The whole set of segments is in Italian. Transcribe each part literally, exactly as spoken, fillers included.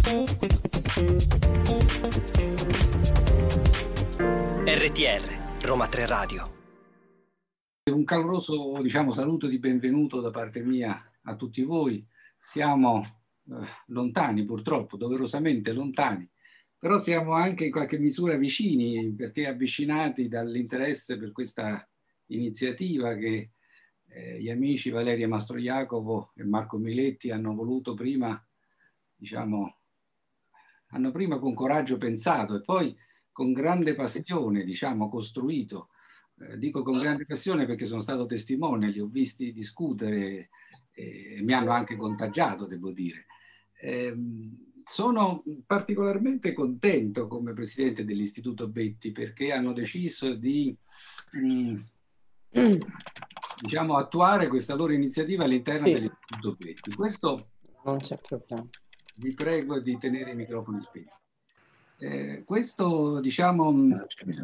R T R, Roma tre Radio. Un caloroso, diciamo, saluto di benvenuto da parte mia a tutti voi. Siamo eh, lontani, purtroppo, doverosamente lontani, però siamo anche in qualche misura vicini, perché avvicinati dall'interesse per questa iniziativa che eh, gli amici Valeria Mastroiacovo e Marco Miletti hanno voluto prima, diciamo, hanno prima con coraggio pensato e poi con grande passione, diciamo, costruito. Eh, dico con grande passione perché sono stato testimone, li ho visti discutere e mi hanno anche contagiato, devo dire. Eh, sono particolarmente contento come presidente dell'Istituto Betti perché hanno deciso di mh, mm. diciamo, attuare questa loro iniziativa all'interno sì. dell'Istituto Betti. Questo non c'è problema. Vi prego di tenere i microfoni spenti. Eh, questo, diciamo,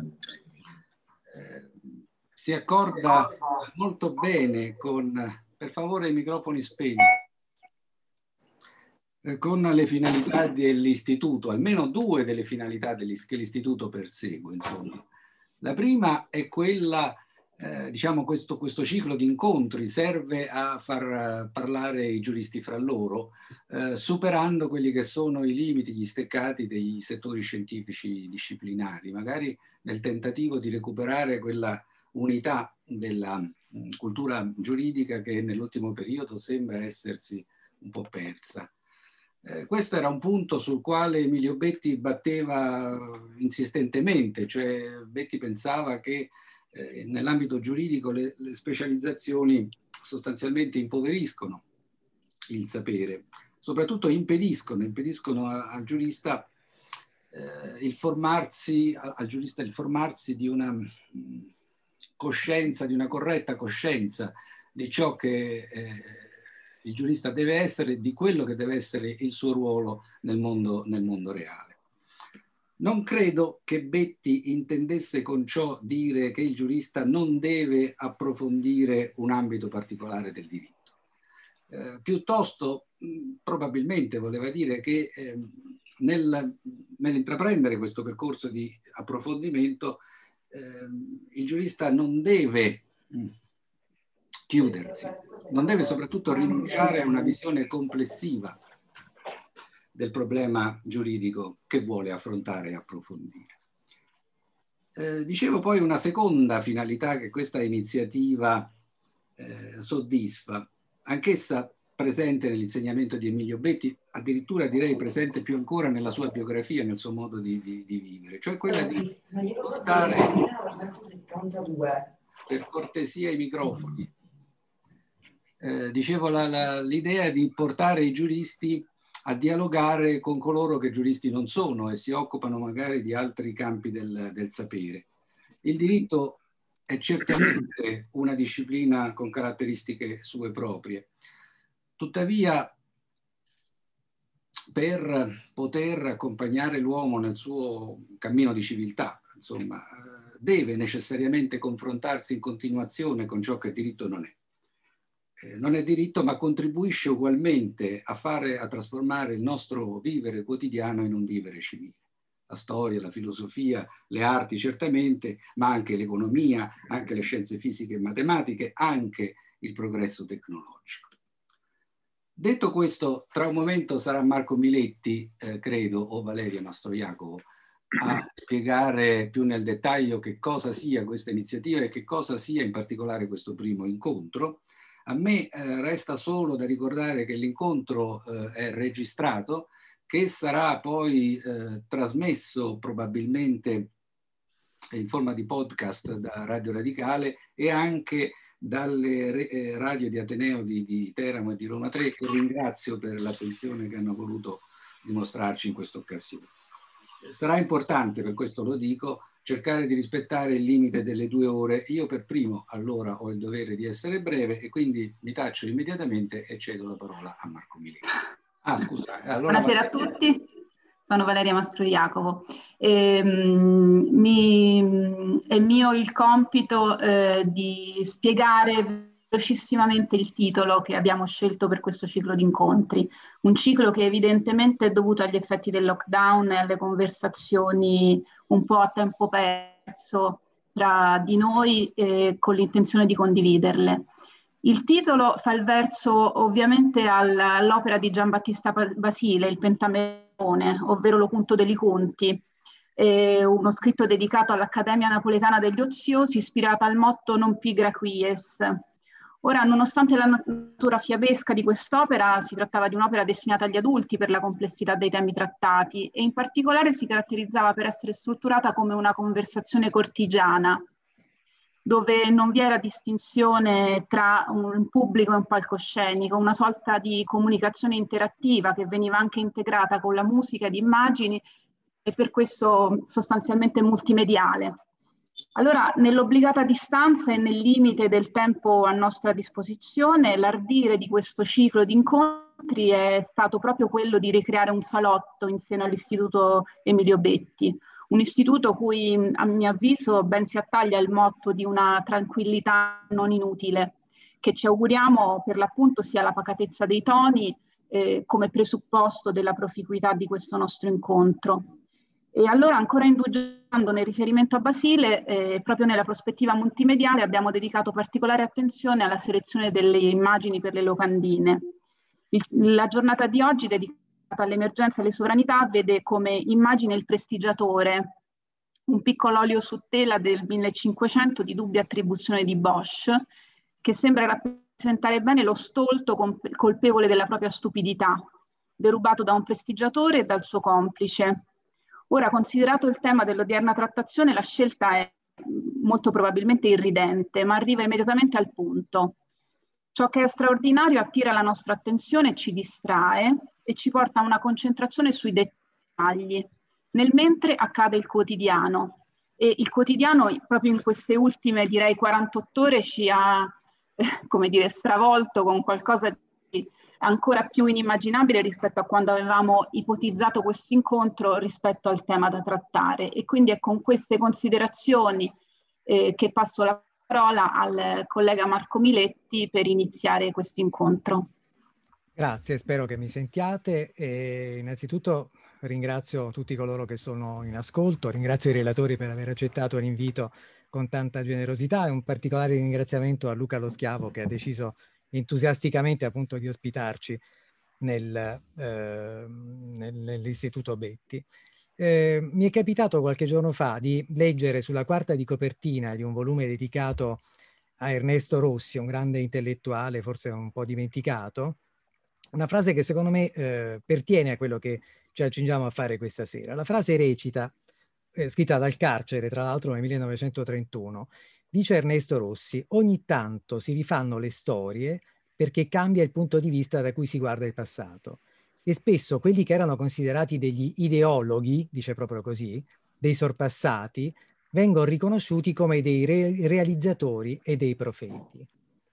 eh, si accorda molto bene con, per favore, i microfoni spenti, eh, con le finalità dell'istituto, almeno due delle finalità che l'istituto persegue, insomma. La prima è quella, eh, diciamo, questo, questo ciclo di incontri serve a far parlare i giuristi fra loro, eh, superando quelli che sono i limiti, gli steccati dei settori scientifici disciplinari, magari nel tentativo di recuperare quella unità della mh, cultura giuridica che nell'ultimo periodo sembra essersi un po' persa. Eh, questo era un punto sul quale Emilio Betti batteva insistentemente, cioè Betti pensava che eh, nell'ambito giuridico le, le specializzazioni sostanzialmente impoveriscono il sapere, soprattutto impediscono, impediscono al giurista eh, il formarsi, al giurista il formarsi di una mh, coscienza, di una corretta coscienza di ciò che eh, il giurista deve essere, di quello che deve essere il suo ruolo nel mondo, nel mondo reale. Non credo che Betti intendesse con ciò dire che il giurista non deve approfondire un ambito particolare del diritto. Eh, piuttosto, mh, probabilmente voleva dire che eh, nel, nell'intraprendere questo percorso di approfondimento eh, il giurista non deve mh, chiudersi, non deve soprattutto rinunciare a una visione complessiva del problema giuridico che vuole affrontare e approfondire. Eh, dicevo poi una seconda finalità che questa iniziativa eh, soddisfa, anch'essa presente nell'insegnamento di Emilio Betti, addirittura direi presente più ancora nella sua biografia, nel suo modo di, di, di vivere, cioè quella di portare, per cortesia, i microfoni. Eh, dicevo l'idea di portare i giuristi a dialogare con coloro che giuristi non sono e si occupano magari di altri campi del, del sapere. Il diritto è certamente una disciplina con caratteristiche sue proprie. Tuttavia, per poter accompagnare l'uomo nel suo cammino di civiltà, insomma, deve necessariamente confrontarsi in continuazione con ciò che diritto non è. Eh, non è diritto, ma contribuisce ugualmente a fare, a trasformare il nostro vivere quotidiano in un vivere civile. La storia, la filosofia, le arti certamente, ma anche l'economia, anche le scienze fisiche e matematiche, anche il progresso tecnologico. Detto questo, tra un momento sarà Marco Miletti, eh, credo, o Valeria Mastroiacovo, a spiegare più nel dettaglio che cosa sia questa iniziativa e che cosa sia in particolare questo primo incontro. A me eh, resta solo da ricordare che l'incontro eh, è registrato, che sarà poi eh, trasmesso probabilmente in forma di podcast da Radio Radicale e anche dalle eh, radio di Ateneo di, di Teramo e di Roma tre, che ringrazio per l'attenzione che hanno voluto dimostrarci in questa occasione. Sarà importante, per questo lo dico, cercare di rispettare il limite delle due ore. Io per primo allora ho il dovere di essere breve e quindi mi taccio immediatamente e cedo la parola a Marco Miletti. Ah, scusa. Allora, buonasera a tutti, sono Valeria Mastroiacovo. E, mi, è mio il compito eh, di spiegare velocissimamente il titolo che abbiamo scelto per questo ciclo di incontri, un ciclo che evidentemente è dovuto agli effetti del lockdown e alle conversazioni un po' a tempo perso tra di noi eh, con l'intenzione di condividerle. Il titolo fa il verso ovviamente all'opera di Giambattista Basile, il Pentamerone, ovvero l'Opunto degli Conti, eh, uno scritto dedicato all'Accademia Napoletana degli Oziosi, ispirata al motto Non pigra quies. Ora, nonostante la natura fiabesca di quest'opera, si trattava di un'opera destinata agli adulti per la complessità dei temi trattati e in particolare si caratterizzava per essere strutturata come una conversazione cortigiana, dove non vi era distinzione tra un pubblico e un palcoscenico, una sorta di comunicazione interattiva che veniva anche integrata con la musica ed immagini e per questo sostanzialmente multimediale. Allora, nell'obbligata distanza e nel limite del tempo a nostra disposizione, l'ardire di questo ciclo di incontri è stato proprio quello di ricreare un salotto insieme all'Istituto Emilio Betti, un istituto cui, a mio avviso, ben si attaglia il motto di una tranquillità non inutile, che ci auguriamo per l'appunto sia la pacatezza dei toni eh, come presupposto della proficuità di questo nostro incontro. E allora, ancora indugiando nel riferimento a Basile, eh, proprio nella prospettiva multimediale abbiamo dedicato particolare attenzione alla selezione delle immagini per le locandine. Il, la giornata di oggi, dedicata all'emergenza e alle sovranità, vede come immagine il Prestigiatore, un piccolo olio su tela del millecinquecento di dubbia attribuzione di Bosch, che sembra rappresentare bene lo stolto colpevole della propria stupidità, derubato da un prestigiatore e dal suo complice. Ora, considerato il tema dell'odierna trattazione, la scelta è molto probabilmente irridente, ma arriva immediatamente al punto. Ciò che è straordinario attira la nostra attenzione, ci distrae e ci porta a una concentrazione sui dettagli. Nel mentre accade il quotidiano e il quotidiano proprio in queste ultime, direi, quarantotto ore ci ha, eh, come dire, stravolto con qualcosa di ancora più inimmaginabile rispetto a quando avevamo ipotizzato questo incontro rispetto al tema da trattare. E quindi è con queste considerazioni eh, che passo la parola al collega Marco Miletti per iniziare questo incontro. Grazie, spero che mi sentiate. E innanzitutto ringrazio tutti coloro che sono in ascolto, ringrazio i relatori per aver accettato l'invito con tanta generosità e un particolare ringraziamento a Luca Lo Schiavo che ha deciso entusiasticamente appunto di ospitarci nel, eh, nel, nell'Istituto Betti. Eh, mi è capitato qualche giorno fa di leggere sulla quarta di copertina di un volume dedicato a Ernesto Rossi, un grande intellettuale, forse un po' dimenticato, una frase che secondo me eh, pertiene a quello che ci accingiamo a fare questa sera. La frase recita, eh, scritta dal carcere, tra l'altro nel millenovecentotrentuno, dice Ernesto Rossi: ogni tanto si rifanno le storie perché cambia il punto di vista da cui si guarda il passato. E spesso quelli che erano considerati degli ideologhi, dice proprio così, dei sorpassati, vengono riconosciuti come dei re- realizzatori e dei profeti.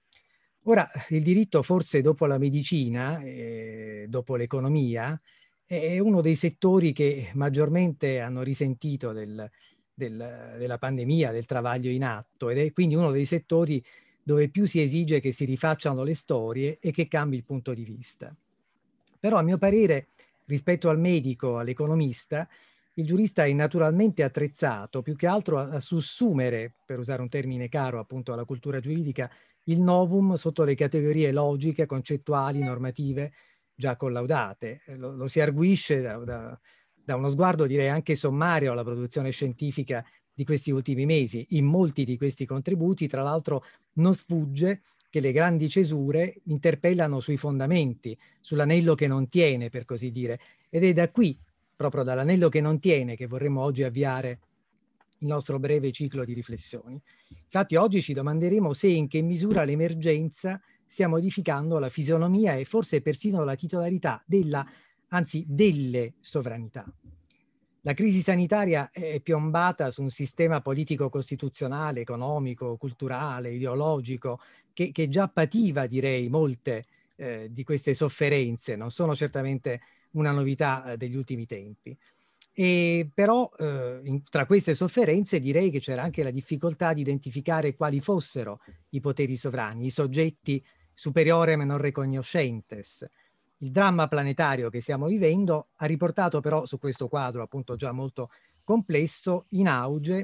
Ora, il diritto, forse dopo la medicina, eh, dopo l'economia, è uno dei settori che maggiormente hanno risentito del, del, della pandemia, del travaglio in atto, ed è quindi uno dei settori dove più si esige che si rifacciano le storie e che cambi il punto di vista. Però, a mio parere, rispetto al medico, all'economista, il giurista è naturalmente attrezzato più che altro a, a sussumere, per usare un termine caro appunto alla cultura giuridica, il novum sotto le categorie logiche, concettuali, normative già collaudate. Lo, lo si arguisce da, da, da uno sguardo, direi anche sommario, alla produzione scientifica di questi ultimi mesi. In molti di questi contributi, tra l'altro, non sfugge che le grandi cesure interpellano sui fondamenti, sull'anello che non tiene, per così dire. Ed è da qui, proprio dall'anello che non tiene, che vorremmo oggi avviare il nostro breve ciclo di riflessioni. Infatti oggi ci domanderemo se e in che misura l'emergenza stia modificando la fisionomia e forse persino la titolarità della, anzi delle sovranità. La crisi sanitaria è piombata su un sistema politico-costituzionale, economico, culturale, ideologico, che, che già pativa, direi, molte eh, di queste sofferenze, non sono certamente una novità eh, degli ultimi tempi. E però eh, in, tra queste sofferenze direi che c'era anche la difficoltà di identificare quali fossero i poteri sovrani, i soggetti superiorem non recognoscentes. Il dramma planetario che stiamo vivendo ha riportato però su questo quadro appunto già molto complesso in auge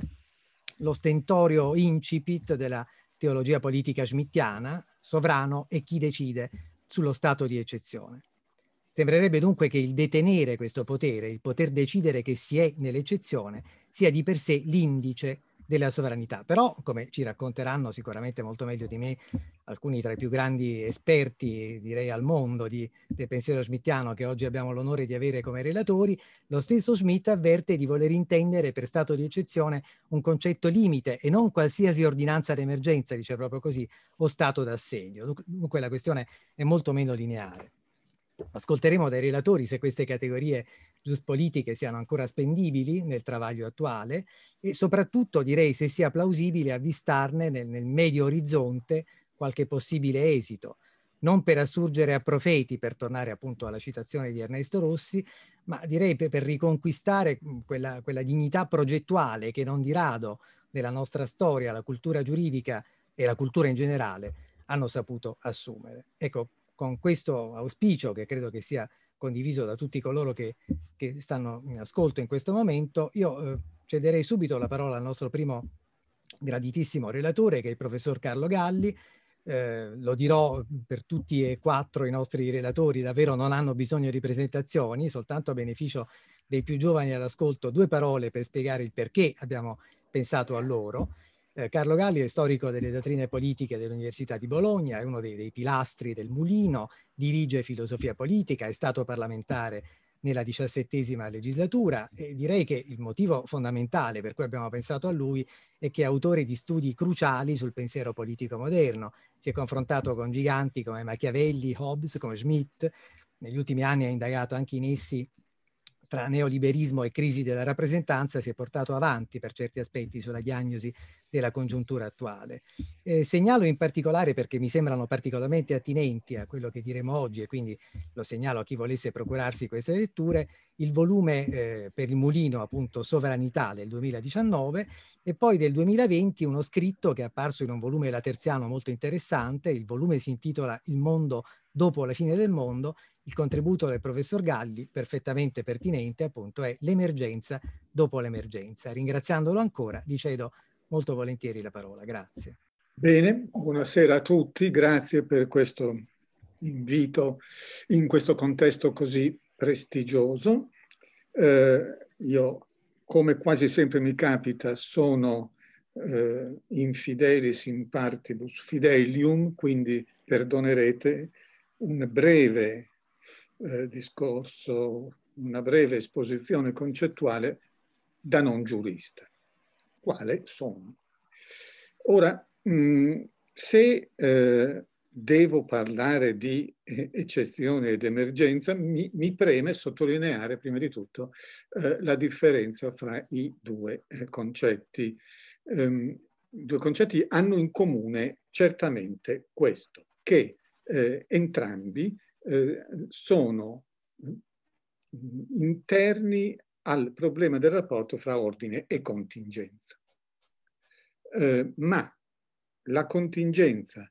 lo stentorio incipit della teologia politica schmittiana, sovrano e chi decide sullo stato di eccezione. Sembrerebbe dunque che il detenere questo potere, il poter decidere che si è nell'eccezione, sia di per sé l'indice della sovranità. Però, come ci racconteranno sicuramente molto meglio di me alcuni tra i più grandi esperti, direi al mondo, di, del pensiero schmittiano che oggi abbiamo l'onore di avere come relatori, lo stesso Schmitt avverte di voler intendere per stato di eccezione un concetto limite e non qualsiasi ordinanza d'emergenza, dice proprio così, o stato d'assegno. Dunque la questione è molto meno lineare. Ascolteremo dai relatori se queste categorie giuspolitiche siano ancora spendibili nel travaglio attuale e soprattutto direi se sia plausibile avvistarne nel, nel medio orizzonte qualche possibile esito, non per assurgere a profeti, per tornare appunto alla citazione di Ernesto Rossi, ma direi per, per riconquistare quella, quella dignità progettuale che non di rado nella nostra storia la cultura giuridica e la cultura in generale hanno saputo assumere. Ecco, con questo auspicio, che credo che sia condiviso da tutti coloro che, che stanno in ascolto in questo momento, io eh, cederei subito la parola al nostro primo graditissimo relatore, che è il professor Carlo Galli. Eh, lo dirò per tutti e quattro i nostri relatori, davvero non hanno bisogno di presentazioni, soltanto a beneficio dei più giovani all'ascolto, due parole per spiegare il perché abbiamo pensato a loro. Eh, Carlo Galli è storico delle dottrine politiche dell'Università di Bologna, è uno dei, dei pilastri del Mulino, dirige filosofia politica, è stato parlamentare nella diciassettesima legislatura e direi che il motivo fondamentale per cui abbiamo pensato a lui è che è autore di studi cruciali sul pensiero politico moderno. Si è confrontato con giganti come Machiavelli, Hobbes, come Schmitt. Negli ultimi anni ha indagato anche in essi tra neoliberismo e crisi della rappresentanza, si è portato avanti per certi aspetti sulla diagnosi della congiuntura attuale. Eh, segnalo in particolare, perché mi sembrano particolarmente attinenti a quello che diremo oggi, e quindi lo segnalo a chi volesse procurarsi queste letture, il volume eh, per il Mulino, appunto Sovranità del duemiladiciannove, e poi del duemilaventi uno scritto che è apparso in un volume laterziano molto interessante. Il volume si intitola Il mondo dopo la fine del mondo. Il contributo del professor Galli, perfettamente pertinente, appunto, è l'emergenza dopo l'emergenza. Ringraziandolo ancora, gli cedo molto volentieri la parola. Grazie. Bene, buonasera a tutti, grazie per questo invito in questo contesto così prestigioso. Eh, io, come quasi sempre mi capita, sono eh, infidelis in partibus fidelium, quindi perdonerete un breve eh, discorso, una breve esposizione concettuale da non giurista. Quale sono? Ora, mh, se eh, devo parlare di eh, eccezione ed emergenza, mi, mi preme sottolineare prima di tutto eh, la differenza fra i due eh, concetti. Um, I due concetti hanno in comune certamente questo, che eh, entrambi eh, sono interni al problema del rapporto fra ordine e contingenza. Eh, ma la contingenza,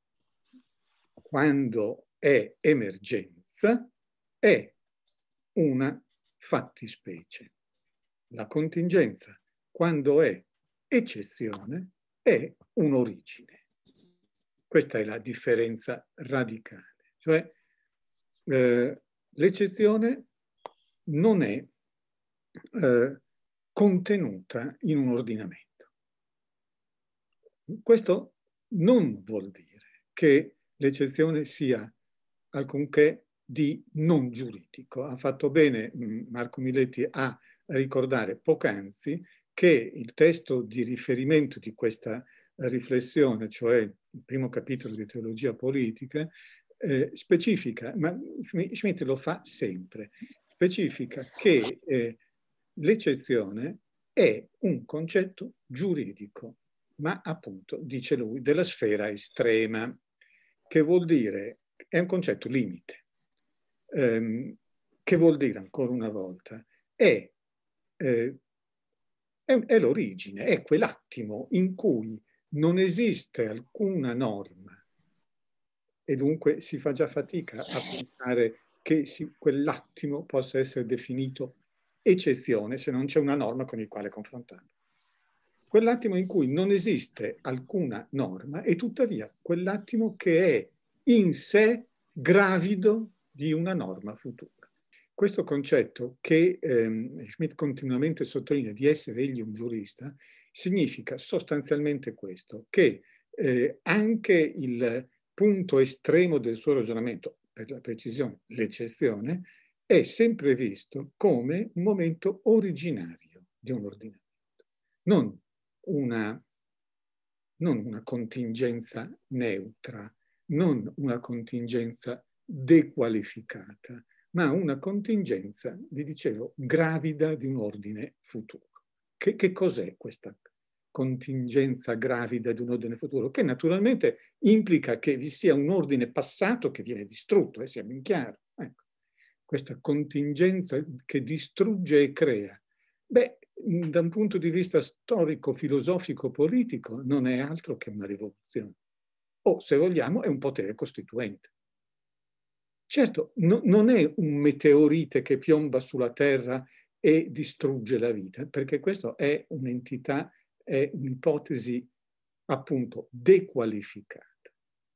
quando è emergenza, è una fattispecie. La contingenza, quando è eccezione, è un'origine. Questa è la differenza radicale. Cioè, eh, l'eccezione non è eh, contenuta in un ordinamento. Questo non vuol dire che l'eccezione sia alcunché di non giuridico. Ha fatto bene Marco Miletti a ricordare poc'anzi che il testo di riferimento di questa riflessione, cioè il primo capitolo di teologia politica, eh, specifica, ma Schmitt lo fa sempre, specifica che eh, l'eccezione è un concetto giuridico, ma appunto, dice lui, della sfera estrema, che vuol dire, è un concetto limite, ehm, che vuol dire, ancora una volta, è eh, è, è l'origine, è quell'attimo in cui non esiste alcuna norma e dunque si fa già fatica a pensare che si, quell'attimo possa essere definito eccezione se non c'è una norma con il quale confrontarlo. Quell'attimo in cui non esiste alcuna norma e tuttavia quell'attimo che è in sé gravido di una norma futura. Questo concetto che ehm, Schmitt continuamente sottolinea di essere egli un giurista significa sostanzialmente questo, che eh, anche il punto estremo del suo ragionamento, per la precisione, l'eccezione, è sempre visto come un momento originario di un ordinamento, non una, non una contingenza neutra, non una contingenza dequalificata, ma una contingenza, vi dicevo, gravida di un ordine futuro. Che, che cos'è questa contingenza gravida di un ordine futuro? Che naturalmente implica che vi sia un ordine passato che viene distrutto, e eh, siamo in chiaro. Ecco. Questa contingenza che distrugge e crea. Beh, da un punto di vista storico, filosofico, politico, non è altro che una rivoluzione. O, se vogliamo, è un potere costituente. Certo, no, non è un meteorite che piomba sulla Terra e distrugge la vita, perché questa è un'entità, è un'ipotesi appunto dequalificata.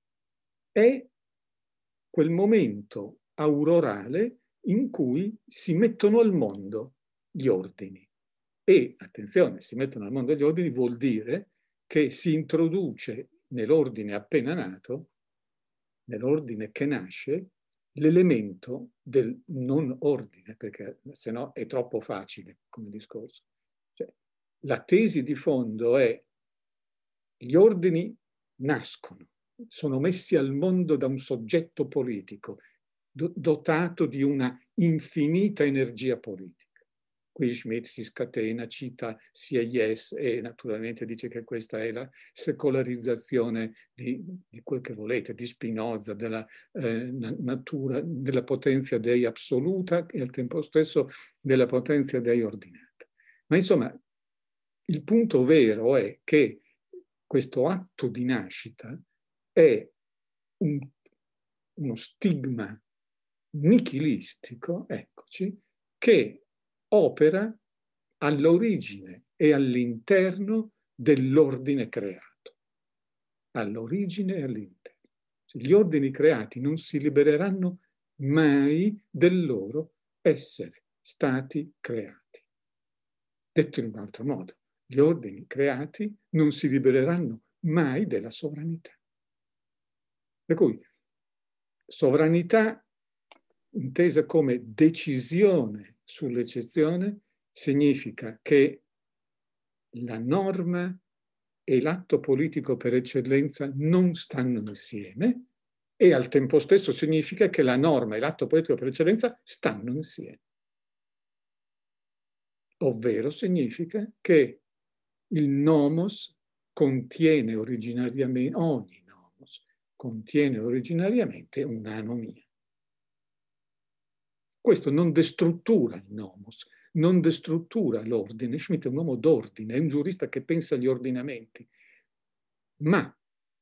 È quel momento aurorale in cui si mettono al mondo gli ordini. E, attenzione, si mettono al mondo gli ordini vuol dire che si introduce nell'ordine appena nato, nell'ordine che nasce, l'elemento del non ordine, perché se no è troppo facile come discorso. Cioè, la tesi di fondo è gli ordini nascono, sono messi al mondo da un soggetto politico do- dotato di una infinita energia politica. Qui Schmitt si scatena, cita Sieyès e naturalmente dice che questa è la secolarizzazione di, di quel che volete, di Spinoza, della eh, natura, della potenza dei assoluta e al tempo stesso della potenza dei ordinata. Ma insomma, il punto vero è che questo atto di nascita è un, uno stigma nichilistico, eccoci, che opera all'origine e all'interno dell'ordine creato. All'origine e all'interno. Gli ordini creati non si libereranno mai del loro essere stati creati. Detto in un altro modo, gli ordini creati non si libereranno mai della sovranità. Per cui sovranità intesa come decisione sull'eccezione significa che la norma e l'atto politico per eccellenza non stanno insieme e al tempo stesso significa che la norma e l'atto politico per eccellenza stanno insieme. Ovvero significa che il nomos contiene originariamente, ogni nomos contiene originariamente un'anomia. Questo non destruttura il nomos, non destruttura l'ordine. Schmitt è un uomo d'ordine, è un giurista che pensa agli ordinamenti, ma,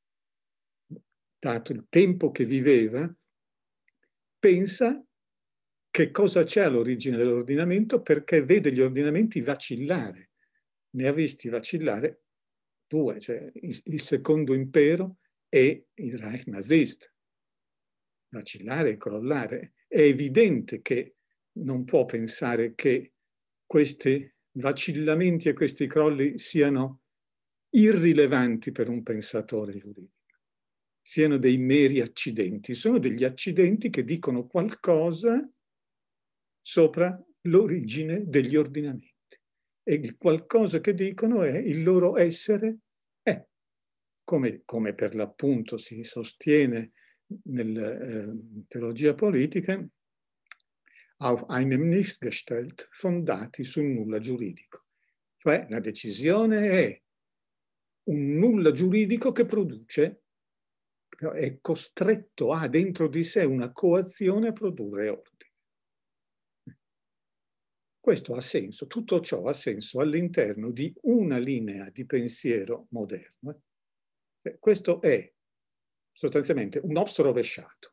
dato il tempo che viveva, pensa che cosa c'è all'origine dell'ordinamento perché vede gli ordinamenti vacillare. Ne ha visti vacillare due, cioè il secondo impero e il Reich nazista. Vacillare e crollare. È evidente che non può pensare che questi vacillamenti e questi crolli siano irrilevanti per un pensatore giuridico, siano dei meri accidenti, sono degli accidenti che dicono qualcosa sopra l'origine degli ordinamenti. E il qualcosa che dicono è il loro essere è, come, come per l'appunto si sostiene nella eh, teologia politica, auf einem Nichts gestellt, fondati sul nulla giuridico. Cioè la decisione è un nulla giuridico che produce, è costretto, ha dentro di sé una coazione a produrre ordine. Questo ha senso, tutto ciò ha senso all'interno di una linea di pensiero moderno. Questo è sostanzialmente un ops rovesciato.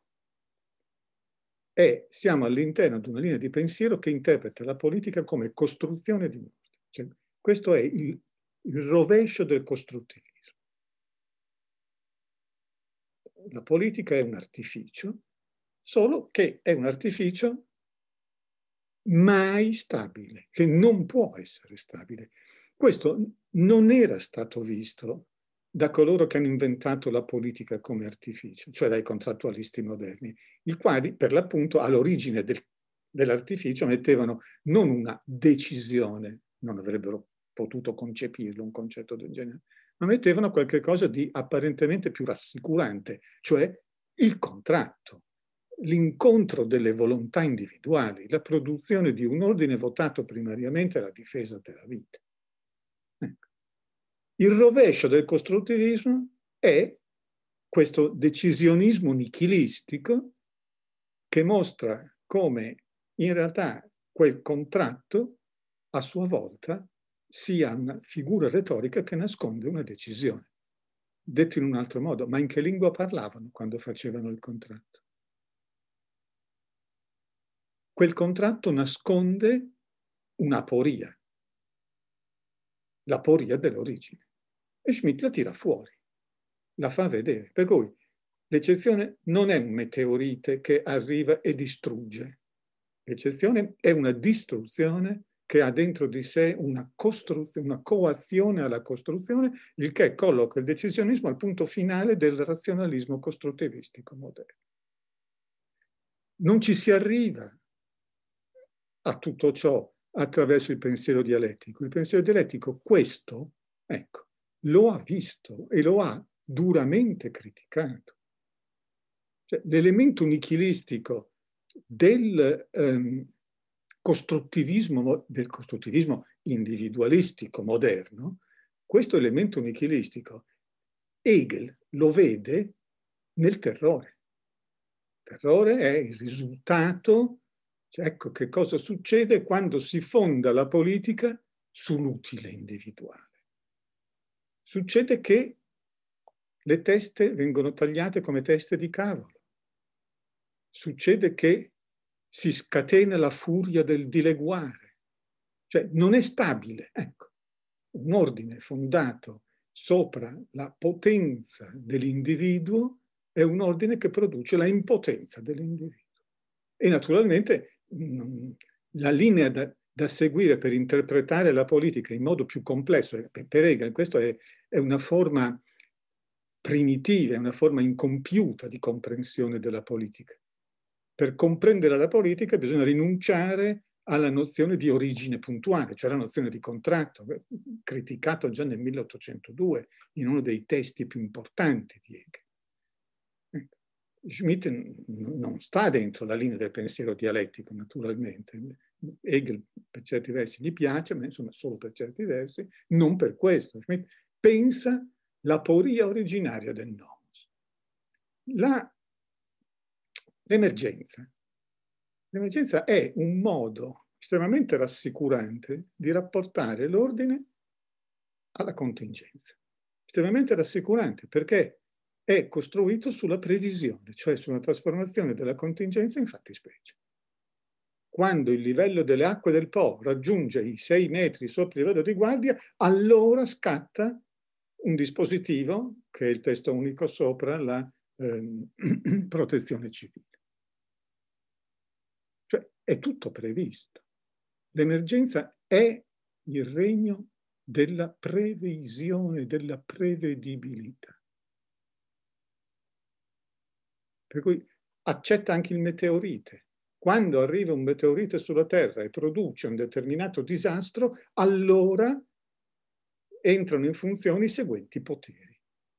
E siamo all'interno di una linea di pensiero che interpreta la politica come costruzione di un ordine. Cioè, questo è il, il rovescio del costruttivismo. La politica è un artificio, solo che è un artificio mai stabile, che non può essere stabile. Questo non era stato visto da coloro che hanno inventato la politica come artificio, cioè dai contrattualisti moderni, i quali per l'appunto all'origine del, dell'artificio mettevano non una decisione, non avrebbero potuto concepirlo un concetto del genere, ma mettevano qualche cosa di apparentemente più rassicurante, cioè il contratto, l'incontro delle volontà individuali, la produzione di un ordine votato primariamente alla difesa della vita. Ecco. Il rovescio del costruttivismo è questo decisionismo nichilistico che mostra come in realtà quel contratto a sua volta sia una figura retorica che nasconde una decisione. Detto in un altro modo, ma in che lingua parlavano quando facevano il contratto? Quel contratto nasconde un'aporia, l'aporia dell'origine. E Schmitt la tira fuori, la fa vedere. Per cui l'eccezione non è un meteorite che arriva e distrugge. L'eccezione è una distruzione che ha dentro di sé una costruzione, una coazione alla costruzione, il che colloca il decisionismo al punto finale del razionalismo costruttivistico moderno. Non ci si arriva a tutto ciò attraverso il pensiero dialettico. Il pensiero dialettico questo, ecco, lo ha visto e lo ha duramente criticato. Cioè, l'elemento nichilistico del ehm, costruttivismo, del costruttivismo individualistico moderno, questo elemento nichilistico, Hegel lo vede nel terrore. Il terrore è il risultato, cioè, ecco che cosa succede quando si fonda la politica sull'utile individuale. Succede che le teste vengono tagliate come teste di cavolo. Succede che si scatena la furia del dileguare. Cioè non è stabile. Ecco, un ordine fondato sopra la potenza dell'individuo è un ordine che produce la impotenza dell'individuo. E naturalmente la linea da, da seguire per interpretare la politica in modo più complesso, per Hegel questo è, è una forma primitiva, è una forma incompiuta di comprensione della politica. Per comprendere la politica bisogna rinunciare alla nozione di origine puntuale, cioè la nozione di contratto, criticato già nel milleottocentodue in uno dei testi più importanti di Hegel. Schmitt non sta dentro la linea del pensiero dialettico, naturalmente. Hegel per certi versi gli piace, ma insomma solo per certi versi, non per questo. Schmitt pensa l'aporia originaria del nomos. L'emergenza. L'emergenza è un modo estremamente rassicurante di rapportare l'ordine alla contingenza. Estremamente rassicurante perché è costruito sulla previsione, cioè sulla trasformazione della contingenza in fattispecie. Quando il livello delle acque del Po raggiunge i sei metri sopra il livello di guardia, allora scatta un dispositivo, che è il testo unico sopra la eh, protezione civile. Cioè è tutto previsto. L'emergenza è il regno della previsione, della prevedibilità. Per cui accetta anche il meteorite. Quando arriva un meteorite sulla Terra e produce un determinato disastro, allora entrano in funzione i seguenti poteri,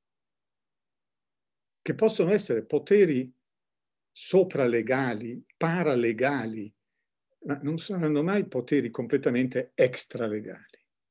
che possono essere poteri sopralegali, paralegali, ma non saranno mai poteri completamente extralegali.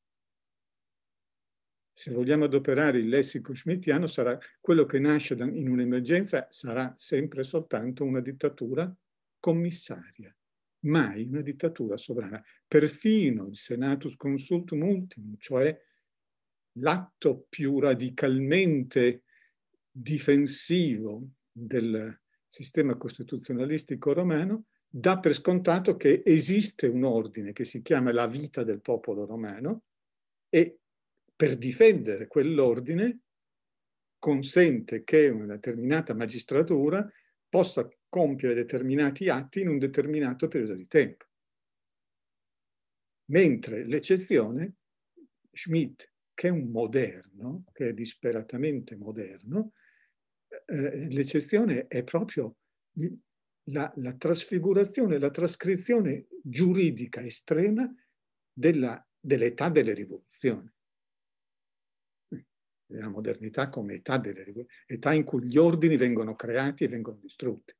Se vogliamo adoperare il lessico schmittiano, sarà quello che nasce in un'emergenza sarà sempre soltanto una dittatura commissaria, mai una dittatura sovrana. Perfino il senatus consultum ultimum, cioè l'atto più radicalmente difensivo del sistema costituzionalistico romano, dà per scontato che esiste un ordine che si chiama la vita del popolo romano e per difendere quell'ordine consente che una determinata magistratura possa compiere determinati atti in un determinato periodo di tempo. Mentre l'eccezione, Schmitt, che è un moderno, che è disperatamente moderno, eh, l'eccezione è proprio la, la trasfigurazione, la trascrizione giuridica estrema della, dell'età delle rivoluzioni. La modernità come età delle rivoluzioni, età in cui gli ordini vengono creati e vengono distrutti.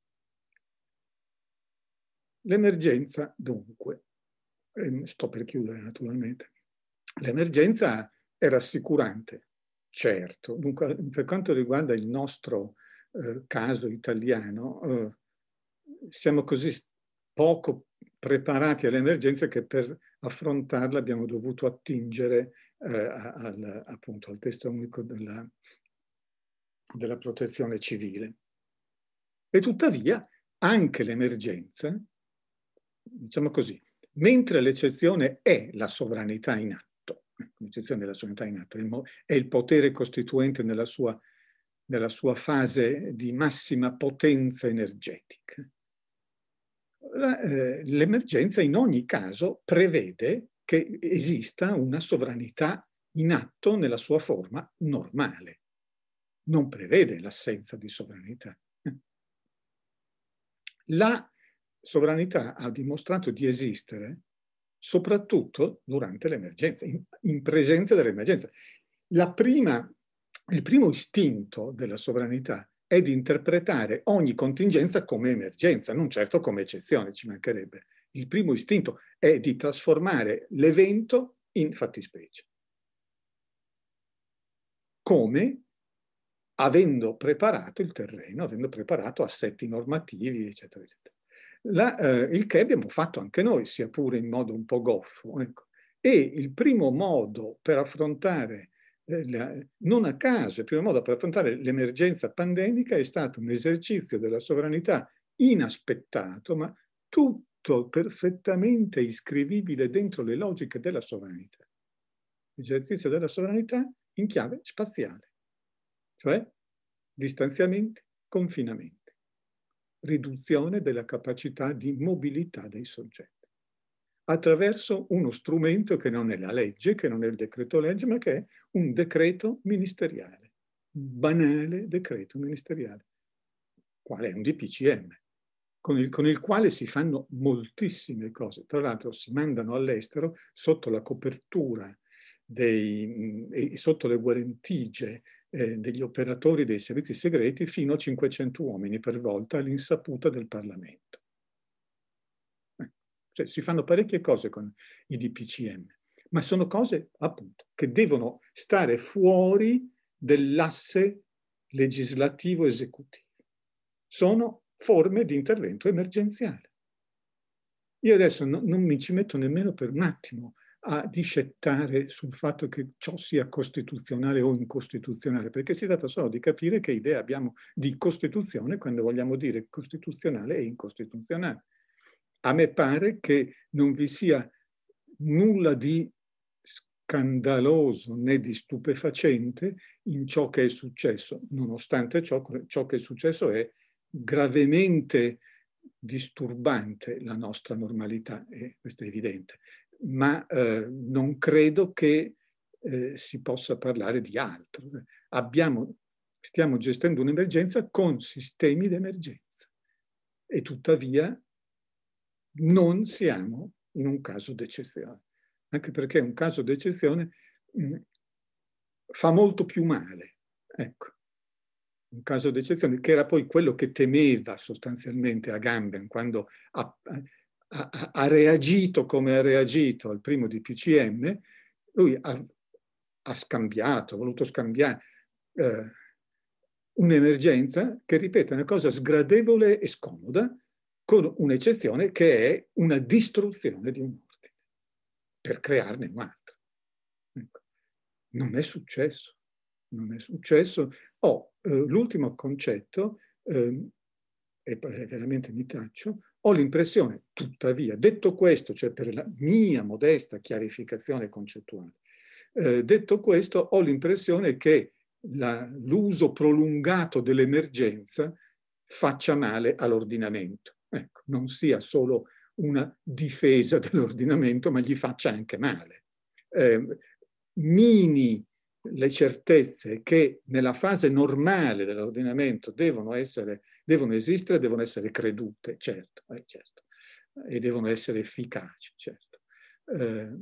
L'emergenza, dunque, eh, sto per chiudere naturalmente, l'emergenza è rassicurante, certo. Dunque, per quanto riguarda il nostro eh, caso italiano, eh, siamo così poco preparati all'emergenza che per affrontarla abbiamo dovuto attingere eh, al, appunto, al testo unico della, della protezione civile. E tuttavia anche l'emergenza, diciamo così, mentre l'eccezione è la sovranità in atto, l'eccezione della sovranità in atto, è il, è il potere costituente nella sua, nella sua fase di massima potenza energetica. Eh, l'emergenza in ogni caso prevede che esista una sovranità in atto nella sua forma normale, non prevede l'assenza di sovranità. La sovranità ha dimostrato di esistere soprattutto durante l'emergenza, in, in presenza dell'emergenza. La prima, il primo istinto della sovranità è di interpretare ogni contingenza come emergenza, non certo come eccezione, ci mancherebbe. Il primo istinto è di trasformare l'evento in fattispecie. Come avendo preparato il terreno, avendo preparato assetti normativi, eccetera, eccetera. La, eh, il che abbiamo fatto anche noi, sia pure in modo un po' goffo. Ecco. E il primo modo per affrontare, eh, la, non a caso, il primo modo per affrontare l'emergenza pandemica è stato un esercizio della sovranità inaspettato, ma tutto perfettamente iscrivibile dentro le logiche della sovranità. L'esercizio della sovranità in chiave spaziale, cioè distanziamenti, confinamenti, riduzione della capacità di mobilità dei soggetti, attraverso uno strumento che non è la legge, che non è il decreto legge, ma che è un decreto ministeriale, un banale decreto ministeriale, quale è un D P C M, con il, con il quale si fanno moltissime cose. Tra l'altro si mandano all'estero sotto la copertura dei, e sotto le guarentigie eh, degli operatori dei servizi segreti fino a cinquecento uomini per volta all'insaputa del Parlamento. Eh, cioè, si fanno parecchie cose con i D P C M, ma sono cose appunto che devono stare fuori dell'asse legislativo esecutivo. Sono forme di intervento emergenziale. Io adesso no, non mi ci metto nemmeno per un attimo a discettare sul fatto che ciò sia costituzionale o incostituzionale, perché si tratta solo di capire che idea abbiamo di Costituzione quando vogliamo dire costituzionale e incostituzionale. A me pare che non vi sia nulla di scandaloso né di stupefacente in ciò che è successo, nonostante ciò, ciò che è successo è gravemente disturbante la nostra normalità, e questo è evidente. Ma eh, non credo che eh, si possa parlare di altro. Abbiamo, stiamo gestendo un'emergenza con sistemi d'emergenza e tuttavia non siamo in un caso d'eccezione, anche perché un caso d'eccezione mh, fa molto più male. Ecco, un caso d'eccezione che era poi quello che temeva sostanzialmente Agamben quando ha, ha, ha reagito come ha reagito al primo D P C M. Lui ha, ha scambiato, ha voluto scambiare eh, un'emergenza che, ripeto, è una cosa sgradevole e scomoda, con un'eccezione che è una distruzione di un ordine per crearne un altro. Ecco. Non è successo, non è successo. Oh, eh, l'ultimo concetto, eh, e poi veramente mi taccio, ho l'impressione, tuttavia, detto questo, cioè per la mia modesta chiarificazione concettuale, eh, detto questo, ho l'impressione che l'uso prolungato dell'emergenza faccia male all'ordinamento. Ecco, non sia solo una difesa dell'ordinamento, ma gli faccia anche male. Eh, mini le certezze che nella fase normale dell'ordinamento devono essere, devono esistere, devono essere credute, certo, eh, certo, e devono essere efficaci, certo. Eh,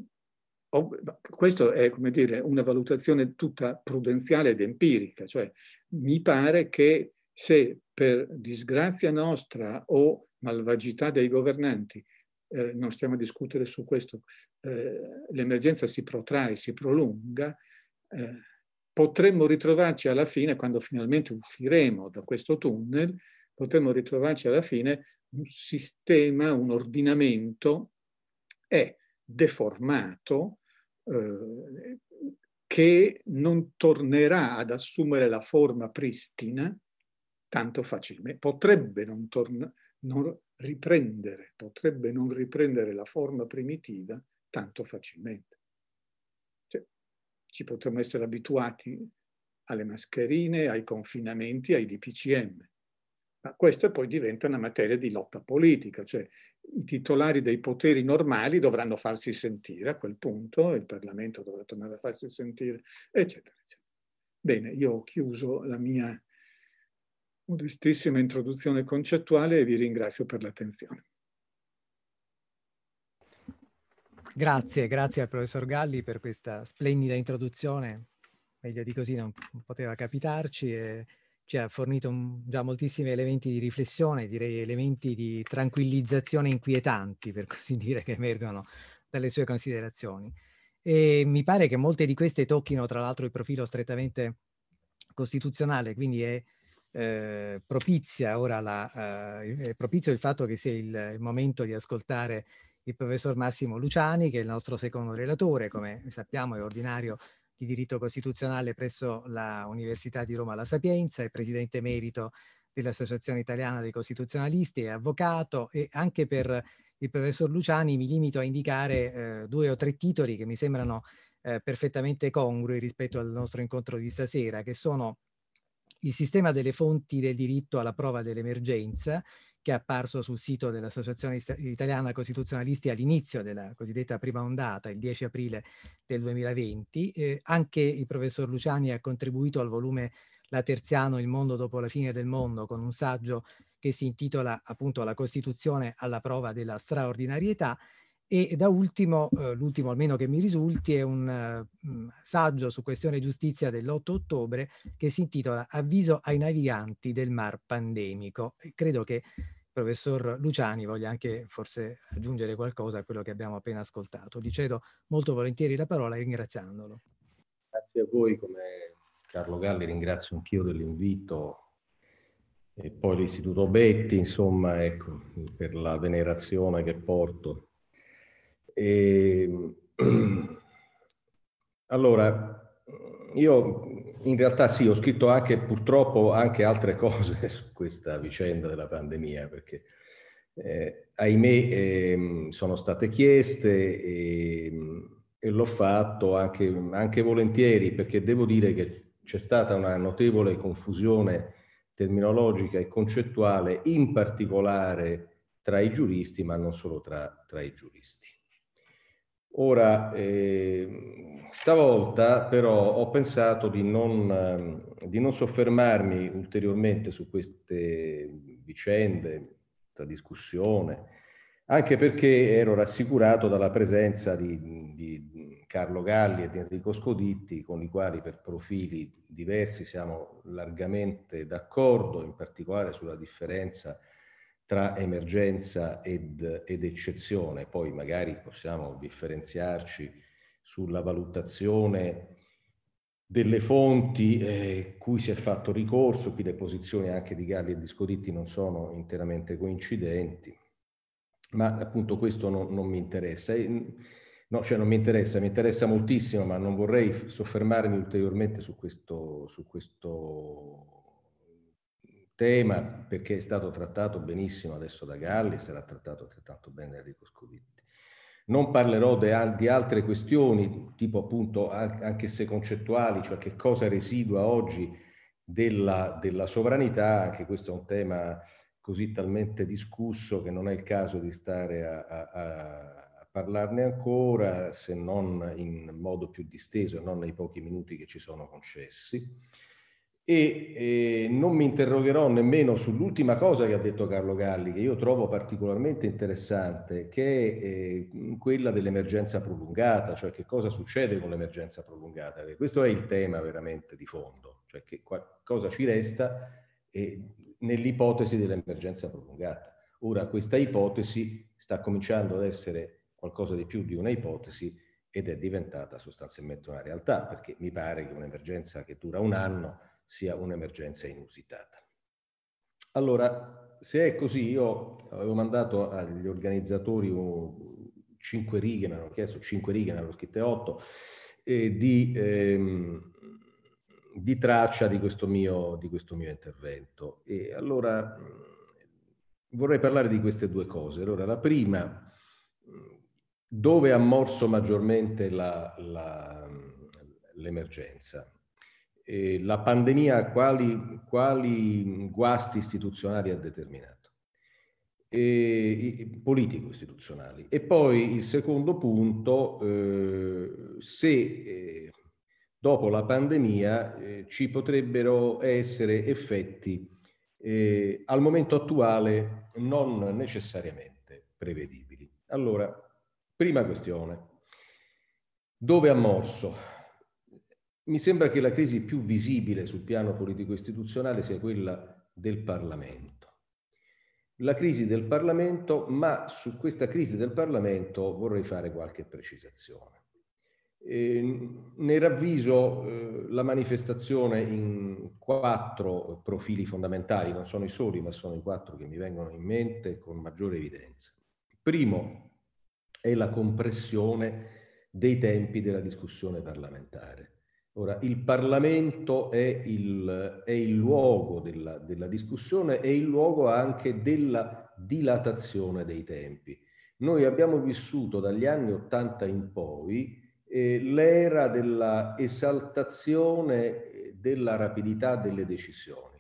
questo è, come dire, una valutazione tutta prudenziale ed empirica, cioè mi pare che se per disgrazia nostra o malvagità dei governanti, eh, non stiamo a discutere su questo, eh, l'emergenza si protrae, si prolunga, eh, potremmo ritrovarci alla fine, quando finalmente usciremo da questo tunnel, potremmo ritrovarci alla fine un sistema, un ordinamento è deformato, eh, che non tornerà ad assumere la forma pristina tanto facilmente, potrebbe non, torna, non riprendere, potrebbe non riprendere la forma primitiva tanto facilmente. Cioè, ci potremmo essere abituati alle mascherine, ai confinamenti, ai D P C M. Ma questo poi diventa una materia di lotta politica, cioè i titolari dei poteri normali dovranno farsi sentire a quel punto, il Parlamento dovrà tornare a farsi sentire, eccetera, eccetera. Bene, io ho chiuso la mia modestissima introduzione concettuale e vi ringrazio per l'attenzione. Grazie, grazie al professor Galli per questa splendida introduzione. Meglio di così non poteva capitarci e ci ha fornito un, già moltissimi elementi di riflessione, direi elementi di tranquillizzazione inquietanti, per così dire, che emergono dalle sue considerazioni. E mi pare che molte di queste tocchino tra l'altro il profilo strettamente costituzionale, quindi è eh, propizia ora la, eh, è propizio il fatto che sia il, il momento di ascoltare il professor Massimo Luciani, che è il nostro secondo relatore, come sappiamo è ordinario di diritto costituzionale presso la Università di Roma La Sapienza, è presidente emerito dell'Associazione Italiana dei Costituzionalisti, è avvocato, e anche per il professor Luciani mi limito a indicare eh, due o tre titoli che mi sembrano eh, perfettamente congrui rispetto al nostro incontro di stasera, che sono il sistema delle fonti del diritto alla prova dell'emergenza, che è apparso sul sito dell'Associazione Italiana Costituzionalisti all'inizio della cosiddetta prima ondata, il dieci aprile del duemilaventi. Eh, anche il professor Luciani ha contribuito al volume laterziano Il mondo dopo la fine del mondo, con un saggio che si intitola appunto La Costituzione alla prova della straordinarietà. E da ultimo, eh, l'ultimo almeno che mi risulti, è un uh, saggio su questione giustizia dell'otto ottobre che si intitola Avviso ai naviganti del mar pandemico. E credo che il professor Luciani voglia anche forse aggiungere qualcosa a quello che abbiamo appena ascoltato. Gli cedo molto volentieri la parola ringraziandolo. Grazie a voi, come Carlo Galli ringrazio anch'io dell'invito, e poi l'Istituto Betti, insomma, ecco, per la venerazione che porto. E, allora, io in realtà sì, ho scritto anche purtroppo anche altre cose su questa vicenda della pandemia, perché eh, ahimè eh, sono state chieste e, e l'ho fatto anche, anche volentieri, perché devo dire che c'è stata una notevole confusione terminologica e concettuale, in particolare tra i giuristi, ma non solo tra, tra i giuristi. Ora, eh, stavolta però ho pensato di non, eh, di non soffermarmi ulteriormente su queste vicende, questa discussione, anche perché ero rassicurato dalla presenza di, di Carlo Galli e di Enrico Scoditti, con i quali per profili diversi siamo largamente d'accordo, in particolare sulla differenza tra emergenza ed, ed eccezione. Poi magari possiamo differenziarci sulla valutazione delle fonti eh, cui si è fatto ricorso. Qui le posizioni anche di Galli e di Scoditti non sono interamente coincidenti. ma appunto questo non, non mi interessa. No, cioè non mi interessa, mi interessa moltissimo, ma non vorrei soffermarmi ulteriormente su questo, su questo tema, perché è stato trattato benissimo adesso da Galli, sarà trattato altrettanto bene da Enrico Scovitti. Non parlerò de, di altre questioni, tipo appunto, anche se concettuali, cioè che cosa residua oggi della, della sovranità, anche questo è un tema così talmente discusso che non è il caso di stare a, a, a parlarne ancora, se non in modo più disteso e non nei pochi minuti che ci sono concessi. E eh, non mi interrogherò nemmeno sull'ultima cosa che ha detto Carlo Galli, che io trovo particolarmente interessante, che è eh, quella dell'emergenza prolungata, cioè che cosa succede con l'emergenza prolungata. Perché questo è il tema veramente di fondo, cioè che cosa ci resta eh, nell'ipotesi dell'emergenza prolungata. Ora, questa ipotesi sta cominciando ad essere qualcosa di più di una ipotesi ed è diventata sostanzialmente una realtà, perché mi pare che un'emergenza che dura un anno sia un'emergenza inusitata. Allora, se è così, io avevo mandato agli organizzatori cinque righe, mi hanno chiesto cinque righe, ne hanno scritte otto, eh, di, ehm, di traccia di questo mio, di questo mio intervento. E allora vorrei parlare di queste due cose. Allora, la prima, dove ha morso maggiormente la, la, l'emergenza? Eh, la pandemia quali, quali guasti istituzionali ha determinato? Eh, politico-istituzionali. E poi il secondo punto, eh, se eh, dopo la pandemia eh, ci potrebbero essere effetti eh, al momento attuale non necessariamente prevedibili. Allora, prima questione, dove ha morso? Mi sembra che la crisi più visibile sul piano politico-istituzionale sia quella del Parlamento. La crisi del Parlamento, ma su questa crisi del Parlamento vorrei fare qualche precisazione. Eh, ne ravviso eh, la manifestazione in quattro profili fondamentali, non sono i soli, ma sono i quattro che mi vengono in mente con maggiore evidenza. Primo è la compressione dei tempi della discussione parlamentare. Ora, il Parlamento è il, è il luogo della, della discussione, è il luogo anche della dilatazione dei tempi. Noi abbiamo vissuto dagli anni Ottanta in poi eh, l'era della esaltazione della rapidità delle decisioni,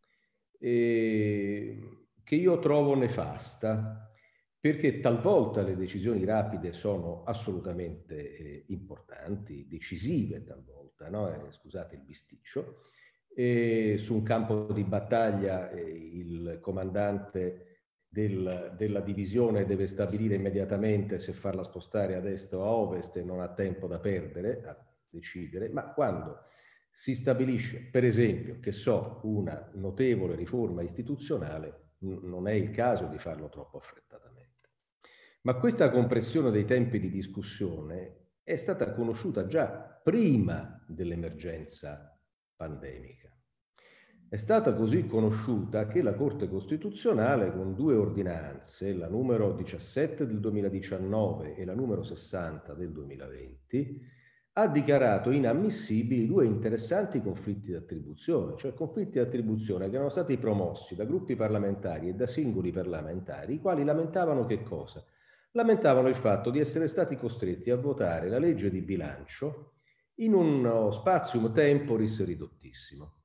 eh, che io trovo nefasta, perché talvolta le decisioni rapide sono assolutamente eh, importanti, decisive talvolta, no? eh, scusate il bisticcio. E su un campo di battaglia eh, il comandante del, della divisione deve stabilire immediatamente se farla spostare a est o a ovest e non ha tempo da perdere a decidere, ma quando si stabilisce, per esempio, che so, una notevole riforma istituzionale, non è il caso di farlo troppo affrettatamente. Ma questa compressione dei tempi di discussione è stata conosciuta già prima dell'emergenza pandemica. È stata così conosciuta che la Corte Costituzionale, con due ordinanze, la numero diciassette del duemiladiciannove e la numero sessanta del duemilaventi, ha dichiarato inammissibili due interessanti conflitti di attribuzione, cioè conflitti di attribuzione che erano stati promossi da gruppi parlamentari e da singoli parlamentari, i quali lamentavano che cosa? Lamentavano il fatto di essere stati costretti a votare la legge di bilancio in uno spatium temporis ridottissimo.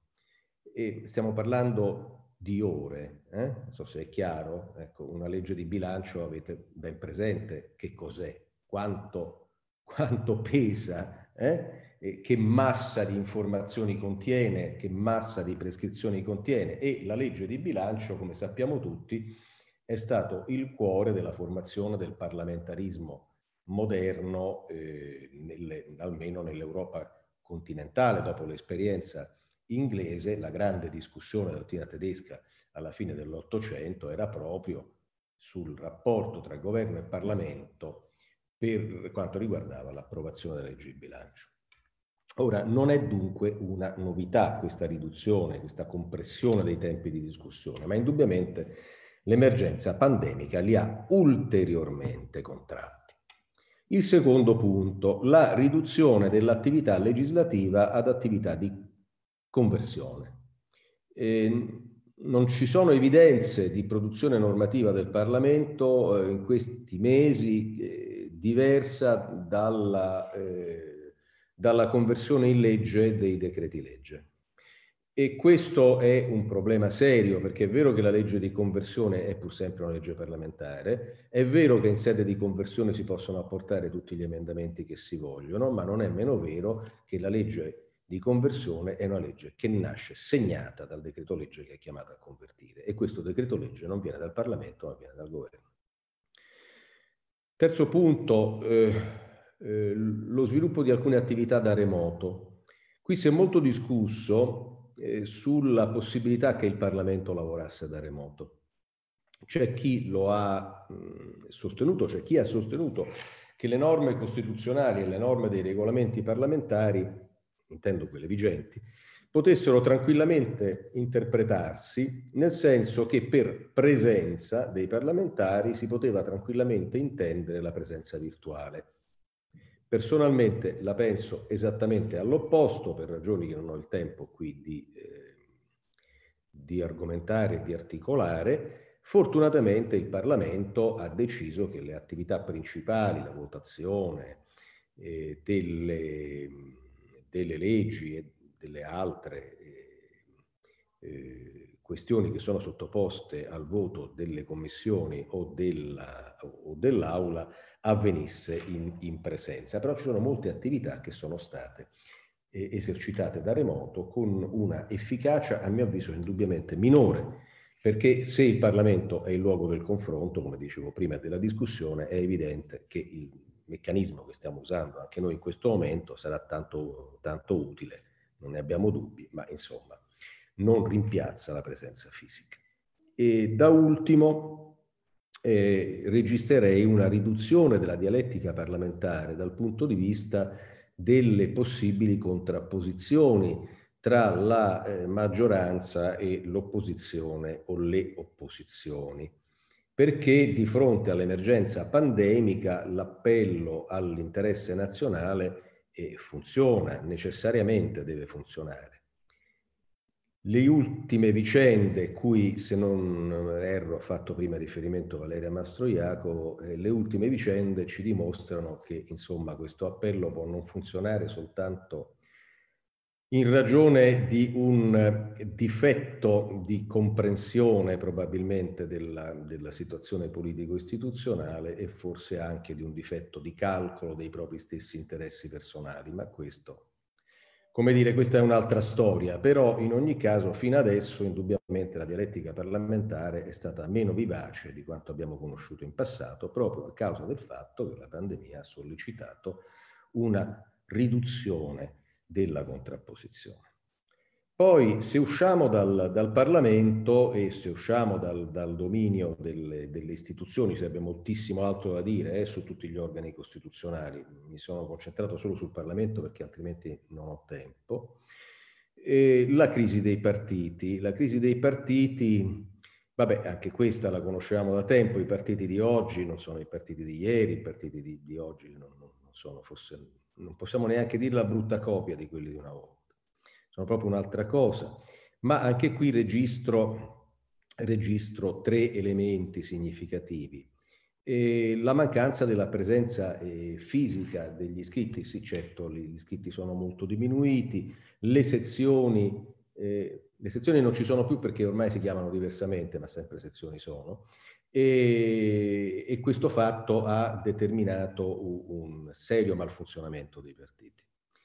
E stiamo parlando di ore, eh? Non so se è chiaro, ecco, una legge di bilancio avete ben presente che cos'è, quanto, quanto pesa, eh? E che massa di informazioni contiene, che massa di prescrizioni contiene, e la legge di bilancio, come sappiamo tutti, è stato il cuore della formazione del parlamentarismo moderno, eh, nelle, almeno nell'Europa continentale, dopo l'esperienza inglese. La grande discussione della dottrina tedesca alla fine dell'Ottocento era proprio sul rapporto tra governo e Parlamento per quanto riguardava l'approvazione della legge di bilancio. Ora, non è dunque una novità questa riduzione, questa compressione dei tempi di discussione, ma indubbiamente L'emergenza pandemica li ha ulteriormente contratti. Il secondo punto, la riduzione dell'attività legislativa ad attività di conversione. Eh, non ci sono evidenze di produzione normativa del Parlamento eh, in questi mesi eh, diversa dalla, eh, dalla conversione in legge dei decreti legge. E questo è un problema serio, perché è vero che la legge di conversione è pur sempre una legge parlamentare, è vero che in sede di conversione si possono apportare tutti gli emendamenti che si vogliono, ma non è meno vero che la legge di conversione è una legge che nasce segnata dal decreto legge che è chiamata a convertire, e questo decreto legge non viene dal Parlamento ma viene dal governo. Terzo punto, eh, eh, lo sviluppo di alcune attività da remoto. Qui si è molto discusso eh, sulla possibilità che il Parlamento lavorasse da remoto. C'è chi lo ha mh, sostenuto, c'è chi ha sostenuto che le norme costituzionali e le norme dei regolamenti parlamentari, intendo quelle vigenti, potessero tranquillamente interpretarsi nel senso che per presenza dei parlamentari si poteva tranquillamente intendere la presenza virtuale. Personalmente la penso esattamente all'opposto, per ragioni che non ho il tempo qui di, eh, di argomentare e di articolare. Fortunatamente il Parlamento ha deciso che le attività principali, la votazione eh, delle, delle leggi e delle altre eh, eh, questioni che sono sottoposte al voto delle commissioni o della, o dell'Aula avvenisse in, in presenza. Però ci sono molte attività che sono state eh, esercitate da remoto con una efficacia, a mio avviso, indubbiamente minore, perché se il Parlamento è il luogo del confronto, come dicevo prima della discussione, è evidente che il meccanismo che stiamo usando anche noi in questo momento sarà tanto, tanto utile, non ne abbiamo dubbi, ma insomma non rimpiazza la presenza fisica. E da ultimo eh, registrerei una riduzione della dialettica parlamentare dal punto di vista delle possibili contrapposizioni tra la eh, maggioranza e l'opposizione o le opposizioni, perché di fronte all'emergenza pandemica l'appello all'interesse nazionale eh, funziona, necessariamente deve funzionare. Le ultime vicende, cui se non erro ha fatto prima riferimento Valeria Mastroiacovo, eh, le ultime vicende ci dimostrano che insomma questo appello può non funzionare soltanto in ragione di un difetto di comprensione probabilmente della, della situazione politico-istituzionale e forse anche di un difetto di calcolo dei propri stessi interessi personali, ma questo, come dire, questa è un'altra storia. Però in ogni caso fino adesso indubbiamente la dialettica parlamentare è stata meno vivace di quanto abbiamo conosciuto in passato, proprio a causa del fatto che la pandemia ha sollecitato una riduzione della contrapposizione. Poi se usciamo dal, dal Parlamento e se usciamo dal, dal dominio delle, delle istituzioni, se abbiamo moltissimo altro da dire eh, su tutti gli organi costituzionali, mi sono concentrato solo sul Parlamento perché altrimenti non ho tempo, e la crisi dei partiti. La crisi dei partiti, vabbè, anche questa la conoscevamo da tempo, i partiti di oggi non sono i partiti di ieri, i partiti di, di oggi non, non sono forse... non possiamo neanche dire la brutta copia di quelli di una volta, sono proprio un'altra cosa, ma anche qui registro, registro tre elementi significativi. E la mancanza della presenza eh, fisica degli iscritti, sì certo gli iscritti sono molto diminuiti, le sezioni, eh, le sezioni non ci sono più perché ormai si chiamano diversamente, ma sempre sezioni sono, E, e questo fatto ha determinato un, un serio malfunzionamento dei partiti,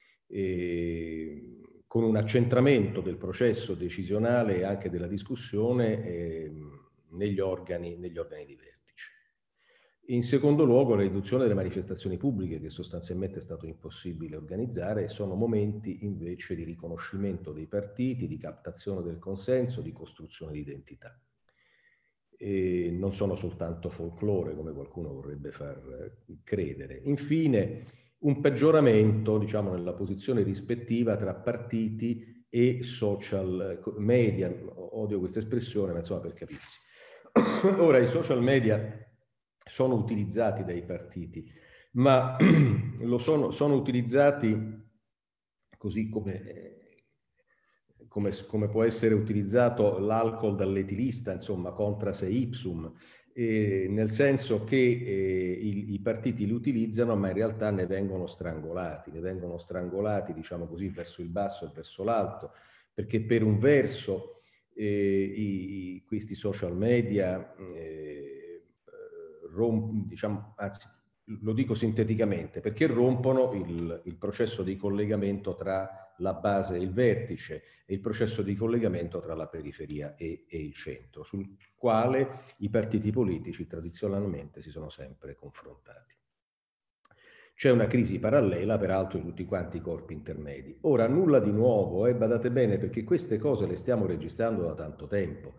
e, con un accentramento del processo decisionale e anche della discussione eh, negli organi, negli organi di vertice. In secondo luogo, la riduzione delle manifestazioni pubbliche, che sostanzialmente è stato impossibile organizzare, sono momenti invece di riconoscimento dei partiti, di captazione del consenso, di costruzione di identità. E non sono soltanto folklore, come qualcuno vorrebbe far credere. Infine, un peggioramento, diciamo, nella posizione rispettiva tra partiti e social media, odio questa espressione, ma insomma per capirsi. Ora, i social media sono utilizzati dai partiti, ma lo sono, sono utilizzati così come, come, come può essere utilizzato l'alcol dall'etilista, insomma, contra se ipsum, eh, nel senso che eh, i, i partiti li utilizzano, ma in realtà ne vengono strangolati, ne vengono strangolati, diciamo così, verso il basso e verso l'alto, perché per un verso eh, i, i, questi social media eh, romp, diciamo, anzi, lo dico sinteticamente, perché rompono il, il processo di collegamento tra la base e il vertice e il processo di collegamento tra la periferia e, e il centro, sul quale i partiti politici tradizionalmente si sono sempre confrontati. C'è una crisi parallela, peraltro, di tutti quanti i corpi intermedi. Ora, nulla di nuovo, eh, badate bene, perché queste cose le stiamo registrando da tanto tempo.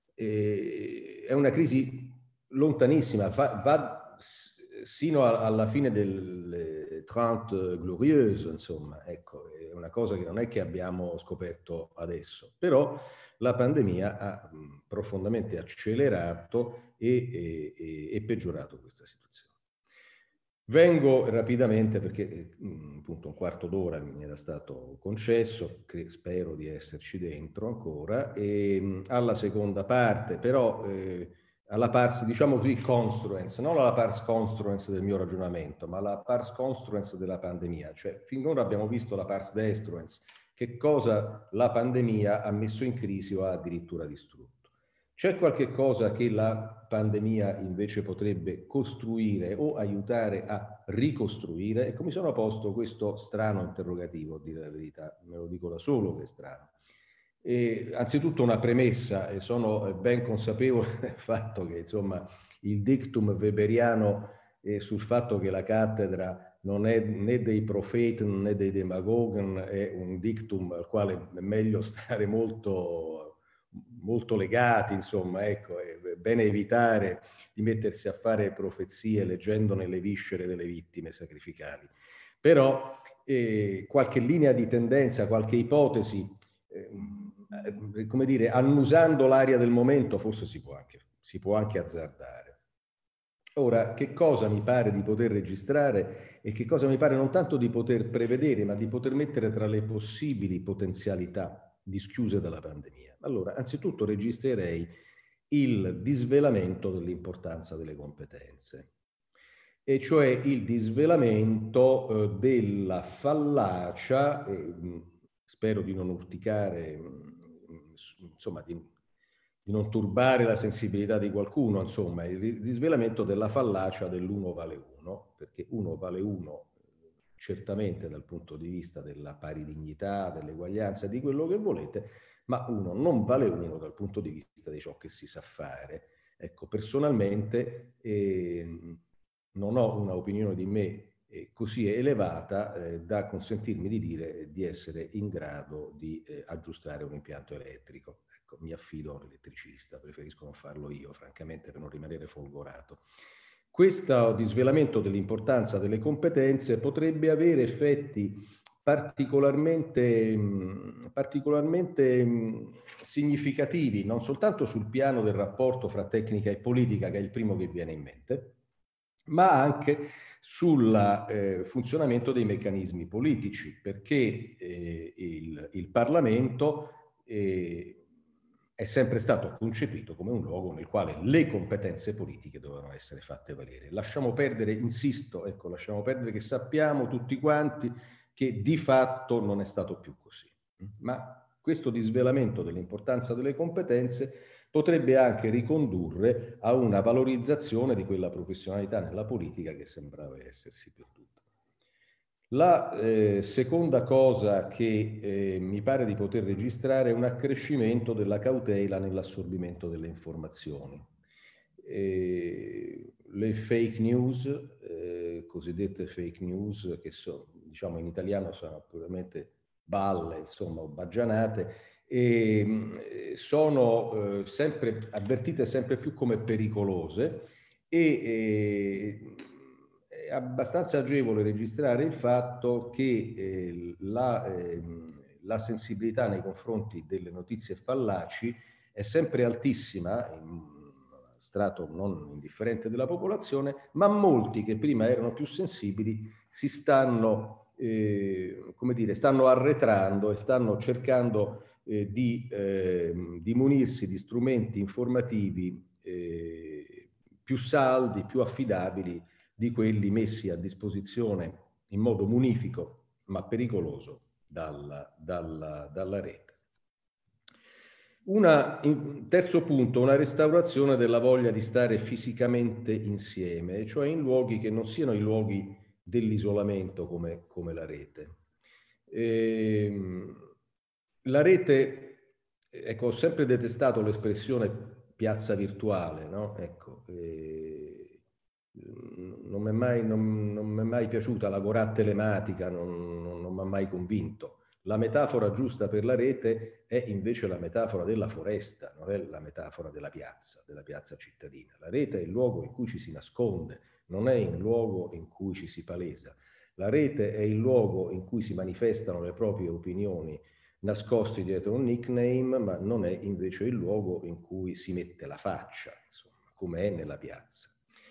Eh, è una crisi lontanissima, va, va sino a, alla fine delle Trente Glorieuses, insomma, ecco, è una cosa che non è che abbiamo scoperto adesso, però la pandemia ha mh, profondamente accelerato e, e, e peggiorato questa situazione. Vengo rapidamente, perché mh, appunto un quarto d'ora mi era stato concesso, che spero di esserci dentro ancora, e mh, alla seconda parte, però eh, alla pars, diciamo così, construence, non alla pars construence del mio ragionamento, ma alla pars construence della pandemia. Cioè, finora abbiamo visto la pars destruence, che cosa la pandemia ha messo in crisi o ha addirittura distrutto. C'è qualche cosa che la pandemia invece potrebbe costruire o aiutare a ricostruire? Ecco, mi sono posto questo strano interrogativo, a dire la verità, me lo dico da solo che è strano. E, anzitutto una premessa, e sono ben consapevole del fatto che insomma il dictum weberiano eh, sul fatto che la cattedra non è né dei profeti né dei demagogi, è un dictum al quale è meglio stare molto, molto legati, insomma, ecco, è bene evitare di mettersi a fare profezie leggendone le viscere delle vittime sacrificali. Però eh, qualche linea di tendenza, qualche ipotesi, eh, come dire, annusando l'aria del momento, forse si può anche, si può anche azzardare. Ora, che cosa mi pare di poter registrare e che cosa mi pare non tanto di poter prevedere, ma di poter mettere tra le possibili potenzialità dischiuse dalla pandemia? Allora, anzitutto registrerei il disvelamento dell'importanza delle competenze, e cioè il disvelamento eh, della fallacia, eh, spero di non urticare, insomma, di, di non turbare la sensibilità di qualcuno, insomma, il disvelamento della fallacia dell'uno vale uno, perché uno vale uno certamente dal punto di vista della pari dignità, dell'eguaglianza, di quello che volete, ma uno non vale uno dal punto di vista di ciò che si sa fare. Ecco, personalmente eh, non ho una opinione di me eh, così elevata eh, da consentirmi di dire di essere in grado di eh, aggiustare un impianto elettrico. Ecco, mi affido a un elettricista, preferisco non farlo io, francamente, per non rimanere folgorato. Questo disvelamento dell'importanza delle competenze potrebbe avere effetti particolarmente, particolarmente significativi, non soltanto sul piano del rapporto fra tecnica e politica, che è il primo che viene in mente, ma anche sul eh, funzionamento dei meccanismi politici, perché eh, il, il Parlamento eh, è sempre stato concepito come un luogo nel quale le competenze politiche dovevano essere fatte valere. Lasciamo perdere, insisto, ecco, lasciamo perdere che sappiamo tutti quanti che di fatto non è stato più così. Ma questo disvelamento dell'importanza delle competenze potrebbe anche ricondurre a una valorizzazione di quella professionalità nella politica che sembrava essersi perduta. La eh, seconda cosa che eh, mi pare di poter registrare è un accrescimento della cautela nell'assorbimento delle informazioni. Eh, le fake news, eh, cosiddette fake news, che so, diciamo in italiano sono puramente balle, insomma, o baggianate, e sono eh, sempre avvertite sempre più come pericolose e eh, è abbastanza agevole registrare il fatto che eh, la, eh, la sensibilità nei confronti delle notizie fallaci è sempre altissima, in, strato non indifferente della popolazione, ma molti che prima erano più sensibili si stanno, eh, come dire, stanno arretrando e stanno cercando eh, di, eh, di munirsi di strumenti informativi eh, più saldi, più affidabili di quelli messi a disposizione in modo munifico ma pericoloso dalla, dalla, dalla rete. Una, in, terzo punto, una restaurazione della voglia di stare fisicamente insieme, cioè in luoghi che non siano i luoghi dell'isolamento come, come la rete. E, la rete, ecco, ho sempre detestato l'espressione piazza virtuale, no? Ecco, e, non mi è mai, non, non mi è mai piaciuta la vorà telematica, non, non, non mi ha mai convinto. La metafora giusta per la rete è invece la metafora della foresta, non è la metafora della piazza, della piazza cittadina. La rete è il luogo in cui ci si nasconde, non è il luogo in cui ci si palesa. La rete è il luogo in cui si manifestano le proprie opinioni nascosti dietro un nickname, ma non è invece il luogo in cui si mette la faccia, insomma, come è nella piazza.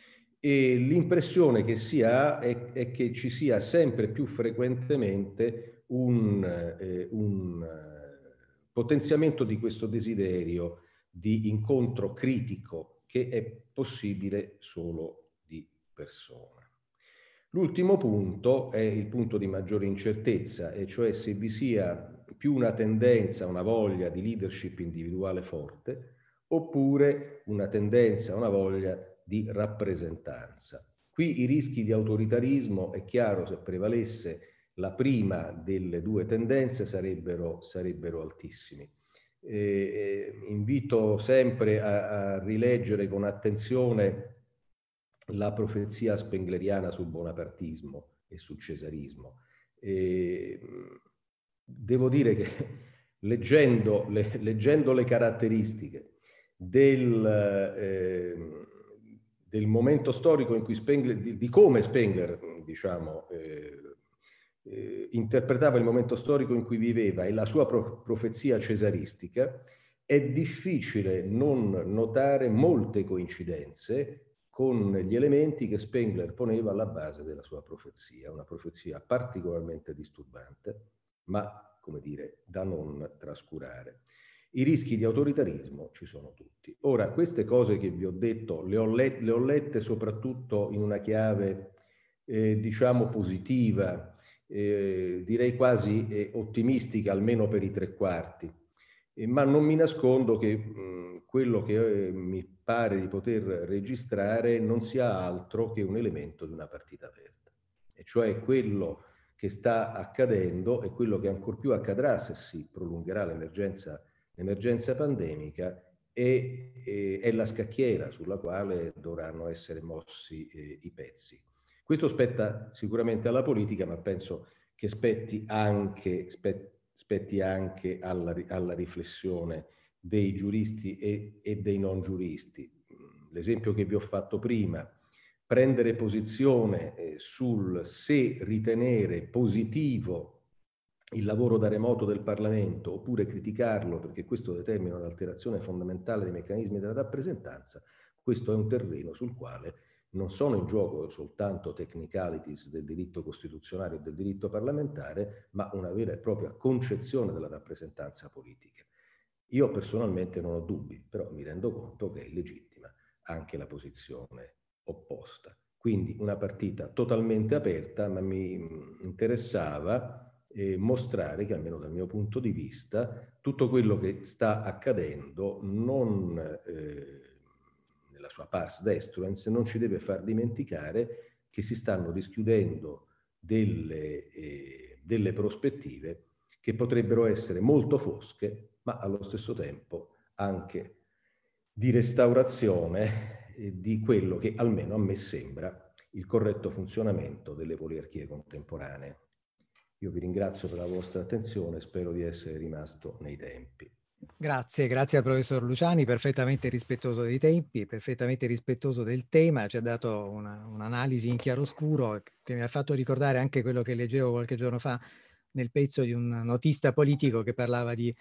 E l'impressione che si ha è, è che ci sia sempre più frequentemente un, eh, un eh, potenziamento di questo desiderio di incontro critico che è possibile solo di persona. L'ultimo punto è il punto di maggiore incertezza, e cioè se vi sia più una tendenza, una voglia di leadership individuale forte, oppure una tendenza, una voglia di rappresentanza. Qui i rischi di autoritarismo, è chiaro, se prevalesse la prima delle due tendenze, sarebbero, sarebbero altissimi. Eh, invito sempre a, a rileggere con attenzione la profezia spengleriana sul bonapartismo e sul cesarismo. Eh, devo dire che leggendo le, leggendo le caratteristiche del, eh, del momento storico in cui Spengler, di, di come Spengler, diciamo, eh, eh, interpretava il momento storico in cui viveva e la sua pro profezia cesaristica, è difficile non notare molte coincidenze con gli elementi che Spengler poneva alla base della sua profezia, una profezia particolarmente disturbante, ma, come dire, da non trascurare. I rischi di autoritarismo ci sono tutti. Ora, queste cose che vi ho detto le ho, let le ho lette soprattutto in una chiave, eh, diciamo, positiva, eh, direi quasi eh, ottimistica, almeno per i tre quarti. Eh, ma non mi nascondo che mh, quello che eh, mi pare di poter registrare non sia altro che un elemento di una partita aperta, e cioè quello che sta accadendo e quello che ancor più accadrà se si prolungherà l'emergenza l'emergenza pandemica è, è, è la scacchiera sulla quale dovranno essere mossi eh, i pezzi. Questo spetta sicuramente alla politica, ma penso che spetti anche, spet, spetti anche alla, alla riflessione dei giuristi e, e dei non giuristi. L'esempio che vi ho fatto prima, prendere posizione eh, sul se ritenere positivo il lavoro da remoto del Parlamento oppure criticarlo perché questo determina un'alterazione fondamentale dei meccanismi della rappresentanza, questo è un terreno sul quale non sono in gioco soltanto technicalities del diritto costituzionale o del diritto parlamentare, ma una vera e propria concezione della rappresentanza politica. Io personalmente non ho dubbi, però mi rendo conto che è legittima anche la posizione opposta. Quindi una partita totalmente aperta, ma mi interessava eh, mostrare che, almeno dal mio punto di vista, tutto quello che sta accadendo non, eh, nella sua pars destruens, non ci deve far dimenticare che si stanno dischiudendo delle, eh, delle prospettive che potrebbero essere molto fosche, ma allo stesso tempo anche di restaurazione eh, di quello che almeno a me sembra il corretto funzionamento delle poliarchie contemporanee. Io vi ringrazio per la vostra attenzione, spero di essere rimasto nei tempi. Grazie, grazie al professor Luciani, perfettamente rispettoso dei tempi, perfettamente rispettoso del tema, ci ha dato un'analisi in chiaroscuro che mi ha fatto ricordare anche quello che leggevo qualche giorno fa nel pezzo di un notista politico che parlava di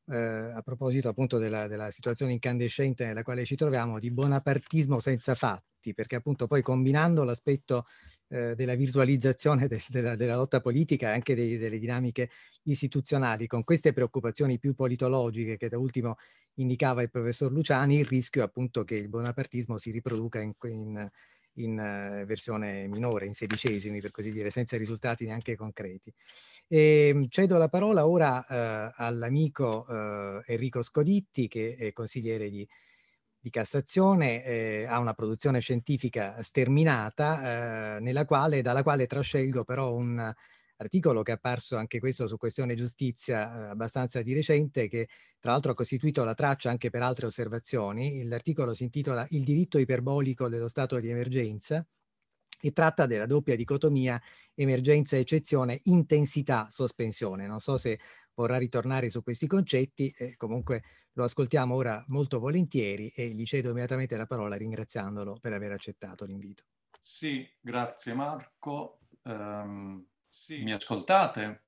eh, a proposito appunto della, della situazione incandescente nella quale ci troviamo, di bonapartismo senza fatti, perché appunto poi combinando l'aspetto eh, della virtualizzazione de, della, della lotta politica e anche dei, delle dinamiche istituzionali, con queste preoccupazioni più politologiche che da ultimo indicava il professor Luciani, il rischio appunto che il bonapartismo si riproduca in, in, in uh, versione minore, in sedicesimi per così dire, senza risultati neanche concreti. E cedo la parola ora uh, all'amico uh, Enrico Scoditti, che è consigliere di, di Cassazione, eh, ha una produzione scientifica sterminata, eh, nella quale, dalla quale trascelgo però un articolo che è apparso anche questo su Questione Giustizia eh, abbastanza di recente, che tra l'altro ha costituito la traccia anche per altre osservazioni. L'articolo si intitola Il diritto iperbolico dello stato di emergenza e tratta della doppia dicotomia emergenza-eccezione, intensità-sospensione. Non so se vorrà ritornare su questi concetti, eh, comunque lo ascoltiamo ora molto volentieri e gli cedo immediatamente la parola ringraziandolo per aver accettato l'invito. Sì, grazie Marco. Um... Sì. Mi ascoltate?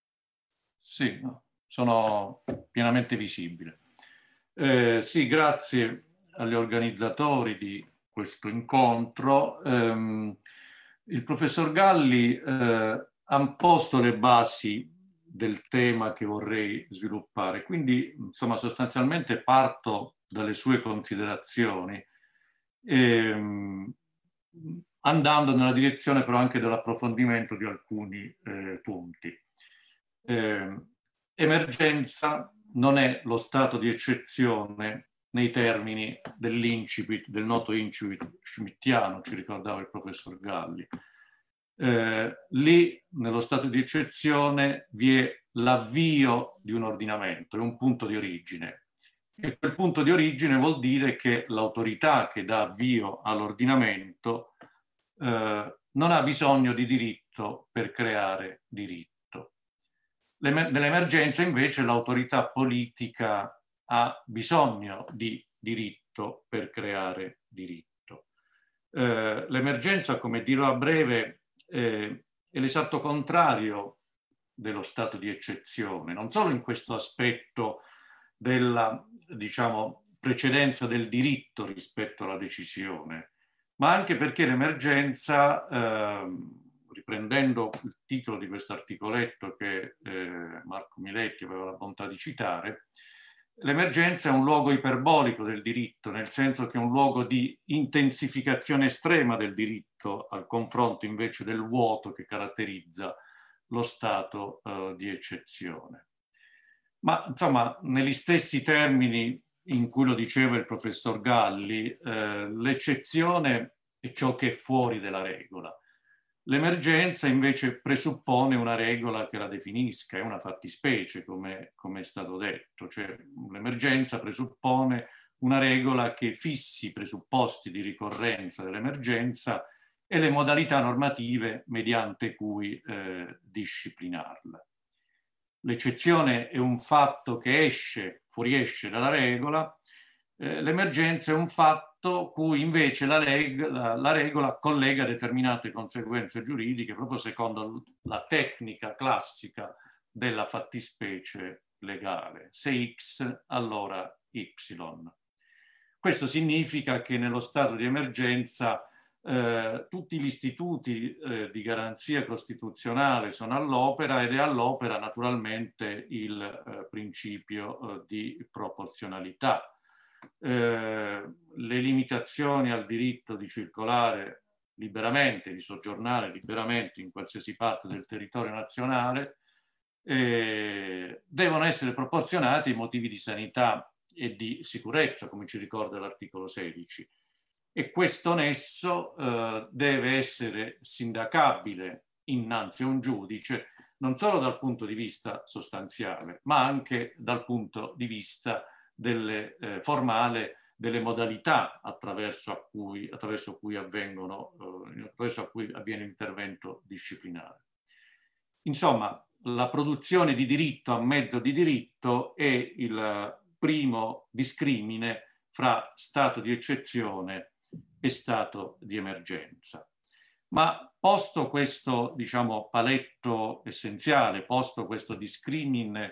Sì, no, sono pienamente visibile. Eh, sì, grazie agli organizzatori di questo incontro. Eh, il professor Galli eh, ha posto le basi del tema che vorrei sviluppare, quindi insomma sostanzialmente parto dalle sue considerazioni, ehm, andando nella direzione però anche dell'approfondimento di alcuni eh, punti. Eh, emergenza non è lo stato di eccezione nei termini dell'incipit, del noto incipit schmittiano, ci ricordava il professor Galli. Eh, lì, nello stato di eccezione, vi è l'avvio di un ordinamento, è un punto di origine. E quel punto di origine vuol dire che l'autorità che dà avvio all'ordinamento eh, non ha bisogno di diritto per creare diritto. Nell'emergenza invece l'autorità politica ha bisogno di diritto per creare diritto. Eh, l'emergenza, come dirò a breve, eh, è l'esatto contrario dello stato di eccezione, non solo in questo aspetto della, diciamo, precedenza del diritto rispetto alla decisione, ma anche perché l'emergenza, eh, riprendendo il titolo di questo articoletto che eh, Marco Miletti aveva la bontà di citare, l'emergenza è un luogo iperbolico del diritto, nel senso che è un luogo di intensificazione estrema del diritto al confronto invece del vuoto che caratterizza lo stato eh, di eccezione. Ma insomma, negli stessi termini in cui lo diceva il professor Galli, eh, l'eccezione è ciò che è fuori della regola. L'emergenza invece presuppone una regola che la definisca, è una fattispecie, come, come è stato detto. Cioè, l'emergenza presuppone una regola che fissi i presupposti di ricorrenza dell'emergenza e le modalità normative mediante cui eh, disciplinarla. L'eccezione è un fatto che esce, fuoriesce dalla regola, eh, l'emergenza è un fatto cui invece la, reg- la, la regola collega determinate conseguenze giuridiche proprio secondo la tecnica classica della fattispecie legale. Se X, allora Y. Questo significa che nello stato di emergenza Eh, tutti gli istituti eh, di garanzia costituzionale sono all'opera ed è all'opera naturalmente il eh, principio eh, di proporzionalità. Eh, le limitazioni al diritto di circolare liberamente, di soggiornare liberamente in qualsiasi parte del territorio nazionale eh, devono essere proporzionate ai motivi di sanità e di sicurezza, come ci ricorda l'articolo sedici. E questo nesso eh, deve essere sindacabile innanzi a un giudice, non solo dal punto di vista sostanziale, ma anche dal punto di vista delle, eh, formale delle modalità attraverso, a cui, attraverso cui avvengono, eh, attraverso a cui avviene l'intervento disciplinare. Insomma, la produzione di diritto a mezzo di diritto è il primo discrimine fra stato di eccezione e stato di emergenza. Ma posto questo, diciamo, paletto essenziale, posto questo discrimine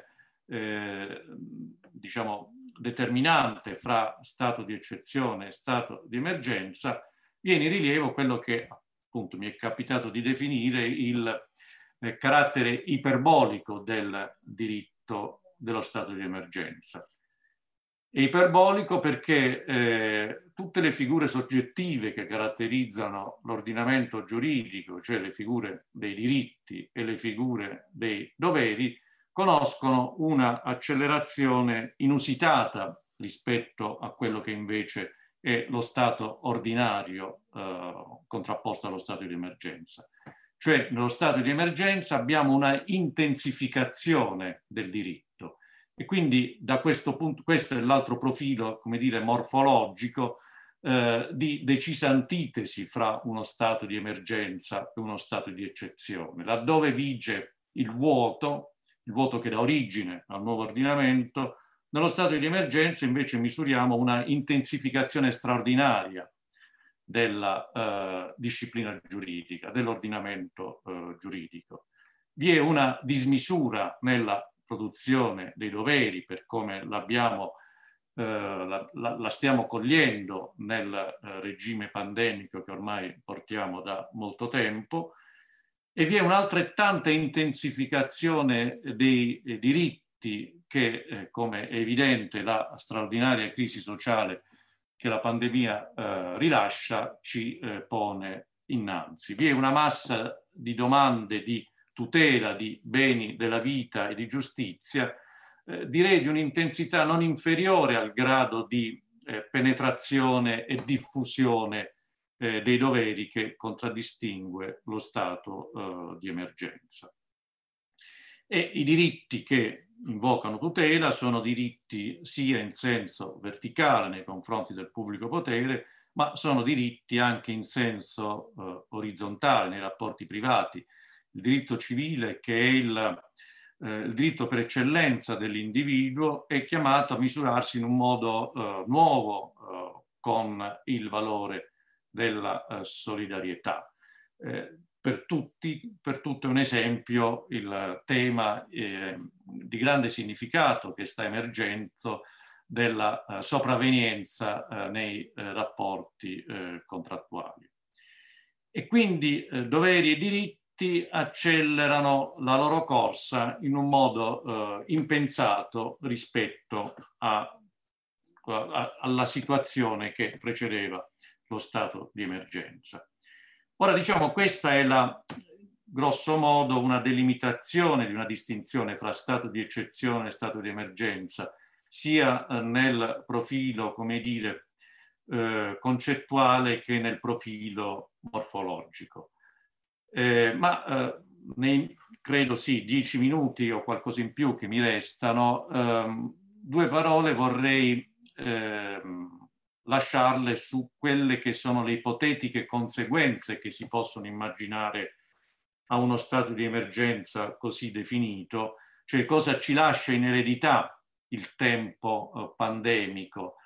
eh, diciamo, determinante fra stato di eccezione e stato di emergenza, viene in rilievo quello che appunto mi è capitato di definire il eh, carattere iperbolico del diritto dello stato di emergenza. È iperbolico perché eh, tutte le figure soggettive che caratterizzano l'ordinamento giuridico, cioè le figure dei diritti e le figure dei doveri, conoscono una accelerazione inusitata rispetto a quello che invece è lo stato ordinario eh, contrapposto allo stato di emergenza. Cioè, nello stato di emergenza abbiamo una intensificazione del diritto e quindi da questo punto, questo è l'altro profilo, come dire, morfologico eh, di decisa antitesi fra uno stato di emergenza e uno stato di eccezione, laddove vige il vuoto, il vuoto che dà origine al nuovo ordinamento. Nello stato di emergenza invece misuriamo una intensificazione straordinaria della eh, disciplina giuridica, dell'ordinamento eh, giuridico. Vi è una dismisura nella produzione dei doveri per come l'abbiamo, eh, la, la, la stiamo cogliendo nel eh, regime pandemico che ormai portiamo da molto tempo, e vi è un'altrettanta intensificazione dei eh, diritti che, eh, come è evidente, la straordinaria crisi sociale che la pandemia eh, rilascia ci eh, pone innanzi. Vi è una massa di domande di tutela di beni della vita e di giustizia, eh, direi di un'intensità non inferiore al grado di eh, penetrazione e diffusione eh, dei doveri che contraddistingue lo stato eh, di emergenza. E i diritti che invocano tutela sono diritti sia in senso verticale nei confronti del pubblico potere, ma sono diritti anche in senso eh, orizzontale nei rapporti privati. Il diritto civile, che è il, eh, il diritto per eccellenza dell'individuo, è chiamato a misurarsi in un modo eh, nuovo eh, con il valore della eh, solidarietà. Eh, Per tutti, per tutto un esempio, il tema eh, di grande significato che sta emergendo della eh, sopravvenienza eh, nei eh, rapporti eh, contrattuali. E quindi eh, doveri e diritti accelerano la loro corsa in un modo eh, impensato rispetto a, a, alla situazione che precedeva lo stato di emergenza. Ora, diciamo, questa è la, grosso modo, una delimitazione di una distinzione fra stato di eccezione e stato di emergenza, sia eh, nel profilo, come dire, eh, concettuale che nel profilo morfologico. Eh, ma eh, nei, credo sì, dieci minuti o qualcosa in più che mi restano, ehm, due parole vorrei ehm, lasciarle su quelle che sono le ipotetiche conseguenze che si possono immaginare a uno stato di emergenza così definito, cioè cosa ci lascia in eredità il tempo eh, pandemico,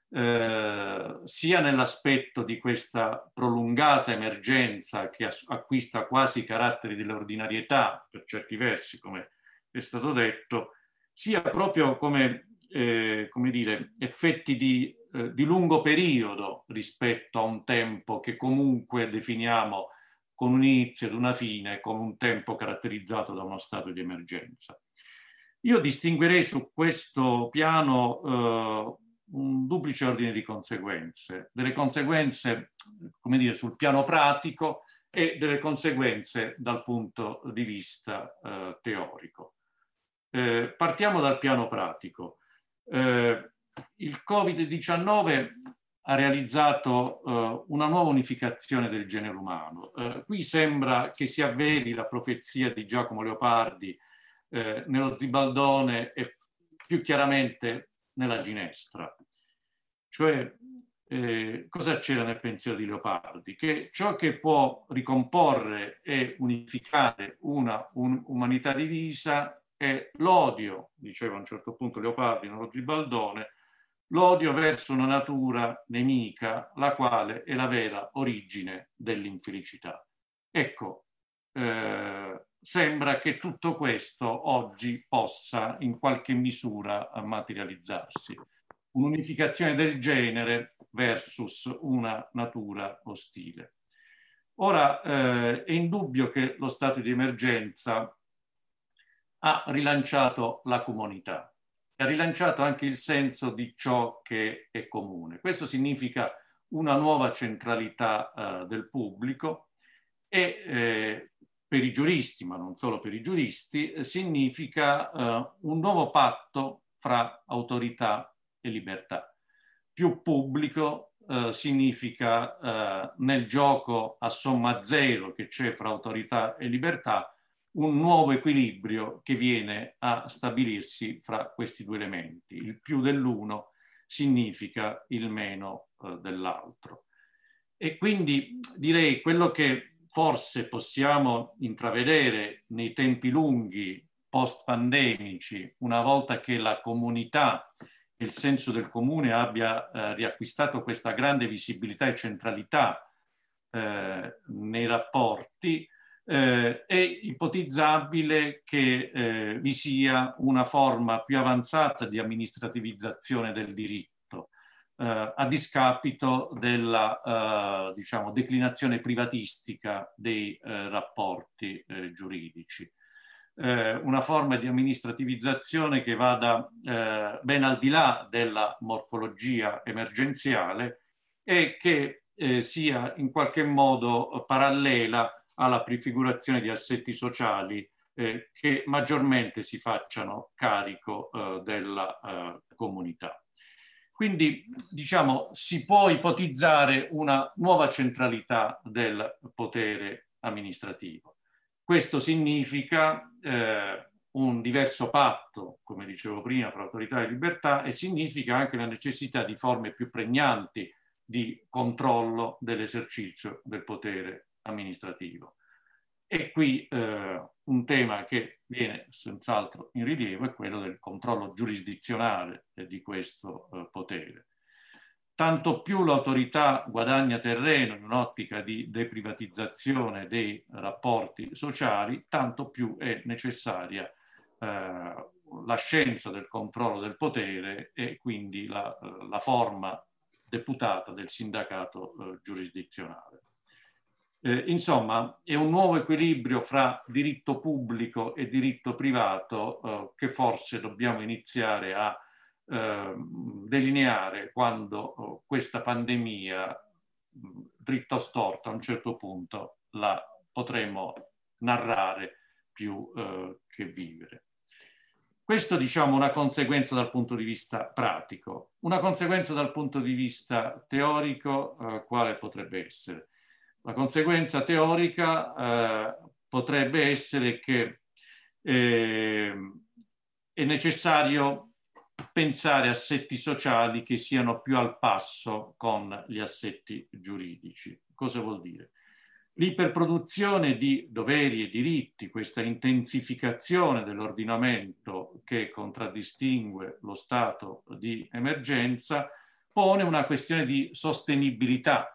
eh, sia nell'aspetto di questa prolungata emergenza che acquista quasi caratteri dell'ordinarietà per certi versi, come è stato detto, sia proprio come, eh, come dire, effetti di di lungo periodo rispetto a un tempo che comunque definiamo con un inizio ed una fine, con un tempo caratterizzato da uno stato di emergenza. Io distinguerei su questo piano eh, un duplice ordine di conseguenze, delle conseguenze, come dire, sul piano pratico e delle conseguenze dal punto di vista eh, teorico. Eh, partiamo dal piano pratico. Eh, Il Covid diciannove ha realizzato uh, una nuova unificazione del genere umano. Uh, qui sembra che si avveri la profezia di Giacomo Leopardi uh, nello Zibaldone e più chiaramente nella Ginestra. Cioè, eh, cosa c'era nel pensiero di Leopardi? Che ciò che può ricomporre e unificare una un, umanità divisa è l'odio, diceva a un certo punto Leopardi nello Zibaldone, l'odio verso una natura nemica, la quale è la vera origine dell'infelicità. Ecco, eh, sembra che tutto questo oggi possa in qualche misura materializzarsi. Un'unificazione del genere versus una natura ostile. Ora, eh, è indubbio che lo stato di emergenza ha rilanciato la comunità, ha rilanciato anche il senso di ciò che è comune. Questo significa una nuova centralità eh, del pubblico e eh, per i giuristi, ma non solo per i giuristi, eh, significa eh, un nuovo patto fra autorità e libertà. Più pubblico eh, significa eh, nel gioco a somma zero che c'è fra autorità e libertà un nuovo equilibrio che viene a stabilirsi fra questi due elementi. Il più dell'uno significa il meno eh, dell'altro. E quindi direi quello che forse possiamo intravedere nei tempi lunghi post-pandemici, una volta che la comunità e il senso del comune abbia eh, riacquistato questa grande visibilità e centralità eh, nei rapporti, eh, è ipotizzabile che eh, vi sia una forma più avanzata di amministrativizzazione del diritto, eh, a discapito della eh, diciamo, declinazione privatistica dei eh, rapporti eh, giuridici. Eh, una forma di amministrativizzazione che vada eh, ben al di là della morfologia emergenziale e che eh, sia in qualche modo parallela alla prefigurazione di assetti sociali eh, che maggiormente si facciano carico eh, della eh, comunità. Quindi, diciamo, si può ipotizzare una nuova centralità del potere amministrativo. Questo significa eh, un diverso patto, come dicevo prima, tra autorità e libertà, e significa anche la necessità di forme più pregnanti di controllo dell'esercizio del potere amministrativo. E qui eh, un tema che viene senz'altro in rilievo è quello del controllo giurisdizionale eh, di questo eh, potere. Tanto più l'autorità guadagna terreno in un'ottica di deprivatizzazione dei rapporti sociali, tanto più è necessaria eh, la scienza del controllo del potere e quindi la, la forma deputata del sindacato eh, giurisdizionale. Eh, insomma, è un nuovo equilibrio fra diritto pubblico e diritto privato eh, che forse dobbiamo iniziare a eh, delineare quando eh, questa pandemia, dritta o storta, a un certo punto la potremo narrare più eh, che vivere. Questo, diciamo, una conseguenza dal punto di vista pratico. Una conseguenza dal punto di vista teorico, eh, quale potrebbe essere? La conseguenza teorica eh, potrebbe essere che eh, è necessario pensare assetti sociali che siano più al passo con gli assetti giuridici. Cosa vuol dire? L'iperproduzione di doveri e diritti, questa intensificazione dell'ordinamento che contraddistingue lo stato di emergenza, pone una questione di sostenibilità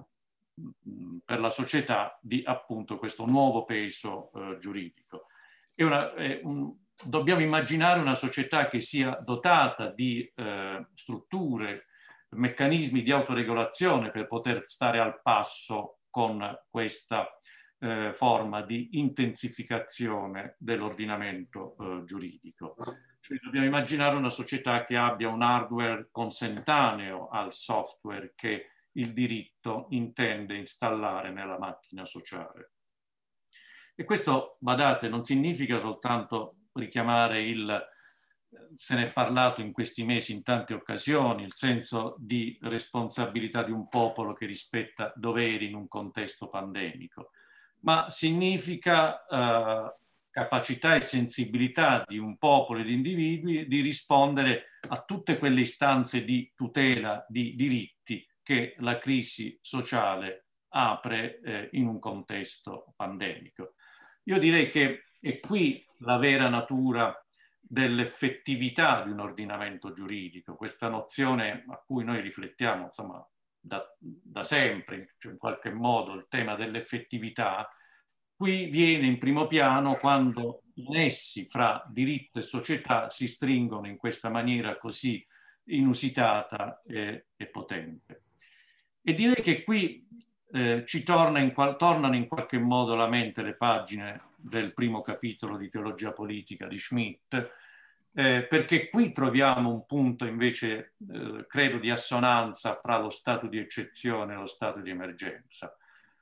per la società di appunto questo nuovo peso eh, giuridico. È una, è un, dobbiamo immaginare una società che sia dotata di eh, strutture, meccanismi di autoregolazione per poter stare al passo con questa eh, forma di intensificazione dell'ordinamento eh, giuridico. Cioè dobbiamo immaginare una società che abbia un hardware consentaneo al software che il diritto intende installare nella macchina sociale. E questo, badate, non significa soltanto richiamare il, se ne è parlato in questi mesi in tante occasioni, il senso di responsabilità di un popolo che rispetta doveri in un contesto pandemico, ma significa eh, capacità e sensibilità di un popolo e di individui di rispondere a tutte quelle istanze di tutela di diritti che la crisi sociale apre eh, in un contesto pandemico. Io direi che è qui la vera natura dell'effettività di un ordinamento giuridico, questa nozione a cui noi riflettiamo insomma da, da sempre, cioè in qualche modo il tema dell'effettività qui viene in primo piano quando i nessi fra diritto e società si stringono in questa maniera così inusitata e, e potente. E direi che qui eh, ci torna in, tornano in qualche modo alla mente le pagine del primo capitolo di Teologia politica di Schmitt, eh, perché qui troviamo un punto invece, eh, credo, di assonanza fra lo stato di eccezione e lo stato di emergenza.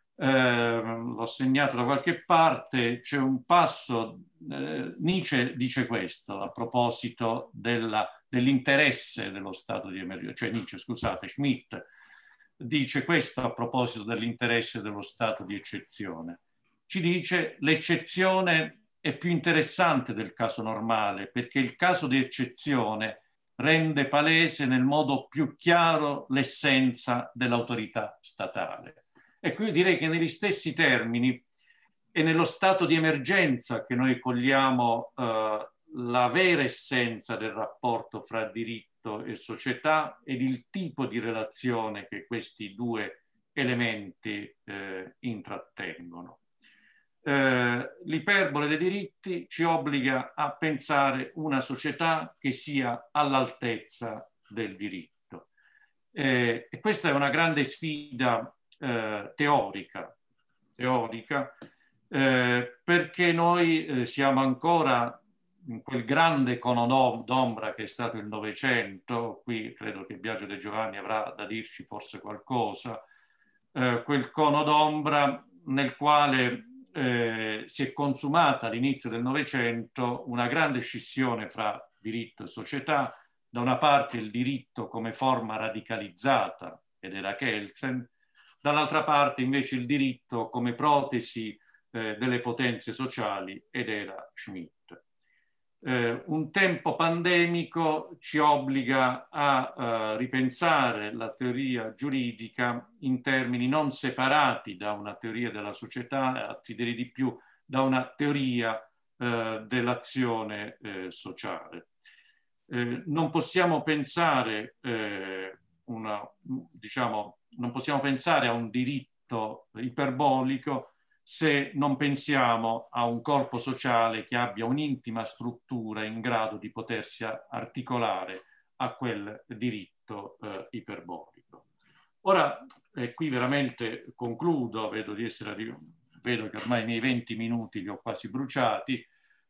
Eh, l'ho segnato da qualche parte, c'è un passo, eh, Nietzsche dice questo a proposito della, dell'interesse dello stato di emergenza, cioè Nietzsche, scusate, Schmitt dice questo a proposito dell'interesse dello stato di eccezione. Ci dice: l'eccezione è più interessante del caso normale perché il caso di eccezione rende palese nel modo più chiaro l'essenza dell'autorità statale. Ecco, io direi che negli stessi termini è nello stato di emergenza che noi cogliamo eh, la vera essenza del rapporto fra diritto e società ed il tipo di relazione che questi due elementi eh, intrattengono. Eh, l'iperbole dei diritti ci obbliga a pensare una società che sia all'altezza del diritto. Eh, e questa è una grande sfida eh, teorica, teorica eh, perché noi eh, siamo ancora in quel grande cono d'ombra che è stato il Novecento. Qui credo che Biagio De Giovanni avrà da dirci forse qualcosa, eh, quel cono d'ombra nel quale eh, si è consumata all'inizio del Novecento una grande scissione fra diritto e società. Da una parte il diritto come forma radicalizzata, ed era Kelsen, dall'altra parte invece il diritto come protesi eh, delle potenze sociali, ed era Schmitt. Eh, un tempo pandemico ci obbliga a uh, ripensare la teoria giuridica in termini non separati da una teoria della società, anzi direi di più da una teoria uh, dell'azione uh, sociale. Eh, non possiamo pensare eh, una, diciamo, non possiamo pensare a un diritto iperbolico se non pensiamo a un corpo sociale che abbia un'intima struttura in grado di potersi articolare a quel diritto eh, iperbolico. Ora, eh, qui veramente concludo, vedo di essere vedo che ormai i miei venti minuti li ho quasi bruciati.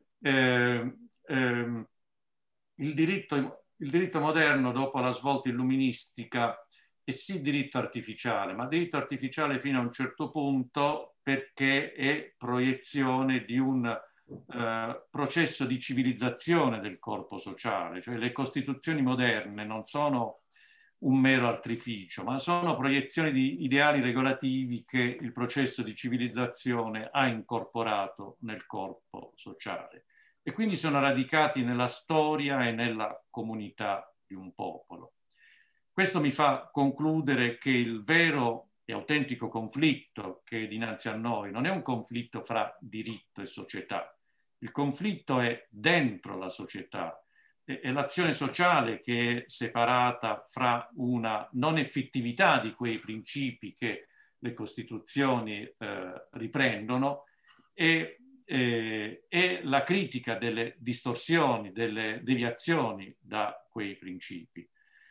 Eh, eh, il, diritto, il diritto moderno, dopo la svolta illuministica, è sì diritto artificiale, ma diritto artificiale fino a un certo punto, perché è proiezione di un eh, processo di civilizzazione del corpo sociale. Cioè le costituzioni moderne non sono un mero artificio, ma sono proiezioni di ideali regolativi che il processo di civilizzazione ha incorporato nel corpo sociale e quindi sono radicati nella storia e nella comunità di un popolo. Questo mi fa concludere che il vero e autentico conflitto che è dinanzi a noi non è un conflitto fra diritto e società. Il conflitto è dentro la società. È l'azione sociale che è separata fra una non effettività di quei principi che le Costituzioni eh, riprendono e, eh, e la critica delle distorsioni, delle deviazioni da quei principi.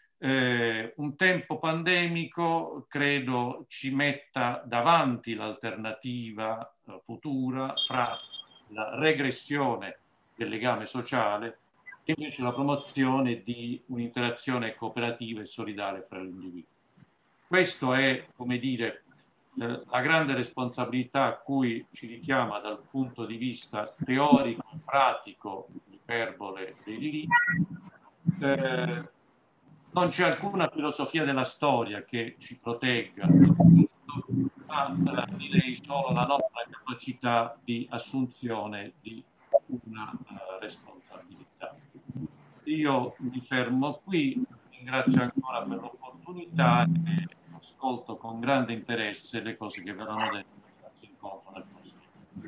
Eh, un tempo pandemico credo ci metta davanti l'alternativa eh, futura fra la regressione del legame sociale e invece la promozione di un'interazione cooperativa e solidale fra gli individui. Questo è, come dire, eh, la grande responsabilità a cui ci richiama dal punto di vista teorico e pratico l'iperbole dei diritti. Eh, Non c'è alcuna filosofia della storia che ci protegga, ma direi solo la nostra capacità di assunzione di una uh, responsabilità. Io mi fermo qui, ringrazio ancora per l'opportunità e ascolto con grande interesse le cose che verranno dette nel incontro nel prossimo.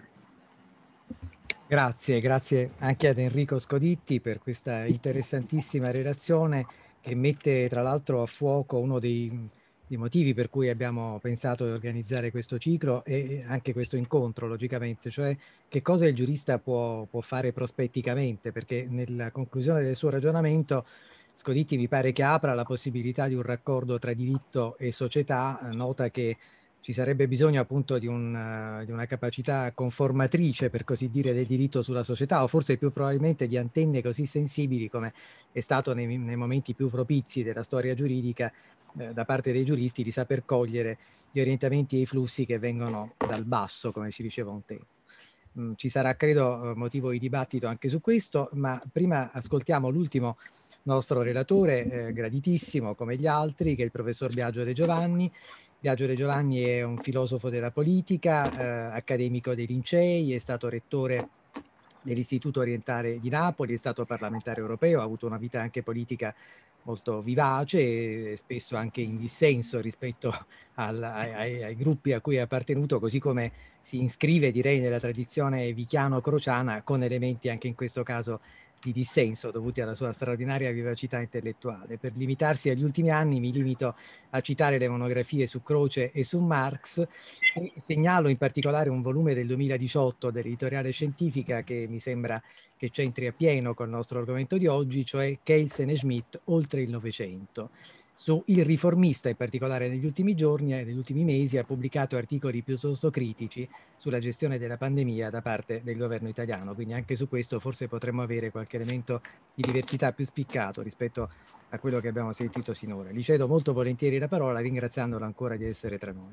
Grazie, grazie anche ad Enrico Scoditti per questa interessantissima relazione che mette tra l'altro a fuoco uno dei i motivi per cui abbiamo pensato di organizzare questo ciclo e anche questo incontro, logicamente, cioè che cosa il giurista può, può fare prospetticamente, perché nella conclusione del suo ragionamento Scoditti mi pare che apra la possibilità di un raccordo tra diritto e società, nota che ci sarebbe bisogno appunto di, un, di una capacità conformatrice, per così dire, del diritto sulla società, o forse più probabilmente di antenne così sensibili come è stato nei, nei momenti più propizi della storia giuridica eh, da parte dei giuristi, di saper cogliere gli orientamenti e i flussi che vengono dal basso, come si diceva un tempo. Mm, ci sarà, credo, motivo di dibattito anche su questo, ma prima ascoltiamo l'ultimo nostro relatore, eh, graditissimo come gli altri, che è il professor Biagio De Giovanni. Biagio De Giovanni è un filosofo della politica, eh, accademico dei Lincei, è stato rettore dell'Istituto Orientale di Napoli, è stato parlamentare europeo, ha avuto una vita anche politica molto vivace e spesso anche in dissenso rispetto al, ai, ai gruppi a cui è appartenuto, così come si iscrive, direi, nella tradizione vichiano-crociana, con elementi anche in questo caso di dissenso dovuti alla sua straordinaria vivacità intellettuale. Per limitarsi agli ultimi anni mi limito a citare le monografie su Croce e su Marx e segnalo in particolare un volume del duemiladiciotto dell'Editoriale Scientifica che mi sembra che c'entri appieno col nostro argomento di oggi, cioè Kelsen e Schmitt oltre il Novecento. Su Il Riformista, in particolare negli ultimi giorni e negli ultimi mesi, ha pubblicato articoli piuttosto critici sulla gestione della pandemia da parte del governo italiano, quindi anche su questo forse potremmo avere qualche elemento di diversità più spiccato rispetto a quello che abbiamo sentito sinora. Gli cedo molto volentieri la parola, ringraziandolo ancora di essere tra noi.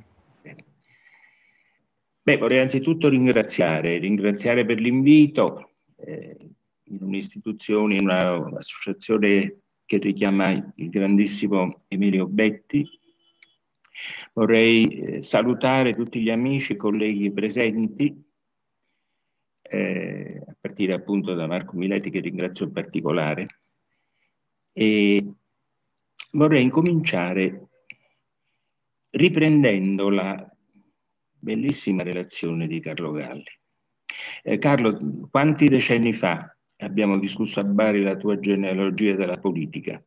Beh, vorrei anzitutto ringraziare, ringraziare per l'invito eh, in un'istituzione, in un'associazione che richiama il grandissimo Emilio Betti. Vorrei eh, salutare tutti gli amici e colleghi presenti, eh, a partire appunto da Marco Mileti, che ringrazio in particolare, e vorrei incominciare riprendendo la bellissima relazione di Carlo Galli. Eh, Carlo, quanti decenni fa abbiamo discusso a Bari la tua genealogia della politica?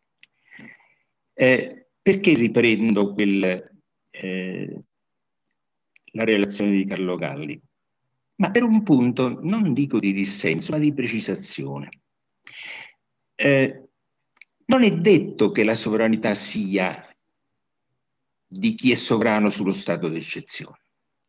Eh, perché riprendo quel, eh, la relazione di Carlo Galli? Ma per un punto, non dico di dissenso, ma di precisazione. Eh, non è detto che la sovranità sia di chi è sovrano sullo stato d'eccezione.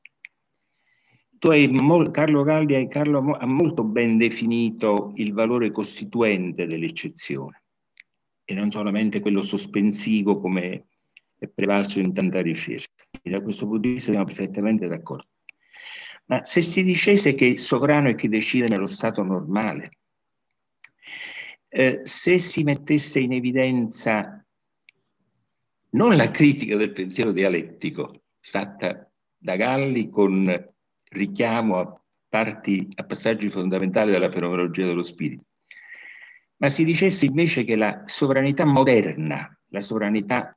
Tu hai, Carlo Galli Carlo ha molto ben definito il valore costituente dell'eccezione e non solamente quello sospensivo come è prevalso in tanta ricerca. E da questo punto di vista siamo perfettamente d'accordo. Ma se si dicesse che sovrano è chi decide nello stato normale, eh, se si mettesse in evidenza non la critica del pensiero dialettico fatta da Galli con richiamo a parti, a passaggi fondamentali della fenomenologia dello spirito, ma si dicesse invece che la sovranità moderna, la sovranità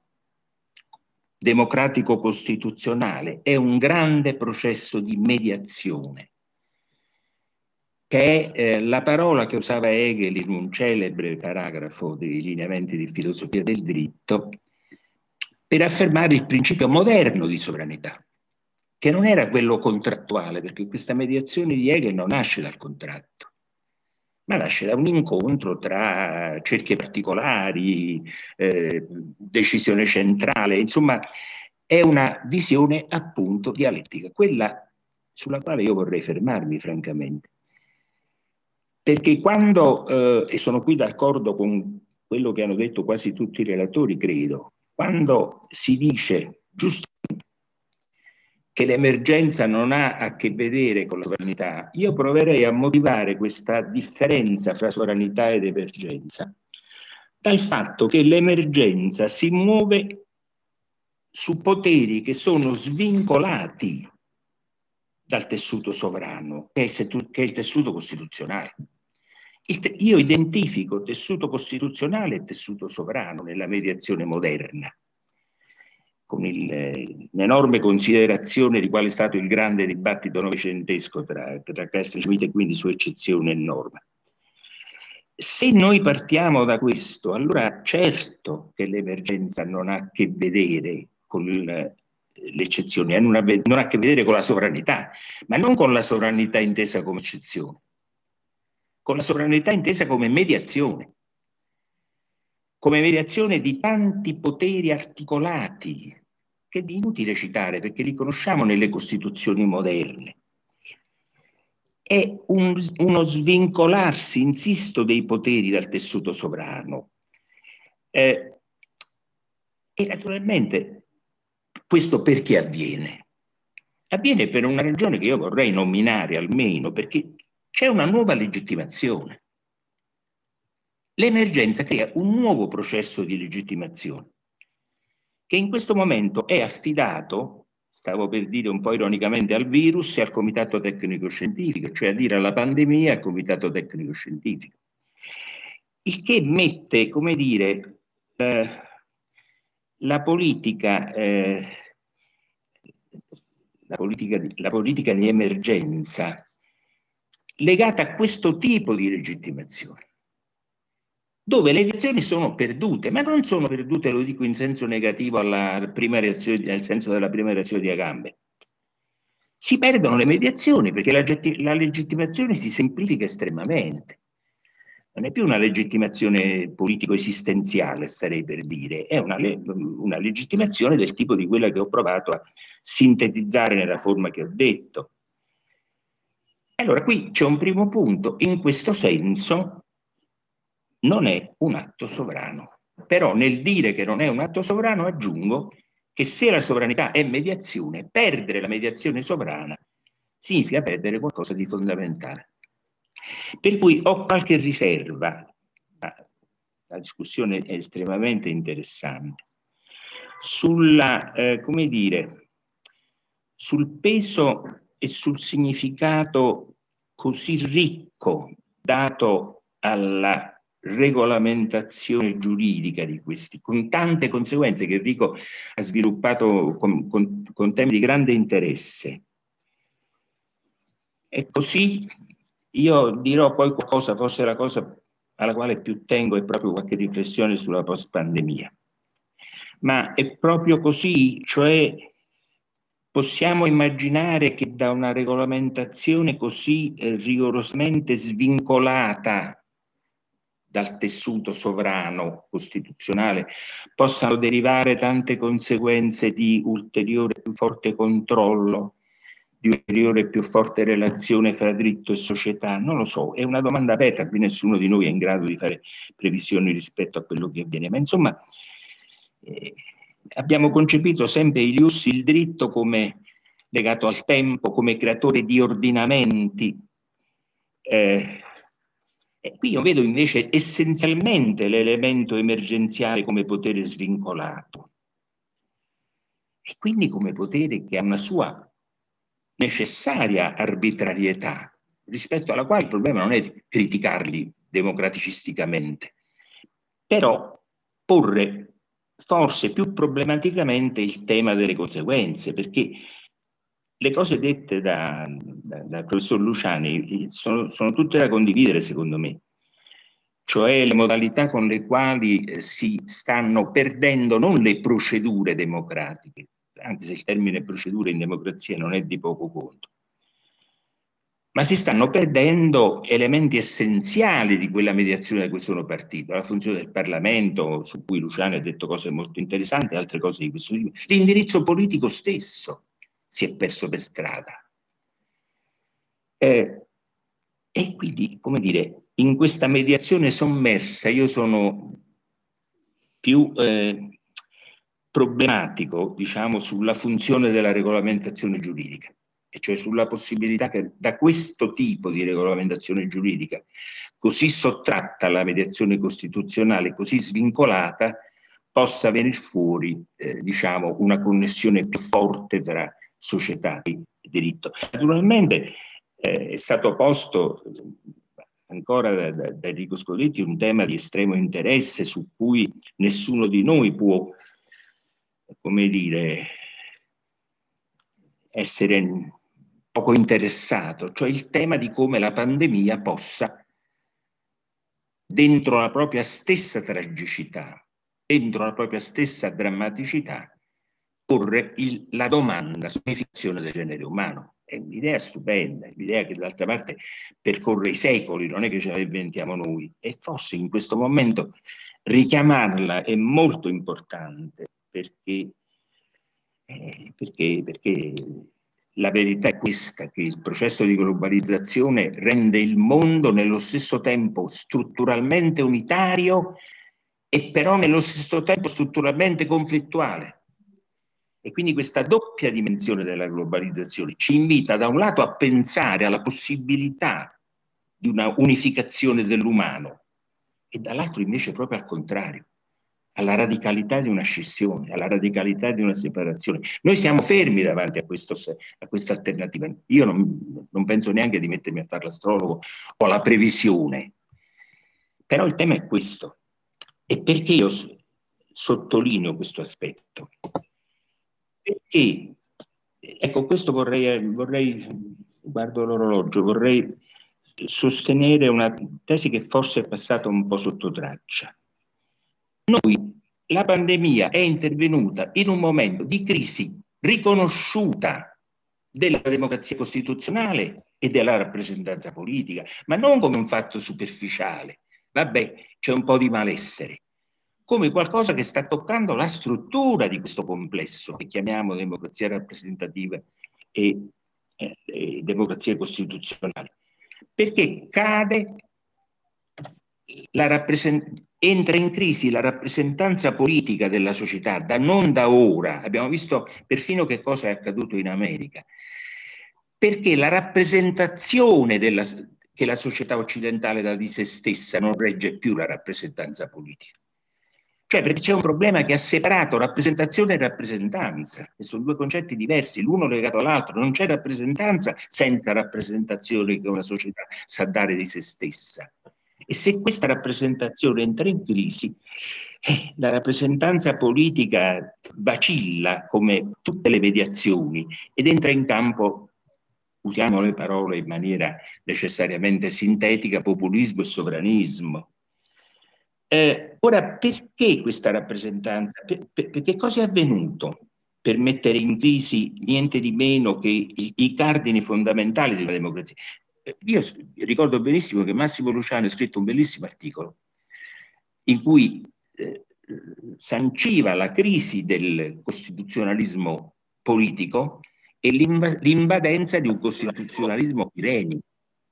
democratico-costituzionale è un grande processo di mediazione, che è eh, la parola che usava Hegel in un celebre paragrafo dei lineamenti di filosofia del diritto per affermare il principio moderno di sovranità, che non era quello contrattuale, perché questa mediazione di Hegel non nasce dal contratto, ma nasce da un incontro tra cerchi particolari, eh, decisione centrale, insomma è una visione appunto dialettica, quella sulla quale io vorrei fermarmi francamente. Perché quando, eh, e sono qui d'accordo con quello che hanno detto quasi tutti i relatori, credo, quando si dice giustamente che l'emergenza non ha a che vedere con la sovranità, io proverei a motivare questa differenza fra sovranità ed emergenza dal fatto che l'emergenza si muove su poteri che sono svincolati dal tessuto sovrano, che è, che è il tessuto costituzionale. Il te io identifico tessuto costituzionale e tessuto sovrano nella mediazione moderna, con l'enorme considerazione di qual è stato il grande dibattito novecentesco tra, tra Castro e Schmitt e quindi su eccezione e norma. Se noi partiamo da questo, allora certo che l'emergenza non ha a che vedere con le eccezioni, non ha, non ha a che vedere con la sovranità, ma non con la sovranità intesa come eccezione, con la sovranità intesa come mediazione, come mediazione di tanti poteri articolati, che è inutile citare perché li conosciamo nelle Costituzioni moderne. È un, uno svincolarsi, insisto, dei poteri dal tessuto sovrano. Eh, e naturalmente questo perché avviene? Avviene per una ragione che io vorrei nominare almeno, perché c'è una nuova legittimazione. L'emergenza crea un nuovo processo di legittimazione che in questo momento è affidato, stavo per dire un po' ironicamente, al virus e al comitato tecnico-scientifico, cioè a dire alla pandemia e al comitato tecnico-scientifico. Il che mette, come dire, eh, la politica, eh, la politica di, la politica di emergenza legata a questo tipo di legittimazione, dove le elezioni sono perdute, ma non sono perdute, lo dico in senso negativo, alla prima reazione, nel senso della prima reazione di Agamben. Si perdono le mediazioni perché la, la legittimazione si semplifica estremamente. Non è più una legittimazione politico-esistenziale, starei per dire, è una, una legittimazione del tipo di quella che ho provato a sintetizzare nella forma che ho detto. Allora, qui c'è un primo punto. In questo senso non è un atto sovrano. Però nel dire che non è un atto sovrano aggiungo che se la sovranità è mediazione, perdere la mediazione sovrana significa perdere qualcosa di fondamentale. Per cui ho qualche riserva, ma la discussione è estremamente interessante, sulla, eh, come dire, sul peso e sul significato così ricco dato alla regolamentazione giuridica di questi, con tante conseguenze che Enrico ha sviluppato con, con, con temi di grande interesse. E così io dirò poi qualcosa, forse la cosa alla quale più tengo è proprio qualche riflessione sulla post-pandemia. Ma è proprio così, cioè possiamo immaginare che da una regolamentazione così eh, rigorosamente svincolata dal tessuto sovrano costituzionale possano derivare tante conseguenze di ulteriore più forte controllo, di ulteriore più forte relazione fra diritto e società? Non lo so, è una domanda aperta, qui nessuno di noi è in grado di fare previsioni rispetto a quello che avviene, ma insomma eh, abbiamo concepito sempre ius il diritto come legato al tempo, come creatore di ordinamenti. Eh, E qui io vedo invece essenzialmente l'elemento emergenziale come potere svincolato e quindi come potere che ha una sua necessaria arbitrarietà, rispetto alla quale il problema non è criticarli democraticisticamente, però porre forse più problematicamente il tema delle conseguenze, perché le cose dette da, da, dal professor Luciani sono, sono tutte da condividere, secondo me. Cioè le modalità con le quali eh, si stanno perdendo non le procedure democratiche, anche se il termine procedure in democrazia non è di poco conto, ma si stanno perdendo elementi essenziali di quella mediazione da cui sono partito, la funzione del Parlamento, su cui Luciani ha detto cose molto interessanti, altre cose di questo tipo, l'indirizzo politico stesso si è perso per strada. Eh, e quindi, come dire, in questa mediazione sommersa io sono più eh, problematico, diciamo, sulla funzione della regolamentazione giuridica, e cioè sulla possibilità che da questo tipo di regolamentazione giuridica, così sottratta alla mediazione costituzionale, così svincolata, possa venire fuori, eh, diciamo, una connessione più forte tra società e diritto. Naturalmente eh, è stato posto ancora da, da, da Enrico Scodetti un tema di estremo interesse su cui nessuno di noi può, come dire, essere poco interessato, cioè il tema di come la pandemia possa, dentro la propria stessa tragicità, dentro la propria stessa drammaticità, porre il, la domanda sull'unificazione del genere umano. È un'idea stupenda, un'idea che d'altra parte percorre i secoli, non è che ce la inventiamo noi, e forse in questo momento richiamarla è molto importante, perché, eh, perché, perché la verità è questa, che il processo di globalizzazione rende il mondo nello stesso tempo strutturalmente unitario e però nello stesso tempo strutturalmente conflittuale. E quindi questa doppia dimensione della globalizzazione ci invita da un lato a pensare alla possibilità di una unificazione dell'umano e dall'altro invece proprio al contrario, alla radicalità di una scissione, alla radicalità di una separazione. Noi siamo fermi davanti a, questo, a questa alternativa. Io non, non penso neanche di mettermi a fare l'astrologo o la previsione, però il tema è questo. E perché io sottolineo questo aspetto? Perché, ecco, questo vorrei, vorrei, guardo l'orologio, vorrei sostenere una tesi che forse è passata un po' sotto traccia. Noi, la pandemia è intervenuta in un momento di crisi riconosciuta della democrazia costituzionale e della rappresentanza politica, ma non come un fatto superficiale. Vabbè, c'è un po' di malessere, come qualcosa che sta toccando la struttura di questo complesso che chiamiamo democrazia rappresentativa e, eh, e democrazia costituzionale, perché cade la rappresent- entra in crisi la rappresentanza politica della società, da non da ora. Abbiamo visto perfino che cosa è accaduto in America, perché la rappresentazione della, che la società occidentale dà di se stessa non regge più la rappresentanza politica. Cioè, perché c'è un problema che ha separato rappresentazione e rappresentanza, che sono due concetti diversi, l'uno legato all'altro. Non c'è rappresentanza senza rappresentazione che una società sa dare di se stessa. E se questa rappresentazione entra in crisi, eh, la rappresentanza politica vacilla come tutte le mediazioni ed entra in campo, usiamo le parole in maniera necessariamente sintetica, populismo e sovranismo. Eh, ora, perché questa rappresentanza? Per, per, perché cosa è avvenuto per mettere in crisi niente di meno che i, i cardini fondamentali della democrazia? Eh, io ricordo benissimo che Massimo Luciano ha scritto un bellissimo articolo in cui eh, sanciva la crisi del costituzionalismo politico e l'invadenza di un costituzionalismo tirenico,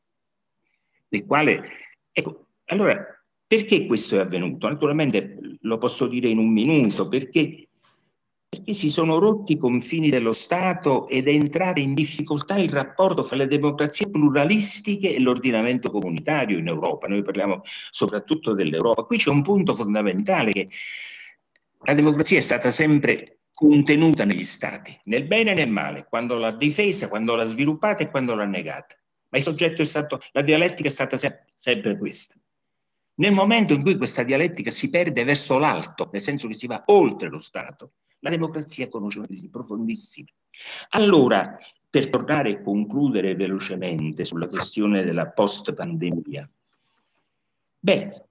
del quale, ecco, allora, perché questo è avvenuto? Naturalmente lo posso dire in un minuto, perché, perché si sono rotti i confini dello Stato ed è entrato in difficoltà il rapporto fra le democrazie pluralistiche e l'ordinamento comunitario in Europa. Noi parliamo soprattutto dell'Europa. Qui c'è un punto fondamentale, che la democrazia è stata sempre contenuta negli Stati, nel bene e nel male, quando l'ha difesa, quando l'ha sviluppata e quando l'ha negata. Ma il soggetto è stato, la dialettica è stata sempre, sempre questa. Nel momento in cui questa dialettica si perde verso l'alto, nel senso che si va oltre lo Stato, la democrazia conosce una crisi profondissima. Allora, per tornare e concludere velocemente sulla questione della post-pandemia, beh,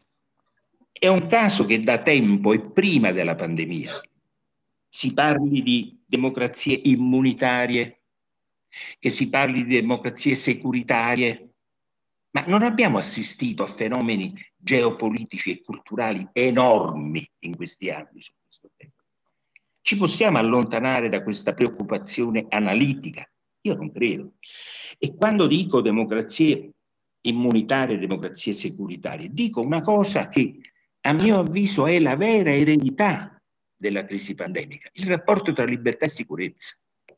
è un caso che da tempo e prima della pandemia si parli di democrazie immunitarie, che si parli di democrazie securitarie, ma non abbiamo assistito a fenomeni geopolitici e culturali enormi in questi anni su questo tema. Ci possiamo allontanare da questa preoccupazione analitica? Io non credo. E quando dico democrazie immunitarie e democrazie securitarie, dico una cosa che a mio avviso è la vera eredità della crisi pandemica, il rapporto tra libertà e sicurezza.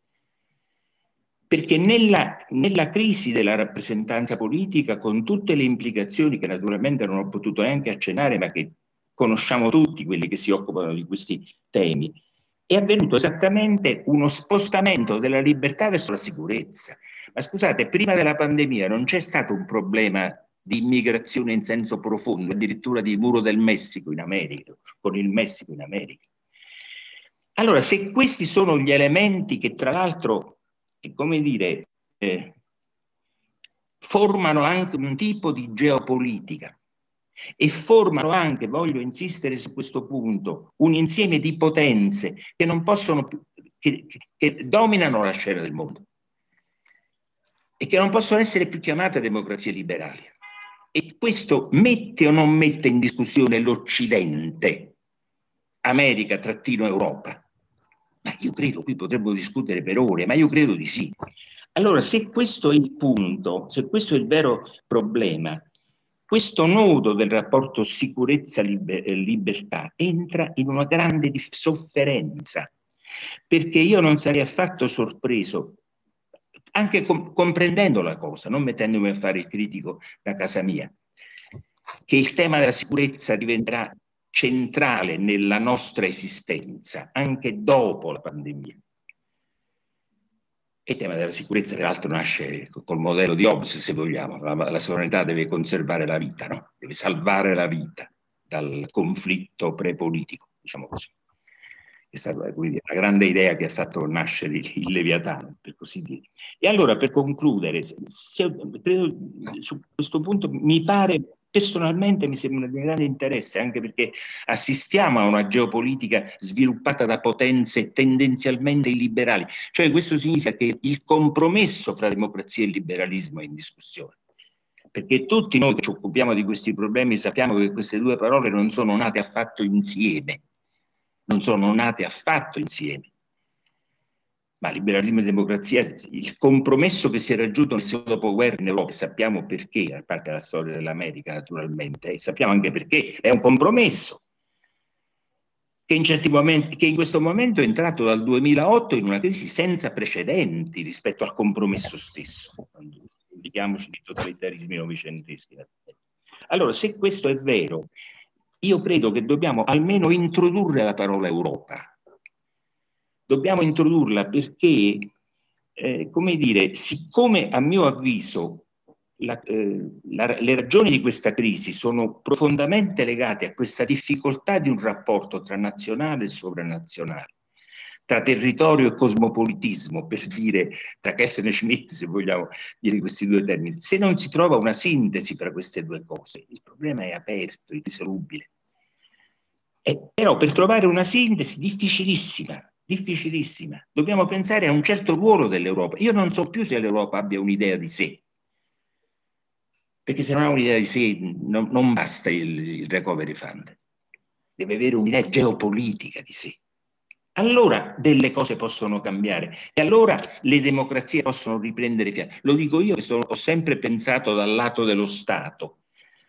Perché nella, nella crisi della rappresentanza politica, con tutte le implicazioni che naturalmente non ho potuto neanche accennare, ma che conosciamo tutti, quelli che si occupano di questi temi, è avvenuto esattamente uno spostamento della libertà verso la sicurezza. Ma scusate, prima della pandemia non c'è stato un problema di immigrazione in senso profondo, addirittura di muro del Messico in America, con il Messico in America. Allora, se questi sono gli elementi che tra l'altro, come dire, eh, formano anche un tipo di geopolitica e formano anche, voglio insistere su questo punto, un insieme di potenze che non possono più, che, che dominano la scena del mondo e che non possono essere più chiamate democrazie liberali. E questo mette o non mette in discussione l'Occidente, America trattino Europa? Ma io credo, qui potremmo discutere per ore, ma io credo di sì. Allora, se questo è il punto, se questo è il vero problema, questo nodo del rapporto sicurezza-libertà entra in una grande sofferenza, perché io non sarei affatto sorpreso, anche com comprendendo la cosa, non mettendomi a fare il critico da casa mia, che il tema della sicurezza diventerà centrale nella nostra esistenza, anche dopo la pandemia. Il tema della sicurezza, peraltro, nasce col modello di Hobbes, se vogliamo. La, la sovranità deve conservare la vita, no? Deve salvare la vita dal conflitto prepolitico, diciamo così. È stata quindi la grande idea che ha fatto nascere il, il Leviatano, per così dire. E allora, per concludere, se, se, credo, su questo punto mi pare, personalmente mi sembra di grande interesse, anche perché assistiamo a una geopolitica sviluppata da potenze tendenzialmente illiberali. Cioè questo significa che il compromesso fra democrazia e liberalismo è in discussione. Perché tutti noi che ci occupiamo di questi problemi sappiamo che queste due parole non sono nate affatto insieme. Non sono nate affatto insieme. Ma liberalismo e democrazia, il compromesso che si è raggiunto nel secondo dopoguerra in Europa, sappiamo perché, a parte la storia dell'America naturalmente, e sappiamo anche perché è un compromesso che in certi momenti, che in questo momento è entrato dal duemilaotto in una crisi senza precedenti rispetto al compromesso stesso, quando indichiamoci di totalitarismi novecenteschi. Allora, se questo è vero, io credo che dobbiamo almeno introdurre la parola Europa. Dobbiamo introdurla perché, eh, come dire, siccome a mio avviso la, eh, la, le ragioni di questa crisi sono profondamente legate a questa difficoltà di un rapporto tra nazionale e sovranazionale, tra territorio e cosmopolitismo, per dire, tra Kessler e Schmitt, se vogliamo dire questi due termini, se non si trova una sintesi tra queste due cose, il problema è aperto, irrisolubile. E, però per trovare una sintesi difficilissima, difficilissima, dobbiamo pensare a un certo ruolo dell'Europa. Io non so più se l'Europa abbia un'idea di sé, perché se non ha un'idea di sé non, non basta il, il recovery fund, deve avere un'idea geopolitica di sé. Allora delle cose possono cambiare e allora le democrazie possono riprendere fiato. Lo dico io che sono, ho sempre pensato dal lato dello Stato,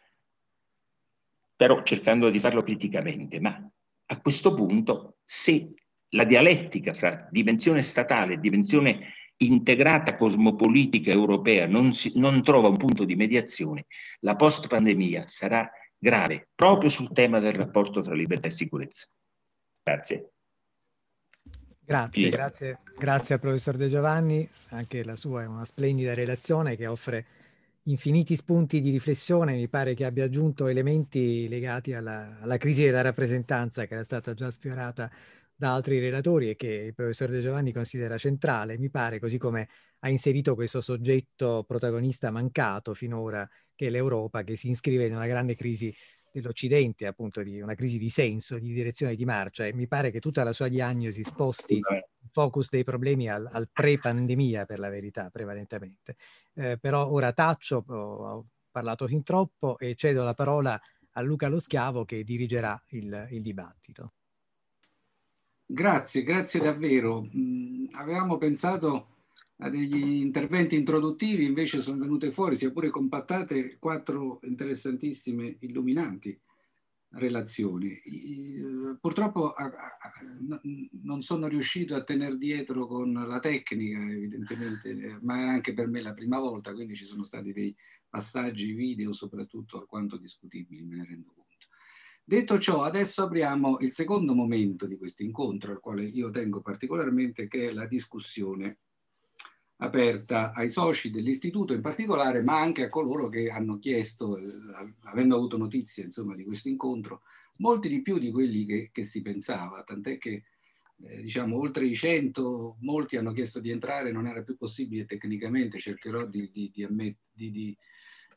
però cercando di farlo criticamente, ma a questo punto se la dialettica fra dimensione statale e dimensione integrata cosmopolitica europea non, si, non trova un punto di mediazione, la post-pandemia sarà grave proprio sul tema del rapporto tra libertà e sicurezza. Grazie. Grazie, grazie, grazie al professor De Giovanni, anche la sua è una splendida relazione che offre infiniti spunti di riflessione, mi pare che abbia aggiunto elementi legati alla, alla crisi della rappresentanza che era stata già sfiorata da altri relatori e che il professor De Giovanni considera centrale, mi pare, così come ha inserito questo soggetto protagonista mancato finora, che è l'Europa, che si iscrive in una grande crisi dell'Occidente, appunto di una crisi di senso, di direzione di marcia, e mi pare che tutta la sua diagnosi sposti il focus dei problemi al, al pre-pandemia, per la verità, prevalentemente. Eh, però ora taccio, ho parlato fin troppo e cedo la parola a Luca Lo Schiavo che dirigerà il, il dibattito. Grazie, grazie davvero. Mm, avevamo pensato a degli interventi introduttivi, invece sono venute fuori, sia pure compattate, quattro interessantissime, illuminanti relazioni. Purtroppo a, a, a, non sono riuscito a tenere dietro con la tecnica, evidentemente, ma era anche per me la prima volta, quindi ci sono stati dei passaggi video, soprattutto alquanto discutibili, me ne rendo conto. Detto ciò, adesso apriamo il secondo momento di questo incontro, al quale io tengo particolarmente, che è la discussione aperta ai soci dell'istituto in particolare, ma anche a coloro che hanno chiesto, eh, avendo avuto notizie insomma, di questo incontro, molti di più di quelli che, che si pensava, tant'è che eh, diciamo oltre i cento, molti hanno chiesto di entrare, non era più possibile tecnicamente, cercherò di, di, di, ammet- di, di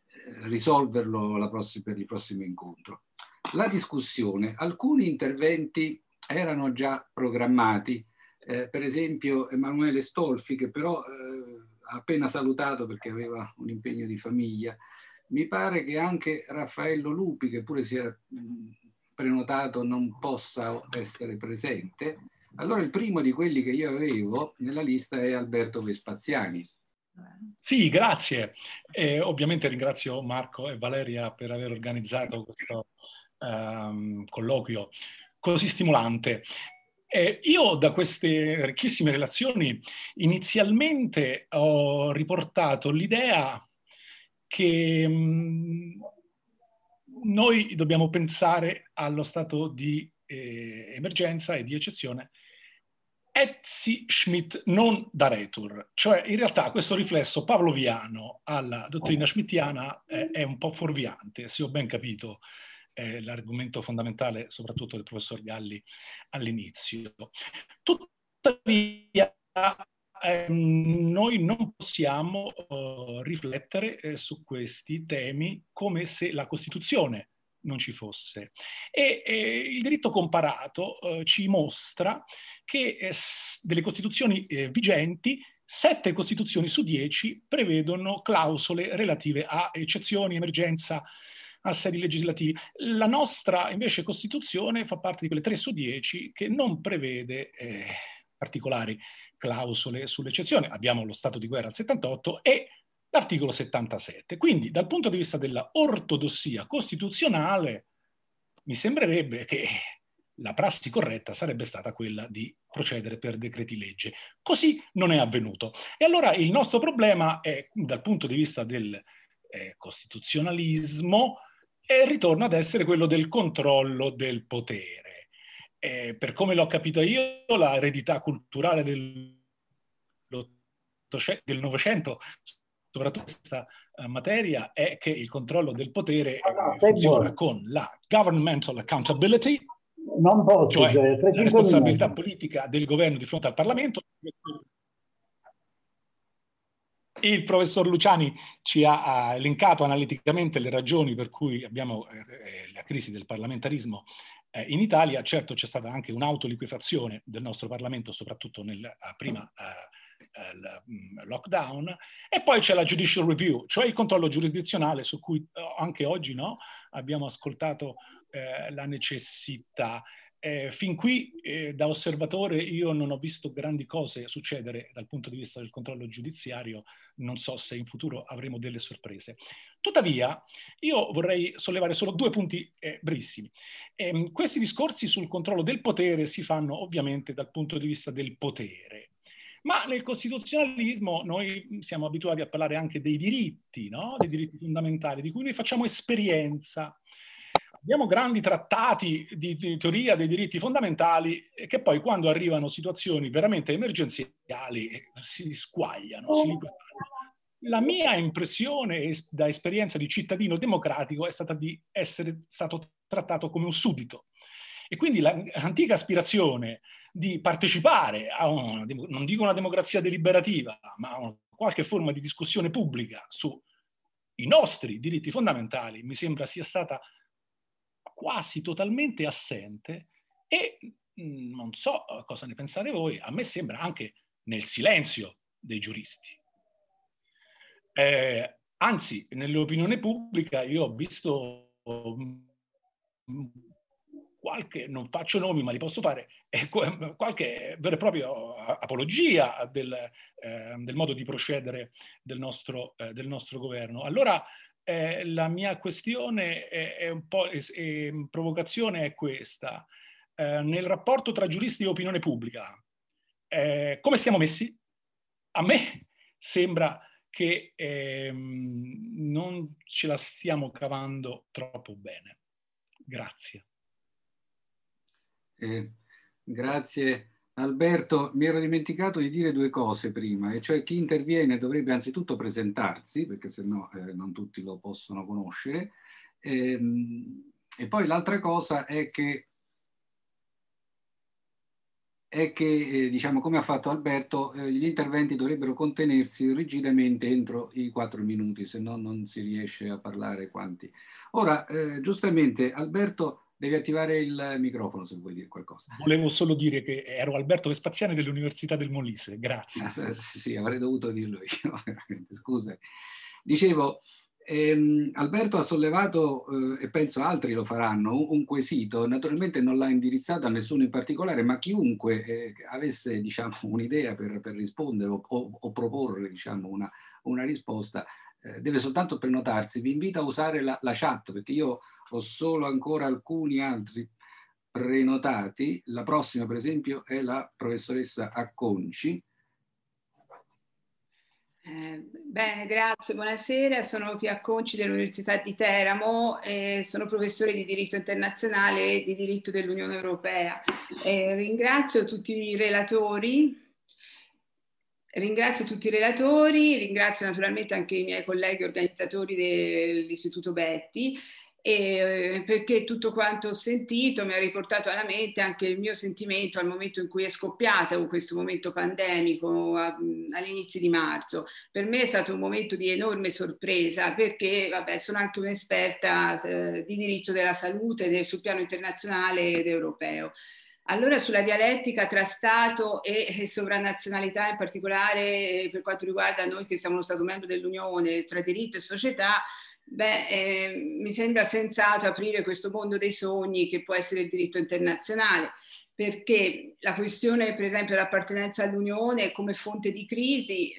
risolverlo la prossima, per il prossimo incontro. La discussione, alcuni interventi erano già programmati, eh, per esempio Emanuele Stolfi, che però eh, ha appena salutato perché aveva un impegno di famiglia. Mi pare che anche Raffaello Lupi, che pure si era prenotato, non possa essere presente. Allora il primo di quelli che io avevo nella lista è Alberto Vespaziani. Sì, grazie. E ovviamente ringrazio Marco e Valeria per aver organizzato questo um, colloquio così stimolante. Eh, io da queste ricchissime relazioni inizialmente ho riportato l'idea che mh, noi dobbiamo pensare allo stato di eh, emergenza e di eccezione et si Schmitt non daretur, cioè in realtà questo riflesso pavloviano alla dottrina schmittiana eh, è un po' fuorviante, se ho ben capito eh, l'argomento fondamentale soprattutto del professor Galli all'inizio. Tuttavia eh, noi non possiamo eh, riflettere eh, su questi temi come se la Costituzione non ci fosse. E, e il diritto comparato eh, ci mostra che eh, delle Costituzioni eh, vigenti, sette Costituzioni su dieci prevedono clausole relative a eccezioni, emergenza, assedi legislativi. La nostra invece Costituzione fa parte di quelle tre su dieci che non prevede eh, particolari clausole sull'eccezione. Abbiamo lo stato di guerra al settantotto e l'articolo settantasette. Quindi dal punto di vista della ortodossia costituzionale mi sembrerebbe che la prassi corretta sarebbe stata quella di procedere per decreti legge. Così non è avvenuto. E allora il nostro problema è, dal punto di vista del eh, costituzionalismo, eh, ritorna ad essere quello del controllo del potere. Eh, per come l'ho capito io, la eredità culturale del, del Novecento, soprattutto in questa uh, materia, è che il controllo del potere eh, funziona con la governmental accountability, non posso, cioè cioè, la responsabilità minuti. politica del governo di fronte al Parlamento. Il professor Luciani ci ha elencato analiticamente le ragioni per cui abbiamo eh, la crisi del parlamentarismo eh, in Italia. Certo c'è stata anche un'autoliquefazione del nostro Parlamento, soprattutto nel prima eh, il lockdown, e poi c'è la judicial review, cioè il controllo giurisdizionale su cui anche oggi no, abbiamo ascoltato eh, la necessità. Eh, fin qui eh, da osservatore io non ho visto grandi cose succedere dal punto di vista del controllo giudiziario, non so se in futuro avremo delle sorprese. Tuttavia io vorrei sollevare solo due punti eh, brevissimi. Eh, questi discorsi sul controllo del potere si fanno ovviamente dal punto di vista del potere. Ma nel costituzionalismo noi siamo abituati a parlare anche dei diritti, no? Dei diritti fondamentali, di cui noi facciamo esperienza. Abbiamo grandi trattati di, di teoria dei diritti fondamentali che poi quando arrivano situazioni veramente emergenziali si squagliano, si liquidano. La mia impressione da esperienza di cittadino democratico è stata di essere stato trattato come un suddito. E quindi l'antica aspirazione di partecipare a una, non dico una democrazia deliberativa, ma a una qualche forma di discussione pubblica sui nostri diritti fondamentali mi sembra sia stata quasi totalmente assente e mh, non so cosa ne pensate voi, a me sembra anche nel silenzio dei giuristi. Eh, anzi, nell'opinione pubblica io ho visto mh, qualche, non faccio nomi ma li posso fare, eh, qualche vera e propria apologia del, eh, del modo di procedere del nostro, eh, del nostro governo. Allora eh, la mia questione è, è un po' è, è, provocazione è questa. Eh, nel rapporto tra giuristi e opinione pubblica, eh, come stiamo messi? A me sembra che ehm, non ce la stiamo cavando troppo bene. Grazie. Eh, grazie Alberto. Mi ero dimenticato di dire due cose prima, e cioè chi interviene dovrebbe anzitutto presentarsi, perché sennò eh, non tutti lo possono conoscere, ehm, e poi l'altra cosa è che è che, eh, diciamo, come ha fatto Alberto, eh, gli interventi dovrebbero contenersi rigidamente entro i quattro minuti, se no non si riesce a parlare quanti. Ora, eh, giustamente, Alberto, devi attivare il microfono se vuoi dire qualcosa. Volevo solo dire che ero Alberto Vespaziani dell'Università del Molise, grazie. Ah, sì, sì, avrei dovuto dirlo io, veramente, scusa. Dicevo, ehm, Alberto ha sollevato, eh, e penso altri lo faranno, un, un quesito, naturalmente non l'ha indirizzato a nessuno in particolare, ma chiunque eh, avesse, diciamo, un'idea per, per rispondere o, o, o proporre, diciamo, una, una risposta, eh, deve soltanto prenotarsi. Vi invito a usare la, la chat, perché io ho solo ancora alcuni altri prenotati. La prossima, per esempio, è la professoressa Acconci. Eh, bene, grazie, buonasera. Sono Pia Acconci dell'Università di Teramo e sono professore di diritto internazionale e di diritto dell'Unione Europea. Eh, ringrazio tutti i relatori. Ringrazio tutti i relatori, ringrazio naturalmente anche i miei colleghi organizzatori dell'Istituto Betti, e, perché tutto quanto ho sentito mi ha riportato alla mente anche il mio sentimento al momento in cui è scoppiato questo momento pandemico all'inizio di marzo. Per me è stato un momento di enorme sorpresa, perché vabbè, sono anche un'esperta eh, di diritto della salute de, sul piano internazionale ed europeo. Allora, sulla dialettica tra Stato e, e sovranazionalità, in particolare per quanto riguarda noi che siamo uno Stato membro dell'Unione, tra diritto e società, beh, eh, mi sembra sensato aprire questo mondo dei sogni che può essere il diritto internazionale, perché la questione, per esempio, dell'appartenenza all'Unione come fonte di crisi,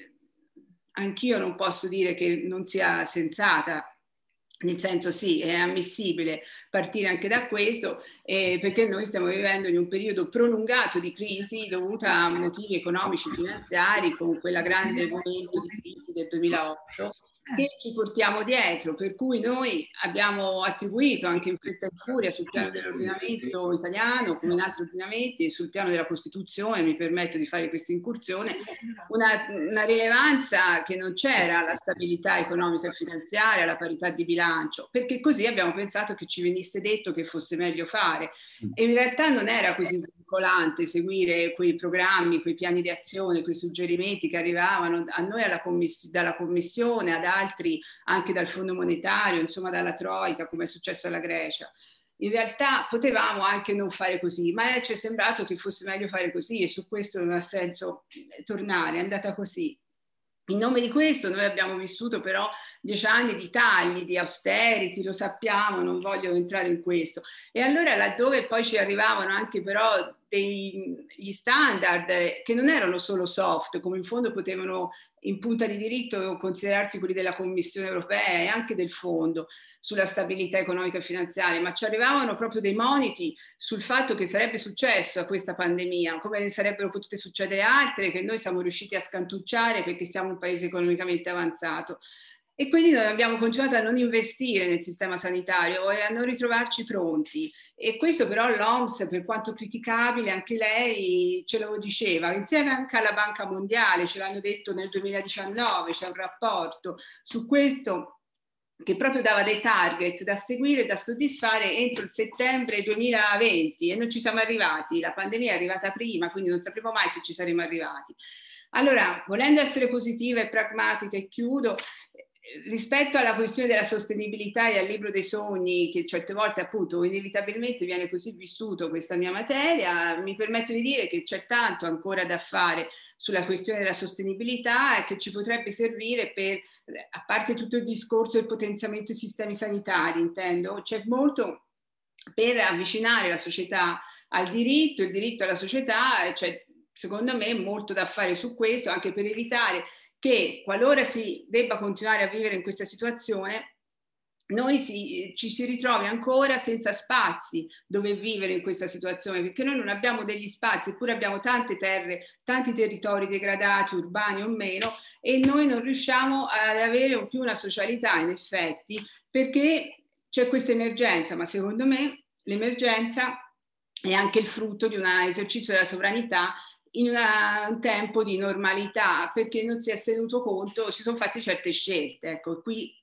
anch'io non posso dire che non sia sensata. Nel senso, sì, è ammissibile partire anche da questo, eh, perché noi stiamo vivendo in un periodo prolungato di crisi dovuta a motivi economici finanziari, con quella grande momento di crisi del duemilaotto che ci portiamo dietro, per cui noi abbiamo attribuito anche in fretta e in furia sul piano dell'ordinamento italiano, come in altri ordinamenti, e sul piano della Costituzione, mi permetto di fare questa incursione, una, una rilevanza che non c'era alla stabilità economica e finanziaria, alla parità di bilancio, perché così abbiamo pensato che ci venisse detto che fosse meglio fare, e in realtà non era così vincolante seguire quei programmi, quei piani di azione, quei suggerimenti che arrivavano a noi alla commiss- dalla Commissione, ad altri anche dal Fondo Monetario, insomma dalla Troica, come è successo alla Grecia. In realtà potevamo anche non fare così, ma ci è sembrato che fosse meglio fare così, e su questo non ha senso tornare, è andata così. In nome di questo noi abbiamo vissuto però dieci anni di tagli, di austerity, lo sappiamo, non voglio entrare in questo. E allora laddove poi ci arrivavano anche però degli standard che non erano solo soft, come in fondo potevano in punta di diritto considerarsi quelli della Commissione europea e anche del Fondo sulla stabilità economica e finanziaria, ma ci arrivavano proprio dei moniti sul fatto che sarebbe successo a questa pandemia, come ne sarebbero potute succedere altre che noi siamo riusciti a scantucciare perché siamo un paese economicamente avanzato. E quindi noi abbiamo continuato a non investire nel sistema sanitario e a non ritrovarci pronti. E questo però l'O M S, per quanto criticabile, anche lei ce lo diceva, insieme anche alla Banca Mondiale, ce l'hanno detto nel duemiladiciannove, c'è un rapporto su questo che proprio dava dei target da seguire e da soddisfare entro il settembre duemilaventi, e non ci siamo arrivati. La pandemia è arrivata prima, quindi non sapremo mai se ci saremo arrivati. Allora, volendo essere positiva e pragmatica, e chiudo, rispetto alla questione della sostenibilità e al libro dei sogni, che certe volte appunto inevitabilmente viene così vissuto questa mia materia, mi permetto di dire che c'è tanto ancora da fare sulla questione della sostenibilità e che ci potrebbe servire per, a parte tutto il discorso del potenziamento dei sistemi sanitari, intendo, c'è molto per avvicinare la società al diritto, il diritto alla società, c'è secondo me molto da fare su questo, anche per evitare che qualora si debba continuare a vivere in questa situazione, noi si, ci si ritrovi ancora senza spazi dove vivere in questa situazione, perché noi non abbiamo degli spazi, eppure abbiamo tante terre, tanti territori degradati, urbani o meno, e noi non riusciamo ad avere più una socialità, in effetti, perché c'è questa emergenza, ma secondo me l'emergenza è anche il frutto di un esercizio della sovranità in una, un tempo di normalità, perché non si è tenuto conto, si sono fatte certe scelte. Ecco, qui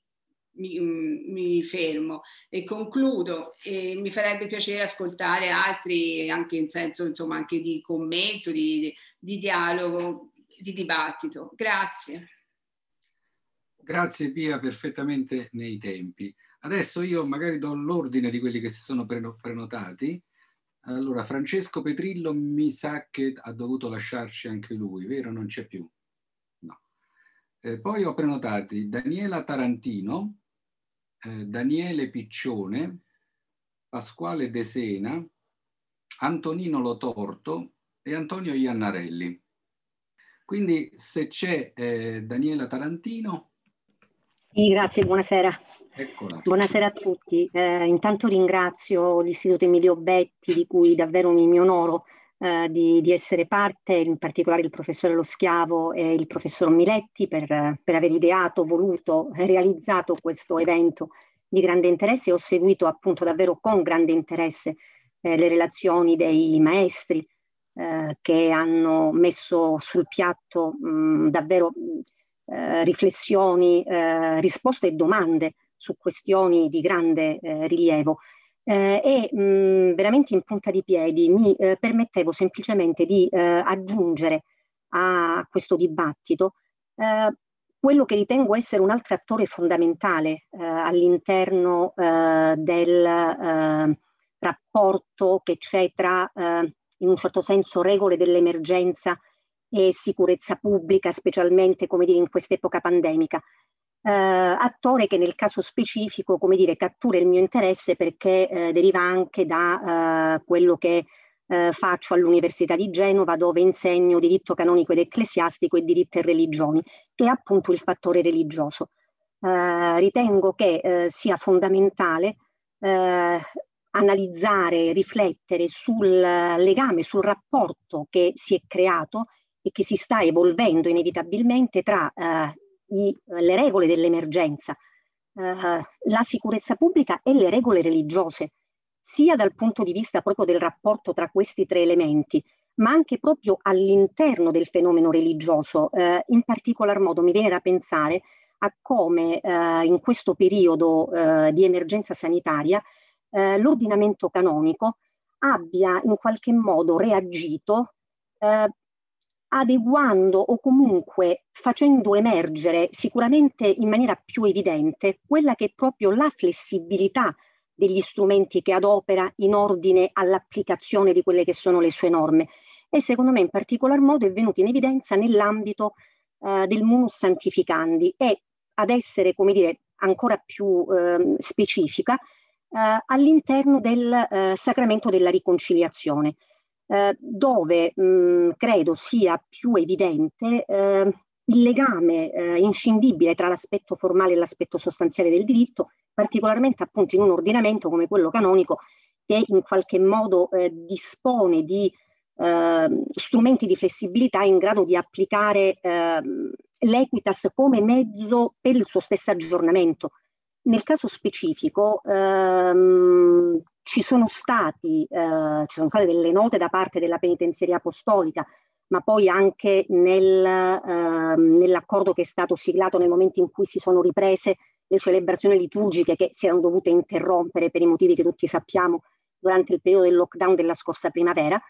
mi, mi fermo e concludo. E mi farebbe piacere ascoltare altri, anche in senso insomma anche di commento, di, di dialogo, di dibattito. Grazie. Grazie Pia, perfettamente nei tempi. Adesso io magari do l'ordine di quelli che si sono prenotati. Allora, Francesco Petrillo mi sa che ha dovuto lasciarci anche lui, vero? Non c'è più. No. Eh, poi ho prenotati Daniela Tarantino, eh, Daniele Piccione, Pasquale De Sena, Antonino Lotorto e Antonio Iannarelli. Quindi se c'è eh, Daniela Tarantino. Sì, grazie, buonasera. Eccola. Buonasera a tutti. Eh, intanto ringrazio l'Istituto Emilio Betti, di cui davvero mi, mi onoro eh, di, di essere parte, in particolare il professore Lo Schiavo e il professor Miletti per, per aver ideato, voluto, realizzato questo evento di grande interesse. Ho seguito appunto davvero con grande interesse eh, le relazioni dei maestri eh, che hanno messo sul piatto mh, davvero Eh, riflessioni, eh, risposte e domande su questioni di grande eh, rilievo eh, e mh, veramente in punta di piedi mi eh, permettevo semplicemente di eh, aggiungere a questo dibattito eh, quello che ritengo essere un altro attore fondamentale eh, all'interno eh, del eh, rapporto che c'è tra eh, in un certo senso regole dell'emergenza e sicurezza pubblica, specialmente come dire in quest'epoca pandemica. Eh, attore che nel caso specifico, come dire, cattura il mio interesse perché eh, deriva anche da eh, quello che eh, faccio all'Università di Genova, dove insegno diritto canonico ed ecclesiastico e diritto e religioni, che è appunto il fattore religioso. Eh, ritengo che eh, sia fondamentale eh, analizzare, riflettere sul legame, sul rapporto che si è creato e che si sta evolvendo inevitabilmente tra eh, i, le regole dell'emergenza, eh, la sicurezza pubblica e le regole religiose, sia dal punto di vista proprio del rapporto tra questi tre elementi, ma anche proprio all'interno del fenomeno religioso. Eh, in particolar modo mi viene da pensare a come eh, in questo periodo eh, di emergenza sanitaria eh, l'ordinamento canonico abbia in qualche modo reagito eh, adeguando o comunque facendo emergere sicuramente in maniera più evidente quella che è proprio la flessibilità degli strumenti che adopera in ordine all'applicazione di quelle che sono le sue norme. E secondo me in particolar modo è venuto in evidenza nell'ambito eh, del munus sanctificandi e ad essere, come dire, ancora più eh, specifica eh, all'interno del eh, sacramento della riconciliazione. Eh, dove mh, credo sia più evidente eh, il legame eh, inscindibile tra l'aspetto formale e l'aspetto sostanziale del diritto, particolarmente appunto in un ordinamento come quello canonico che in qualche modo eh, dispone di eh, strumenti di flessibilità in grado di applicare eh, l'equitas come mezzo per il suo stesso aggiornamento. Nel caso specifico ehm, ci sono stati, eh, ci sono state delle note da parte della penitenziaria apostolica, ma poi anche nel, eh, nell'accordo che è stato siglato nel momento in cui si sono riprese le celebrazioni liturgiche che si erano dovute interrompere per i motivi che tutti sappiamo durante il periodo del lockdown della scorsa primavera,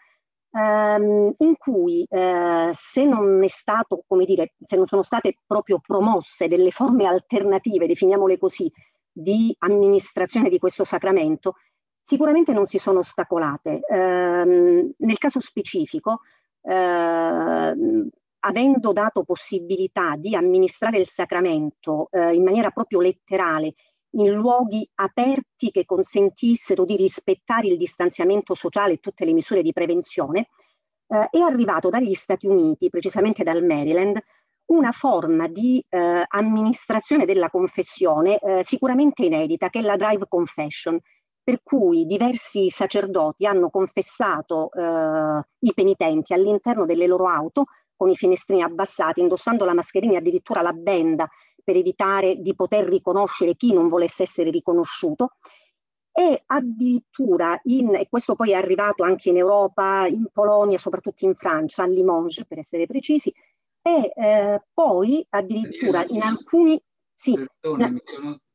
ehm, in cui eh, se non è stato, come dire, se non sono state proprio promosse delle forme alternative, definiamole così, di amministrazione di questo sacramento, sicuramente non si sono ostacolate. Ehm, nel caso specifico, ehm, avendo dato possibilità di amministrare il sacramento eh, in maniera proprio letterale, in luoghi aperti che consentissero di rispettare il distanziamento sociale e tutte le misure di prevenzione, eh, è arrivato dagli Stati Uniti, precisamente dal Maryland, una forma di eh, amministrazione della confessione eh, sicuramente inedita, che è la drive confession, per cui diversi sacerdoti hanno confessato eh, i penitenti all'interno delle loro auto con i finestrini abbassati, indossando la mascherina e addirittura la benda per evitare di poter riconoscere chi non volesse essere riconosciuto. E addirittura, in, e questo poi è arrivato anche in Europa, in Polonia, soprattutto in Francia, a Limoges per essere precisi, e eh, poi addirittura Daniela, in alcuni... Sì, perdonami, sono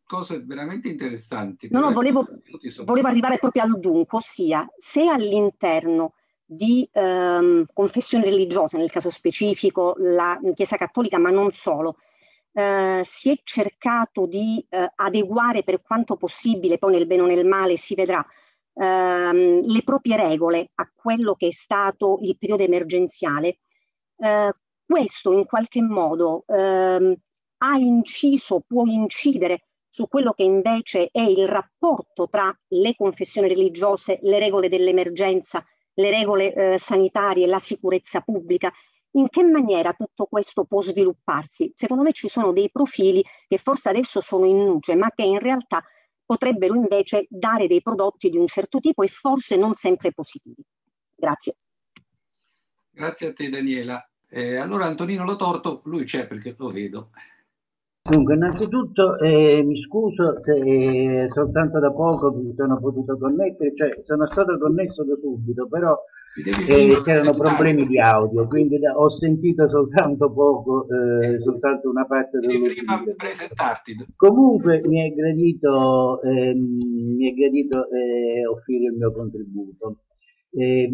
cose veramente interessanti. No, no, volevo, volevo arrivare proprio al dunque, ossia se all'interno di ehm, confessioni religiose, nel caso specifico la Chiesa Cattolica, ma non solo, eh, si è cercato di eh, adeguare per quanto possibile, poi nel bene o nel male si vedrà, ehm, le proprie regole a quello che è stato il periodo emergenziale, eh, questo in qualche modo ehm, ha inciso, può incidere su quello che invece è il rapporto tra le confessioni religiose, le regole dell'emergenza, le regole eh, sanitarie, la sicurezza pubblica. In che maniera tutto questo può svilupparsi? Secondo me ci sono dei profili che forse adesso sono in nuce, ma che in realtà potrebbero invece dare dei prodotti di un certo tipo e forse non sempre positivi. Grazie. Grazie a te Daniela. Eh, allora Antonino Lotorto, lui c'è perché lo vedo. Dunque, innanzitutto eh, mi scuso se eh, soltanto da poco mi sono potuto connettere, cioè sono stato connesso da subito, però eh, c'erano problemi di audio, quindi da, ho sentito soltanto poco, eh, soltanto una parte dell'ultimo. Comunque mi è gradito, eh, mi è gradito eh, offrire il mio contributo. Eh,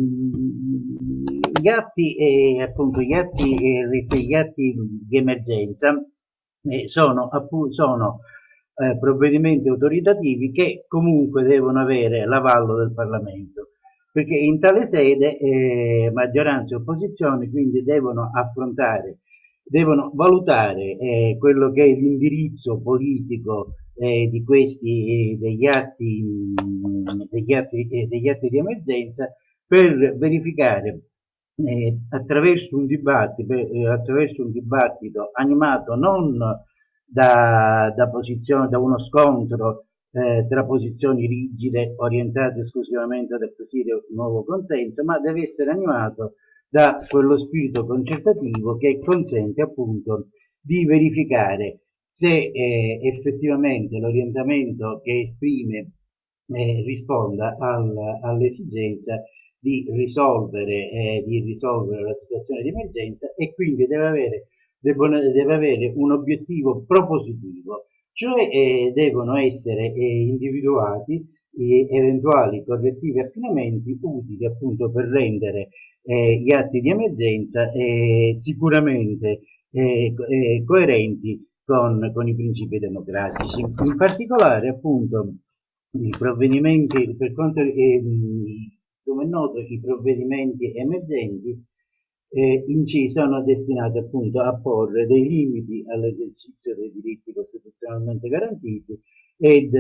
gli atti, eh, appunto, gli atti, eh, gli atti di emergenza Eh, sono, appunto, sono eh, provvedimenti autoritativi che comunque devono avere l'avallo del Parlamento, perché in tale sede eh, maggioranza e opposizione quindi devono affrontare, devono valutare eh, quello che è l'indirizzo politico eh, di questi, eh, degli atti, mh, degli atti, eh, degli atti di emergenza per verificare Eh, attraverso un dibattito, eh, attraverso un dibattito animato non da, da posizione, da uno scontro eh, tra posizioni rigide orientate esclusivamente ad acquisire un nuovo consenso, ma deve essere animato da quello spirito concertativo che consente appunto di verificare se eh, effettivamente l'orientamento che esprime eh, risponda al, all'esigenza di risolvere, eh, di risolvere la situazione di emergenza e quindi deve avere, deve, deve avere un obiettivo propositivo, cioè eh, devono essere eh, individuati eh, eventuali correttivi affinamenti utili appunto per rendere eh, gli atti di emergenza eh, sicuramente eh, eh, coerenti con, con i principi democratici. In particolare appunto i provvedimenti per quanto eh, come è noto, i provvedimenti emergenti eh, in C sono destinati appunto a porre dei limiti all'esercizio dei diritti costituzionalmente garantiti ed,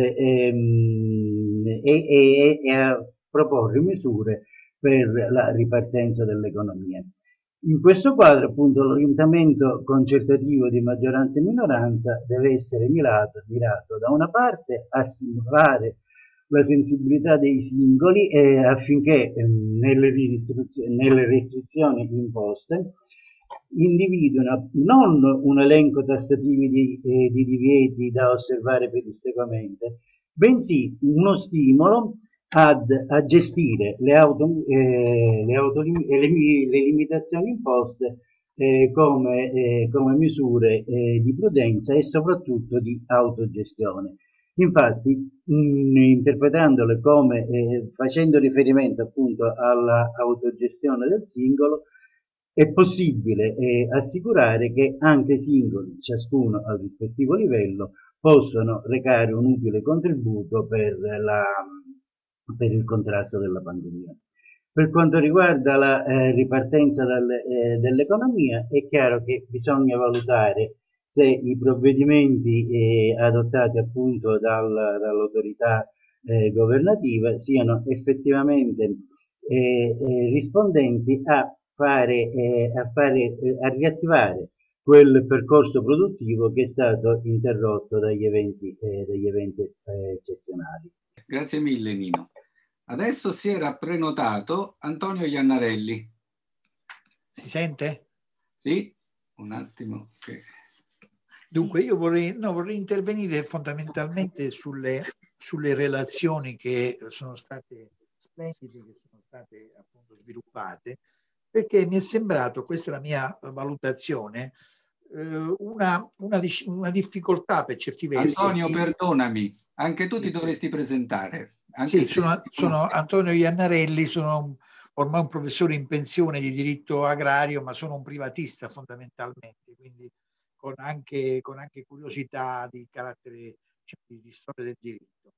ehm, e, e, e a proporre misure per la ripartenza dell'economia. In questo quadro, appunto, l'orientamento concertativo di maggioranza e minoranza deve essere mirato, mirato da una parte a stimolare la sensibilità dei singoli eh, affinché eh, nelle, nelle restrizioni imposte individuino non un elenco tassativo di, eh, di divieti da osservare pedissequamente, bensì uno stimolo ad, a gestire le, auto, eh, le, auto, le, le limitazioni imposte eh, come, eh, come misure eh, di prudenza e soprattutto di autogestione. Infatti, mh, interpretandole come, eh, facendo riferimento appunto alla autogestione del singolo, è possibile eh, assicurare che anche i singoli, ciascuno al rispettivo livello, possono recare un utile contributo per, la, per il contrasto della pandemia. Per quanto riguarda la eh, ripartenza dalle, eh, dell'economia, è chiaro che bisogna valutare se i provvedimenti eh, adottati appunto dal, dall'autorità eh, governativa siano effettivamente eh, eh, rispondenti a fare, eh, a, fare eh, a riattivare quel percorso produttivo che è stato interrotto dagli eventi, eh, dagli eventi eh, eccezionali. Grazie mille Nino. Adesso si era prenotato Antonio Iannarelli. Si sente? Sì, un attimo che... Dunque io vorrei, no, vorrei intervenire fondamentalmente sulle, sulle relazioni che sono state splendide, che sono state appunto sviluppate, perché mi è sembrato, questa è la mia valutazione, eh, una, una, una difficoltà per certi versi. Antonio, perdonami, anche tu ti dovresti presentare. Anche sì, se sono, sono Antonio Iannarelli, sono ormai un professore in pensione di diritto agrario, ma sono un privatista fondamentalmente, quindi con anche, con anche curiosità di carattere, cioè, di storia del diritto.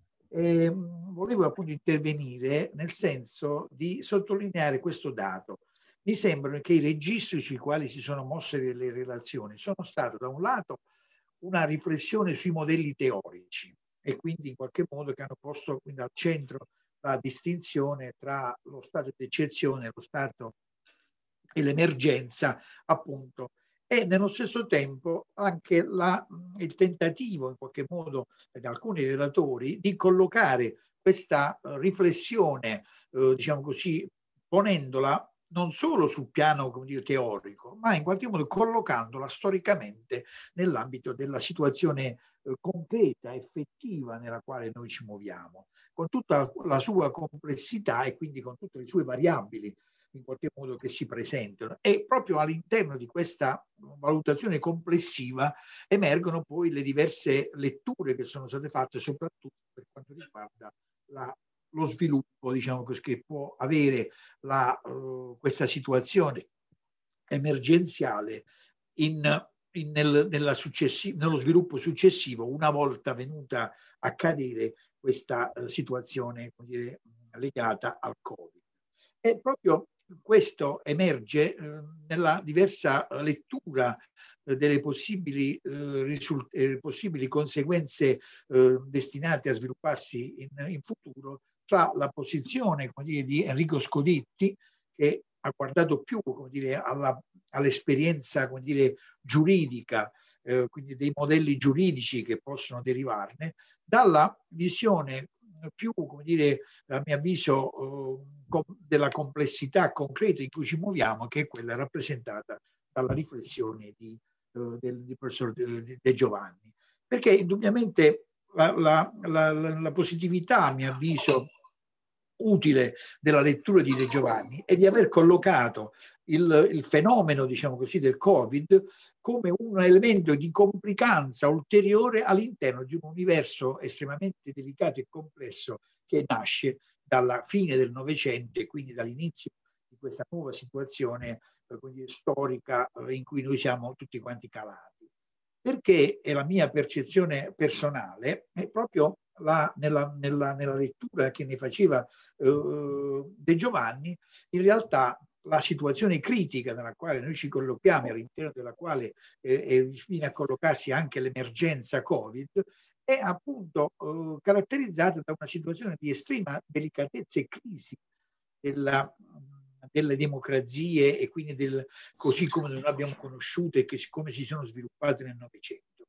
E volevo appunto intervenire nel senso di sottolineare questo dato. Mi sembra che i registri sui quali si sono mosse le relazioni sono stati da un lato una riflessione sui modelli teorici e quindi in qualche modo che hanno posto quindi al centro la distinzione tra lo stato di eccezione, lo stato e l'emergenza, appunto, e nello stesso tempo anche la, il tentativo in qualche modo da alcuni relatori di collocare questa riflessione, eh, diciamo così, ponendola non solo sul piano, come dire, teorico, ma in qualche modo collocandola storicamente nell'ambito della situazione eh, concreta, effettiva nella quale noi ci muoviamo, con tutta la sua complessità e quindi con tutte le sue variabili in qualche modo che si presentano. E proprio all'interno di questa valutazione complessiva emergono poi le diverse letture che sono state fatte, soprattutto per quanto riguarda la lo sviluppo, diciamo così, che può avere la, uh, questa situazione emergenziale in, in, nel, nella successi- nello sviluppo successivo, una volta venuta a cadere questa uh, situazione, come dire, legata al Covid. E proprio questo emerge uh, nella diversa lettura uh, delle possibili, uh, risult- eh, possibili conseguenze uh, destinate a svilupparsi in, in futuro, tra la posizione, come dire, di Enrico Scoditti, che ha guardato più, come dire, alla, all'esperienza, come dire, giuridica, eh, quindi dei modelli giuridici che possono derivarne, dalla visione più, come dire, a mio avviso, eh, com- della complessità concreta in cui ci muoviamo, che è quella rappresentata dalla riflessione di, eh, del, del professor De, De Giovanni. Perché indubbiamente la, la, la, la positività, a mio avviso, utile della lettura di De Giovanni è di aver collocato il, il fenomeno, diciamo così, del Covid come un elemento di complicanza ulteriore all'interno di un universo estremamente delicato e complesso che nasce dalla fine del Novecento e quindi dall'inizio di questa nuova situazione eh, storica eh, in cui noi siamo tutti quanti calati. Perché è la mia percezione personale, è proprio la, nella, nella, nella lettura che ne faceva eh, De Giovanni, in realtà la situazione critica nella quale noi ci collochiamo, all'interno della quale eh, viene a collocarsi anche l'emergenza Covid, è appunto eh, caratterizzata da una situazione di estrema delicatezza e crisi della delle democrazie e quindi del, così come noi abbiamo conosciuto e che, come si sono sviluppate nel Novecento.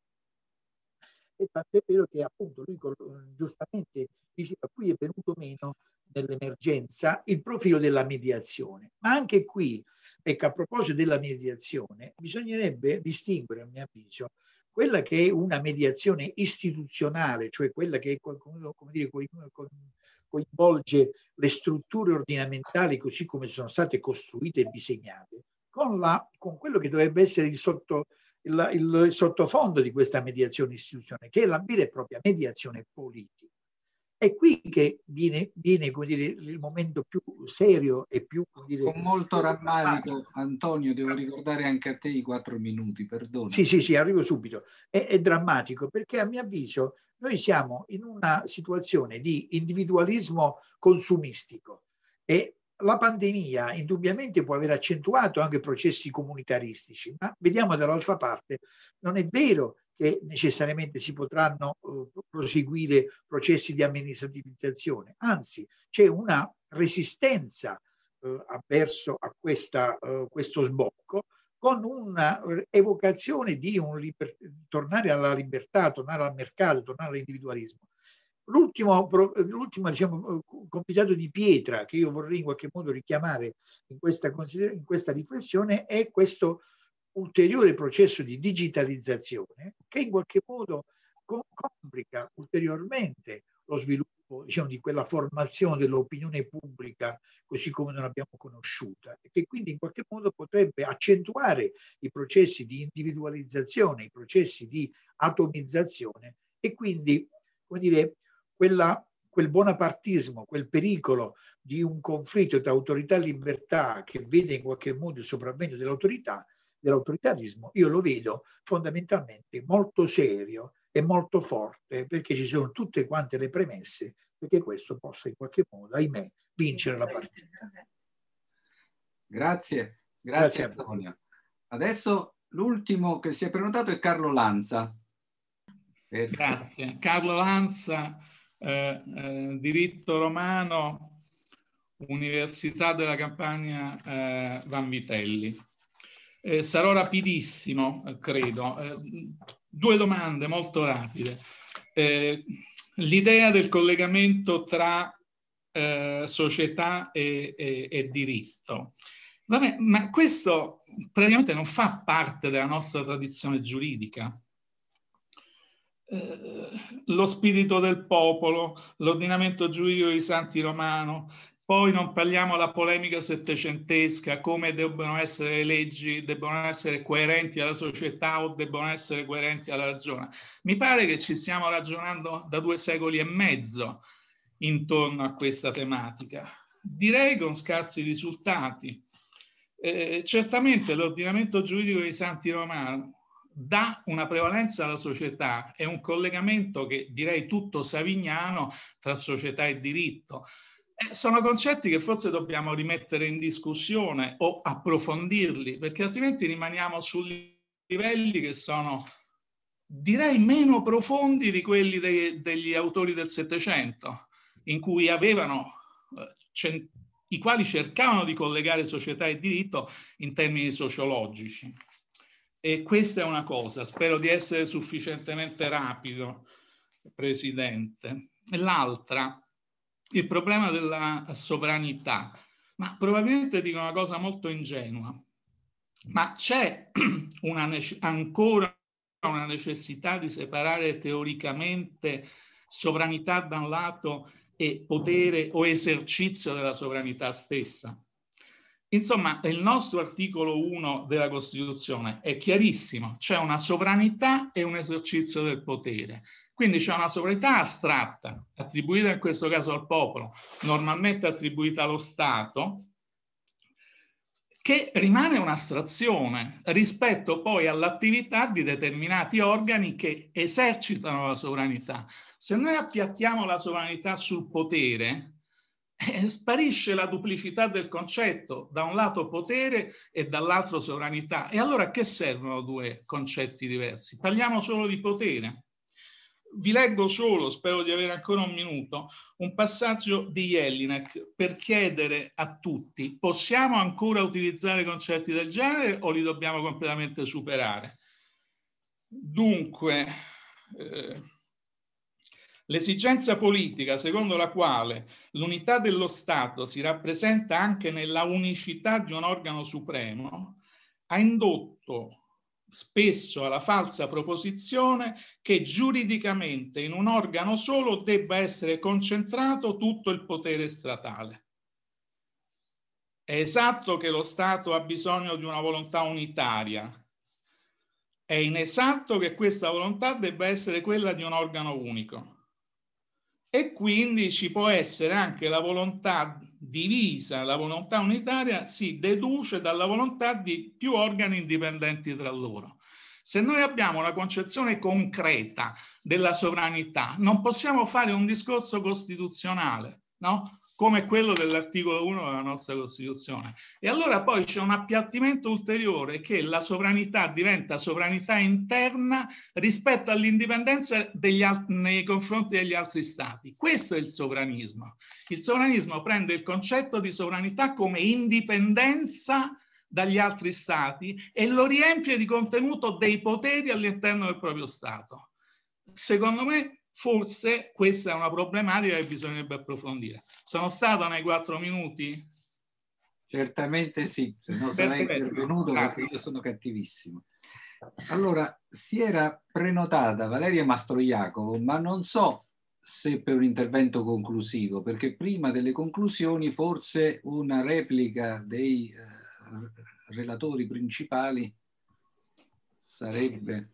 E tant'è vero che appunto lui giustamente diceva qui è venuto meno nell'emergenza il profilo della mediazione. Ma anche qui, ecco, a proposito della mediazione, bisognerebbe distinguere, a mio avviso, quella che è una mediazione istituzionale, cioè quella che è, come dire, coinvolge le strutture ordinamentali così come sono state costruite e disegnate, con, la, con quello che dovrebbe essere il, sotto, il, il sottofondo di questa mediazione istituzionale, che è la vera e propria mediazione politica. È qui che viene, viene come dire, il momento più serio e più... Come dire, con molto rammarico, Antonio, devo ricordare anche a te i quattro minuti, perdona. Sì, sì, sì, arrivo subito. È, è drammatico perché a mio avviso noi siamo in una situazione di individualismo consumistico e la pandemia indubbiamente può aver accentuato anche processi comunitaristici, ma vediamo dall'altra parte, non è vero che necessariamente si potranno uh, proseguire processi di amministrativizzazione, anzi c'è una resistenza uh, avverso a questa, uh, questo sbocco, con una evocazione di un liber- tornare alla libertà, tornare al mercato, tornare all'individualismo. L'ultimo, l'ultimo diciamo, convitato di pietra che io vorrei in qualche modo richiamare in questa, in questa riflessione è questo ulteriore processo di digitalizzazione che in qualche modo complica ulteriormente lo sviluppo, diciamo, di quella formazione dell'opinione pubblica così come non l'abbiamo conosciuta, e che quindi in qualche modo potrebbe accentuare i processi di individualizzazione, i processi di atomizzazione, e quindi, come dire, quella, quel bonapartismo, quel pericolo di un conflitto tra autorità e libertà che vede in qualche modo il sopravvento dell'autorità, dell'autoritarismo, io lo vedo fondamentalmente molto serio e molto forte, perché ci sono tutte quante le premesse perché questo possa in qualche modo, ahimè, vincere la partita. Grazie, grazie, grazie Antonio. Adesso l'ultimo che si è prenotato è Carlo Lanza. Per... Grazie. Carlo Lanza, eh, eh, diritto romano, Università della Campania eh, Vanvitelli. Eh, sarò rapidissimo, credo. Eh, due domande molto rapide. Eh, l'idea del collegamento tra eh, società e, e, e diritto. Vabbè, ma questo praticamente non fa parte della nostra tradizione giuridica. Eh, lo spirito del popolo, l'ordinamento giuridico di Santi Romano, poi non parliamo della polemica settecentesca, come debbono essere le leggi, debbono essere coerenti alla società o debbono essere coerenti alla ragione. Mi pare che ci stiamo ragionando da due secoli e mezzo intorno a questa tematica. Direi con scarsi risultati. Eh, certamente l'ordinamento giuridico di Santi Romano dà una prevalenza alla società, è un collegamento che direi tutto savignano tra società e diritto. Eh, sono concetti che forse dobbiamo rimettere in discussione o approfondirli, perché altrimenti rimaniamo su livelli che sono, direi, meno profondi di quelli dei, degli autori del Settecento, in cui avevano, eh, i quali cercavano di collegare società e diritto in termini sociologici. E questa è una cosa, spero di essere sufficientemente rapido, Presidente. L'altra, il problema della sovranità, ma probabilmente dico una cosa molto ingenua, ma c'è una ancora una necessità di separare teoricamente sovranità da un lato e potere o esercizio della sovranità stessa? Insomma, il nostro articolo uno della Costituzione è chiarissimo, c'è una sovranità e un esercizio del potere. Quindi c'è una sovranità astratta, attribuita in questo caso al popolo, normalmente attribuita allo Stato, che rimane un'astrazione rispetto poi all'attività di determinati organi che esercitano la sovranità. Se noi appiattiamo la sovranità sul potere, eh, sparisce la duplicità del concetto, da un lato potere e dall'altro sovranità. E allora a che servono due concetti diversi? Parliamo solo di potere. Vi leggo solo, spero di avere ancora un minuto, un passaggio di Jelinek per chiedere a tutti: possiamo ancora utilizzare concetti del genere o li dobbiamo completamente superare? Dunque, eh, l'esigenza politica secondo la quale l'unità dello Stato si rappresenta anche nella unicità di un organo supremo ha indotto spesso alla falsa proposizione che giuridicamente in un organo solo debba essere concentrato tutto il potere statale. È esatto che lo Stato ha bisogno di una volontà unitaria. È inesatto che questa volontà debba essere quella di un organo unico. E quindi ci può essere anche la volontà divisa, la volontà unitaria si deduce dalla volontà di più organi indipendenti tra loro. Se noi abbiamo una concezione concreta della sovranità, non possiamo fare un discorso costituzionale, no? Come quello dell'articolo uno della nostra Costituzione. E allora poi c'è un appiattimento ulteriore, che la sovranità diventa sovranità interna rispetto all'indipendenza degli nei confronti degli altri stati. Questo è il sovranismo. Il sovranismo prende il concetto di sovranità come indipendenza dagli altri stati e lo riempie di contenuto dei poteri all'interno del proprio Stato. Secondo me, forse questa è una problematica che bisognerebbe approfondire. Sono stato nei quattro minuti? Certamente sì, se non sarei intervenuto perché io sono cattivissimo. Allora, si era prenotata Valeria Mastroiacovo, ma non so se per un intervento conclusivo, perché prima delle conclusioni forse una replica dei eh, relatori principali sarebbe...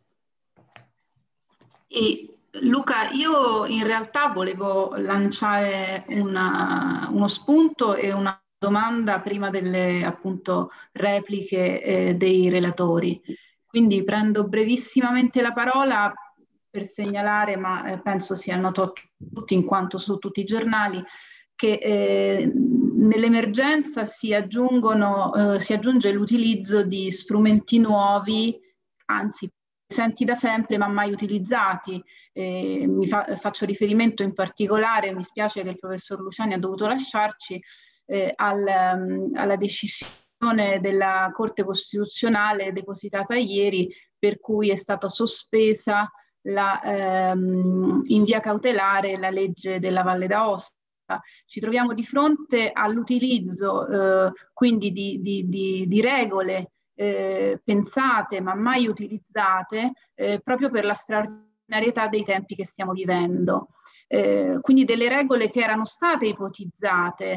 E Luca, io in realtà volevo lanciare una, uno spunto e una domanda prima delle appunto repliche eh, dei relatori. Quindi prendo brevissimamente la parola per segnalare, ma eh, penso sia noto a tutti in quanto su tutti i giornali, che eh, nell'emergenza si aggiungono, eh, si aggiunge l'utilizzo di strumenti nuovi, anzi presenti da sempre ma mai utilizzati. Eh, mi fa, faccio riferimento in particolare, mi spiace che il professor Luciani ha dovuto lasciarci, eh, al, um, alla decisione della Corte Costituzionale depositata ieri, per cui è stata sospesa la, ehm, in via cautelare la legge della Valle d'Aosta. Ci troviamo di fronte all'utilizzo eh, quindi di, di, di, di regole eh, pensate ma mai utilizzate eh, proprio per la straordinarietà dei tempi che stiamo vivendo. Eh, quindi delle regole che erano state ipotizzate,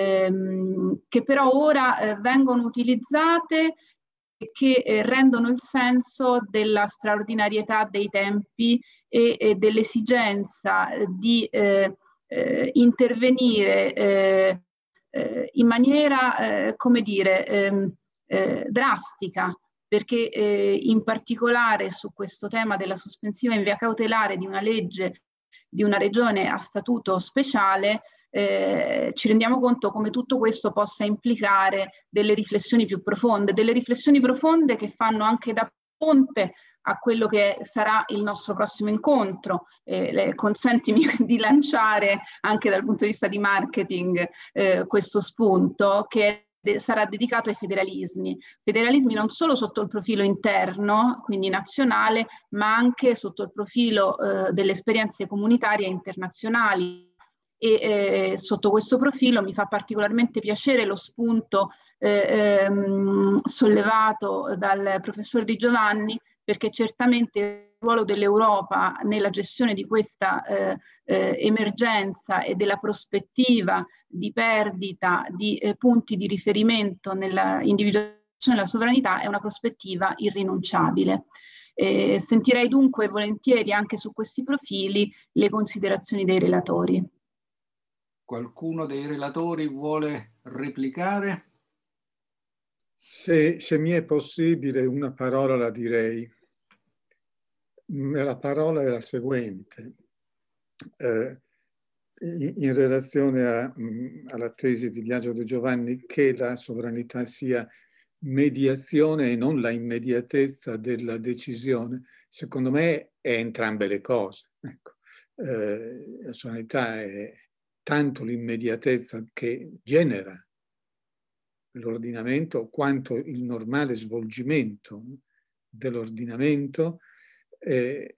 ehm, che però ora eh, vengono utilizzate e che eh, rendono il senso della straordinarietà dei tempi e, e dell'esigenza di eh, eh, intervenire eh, eh, in maniera, eh, come dire, ehm, eh, drastica, perché eh, in particolare su questo tema della sospensiva in via cautelare di una legge di una regione a statuto speciale, eh, ci rendiamo conto come tutto questo possa implicare delle riflessioni più profonde, delle riflessioni profonde che fanno anche da ponte a quello che sarà il nostro prossimo incontro. Eh, le, consentimi di lanciare anche dal punto di vista di marketing eh, questo spunto che sarà dedicato ai federalismi. Federalismi non solo sotto il profilo interno, quindi nazionale, ma anche sotto il profilo eh, delle esperienze comunitarie e internazionali. E eh, sotto questo profilo mi fa particolarmente piacere lo spunto eh, ehm, sollevato dal professor Di Giovanni, perché certamente il ruolo dell'Europa nella gestione di questa eh, eh, emergenza e della prospettiva di perdita di eh, punti di riferimento nella individuazione della sovranità è una prospettiva irrinunciabile. Eh, sentirei dunque volentieri anche su questi profili le considerazioni dei relatori. Qualcuno dei relatori vuole replicare? Se, se mi è possibile, una parola la direi. La parola è la seguente. Eh, in, in relazione a, mh, alla tesi di Biagio De Giovanni che la sovranità sia mediazione e non la immediatezza della decisione, secondo me è entrambe le cose. Ecco. Eh, la sovranità è tanto l'immediatezza che genera l'ordinamento quanto il normale svolgimento dell'ordinamento. Eh,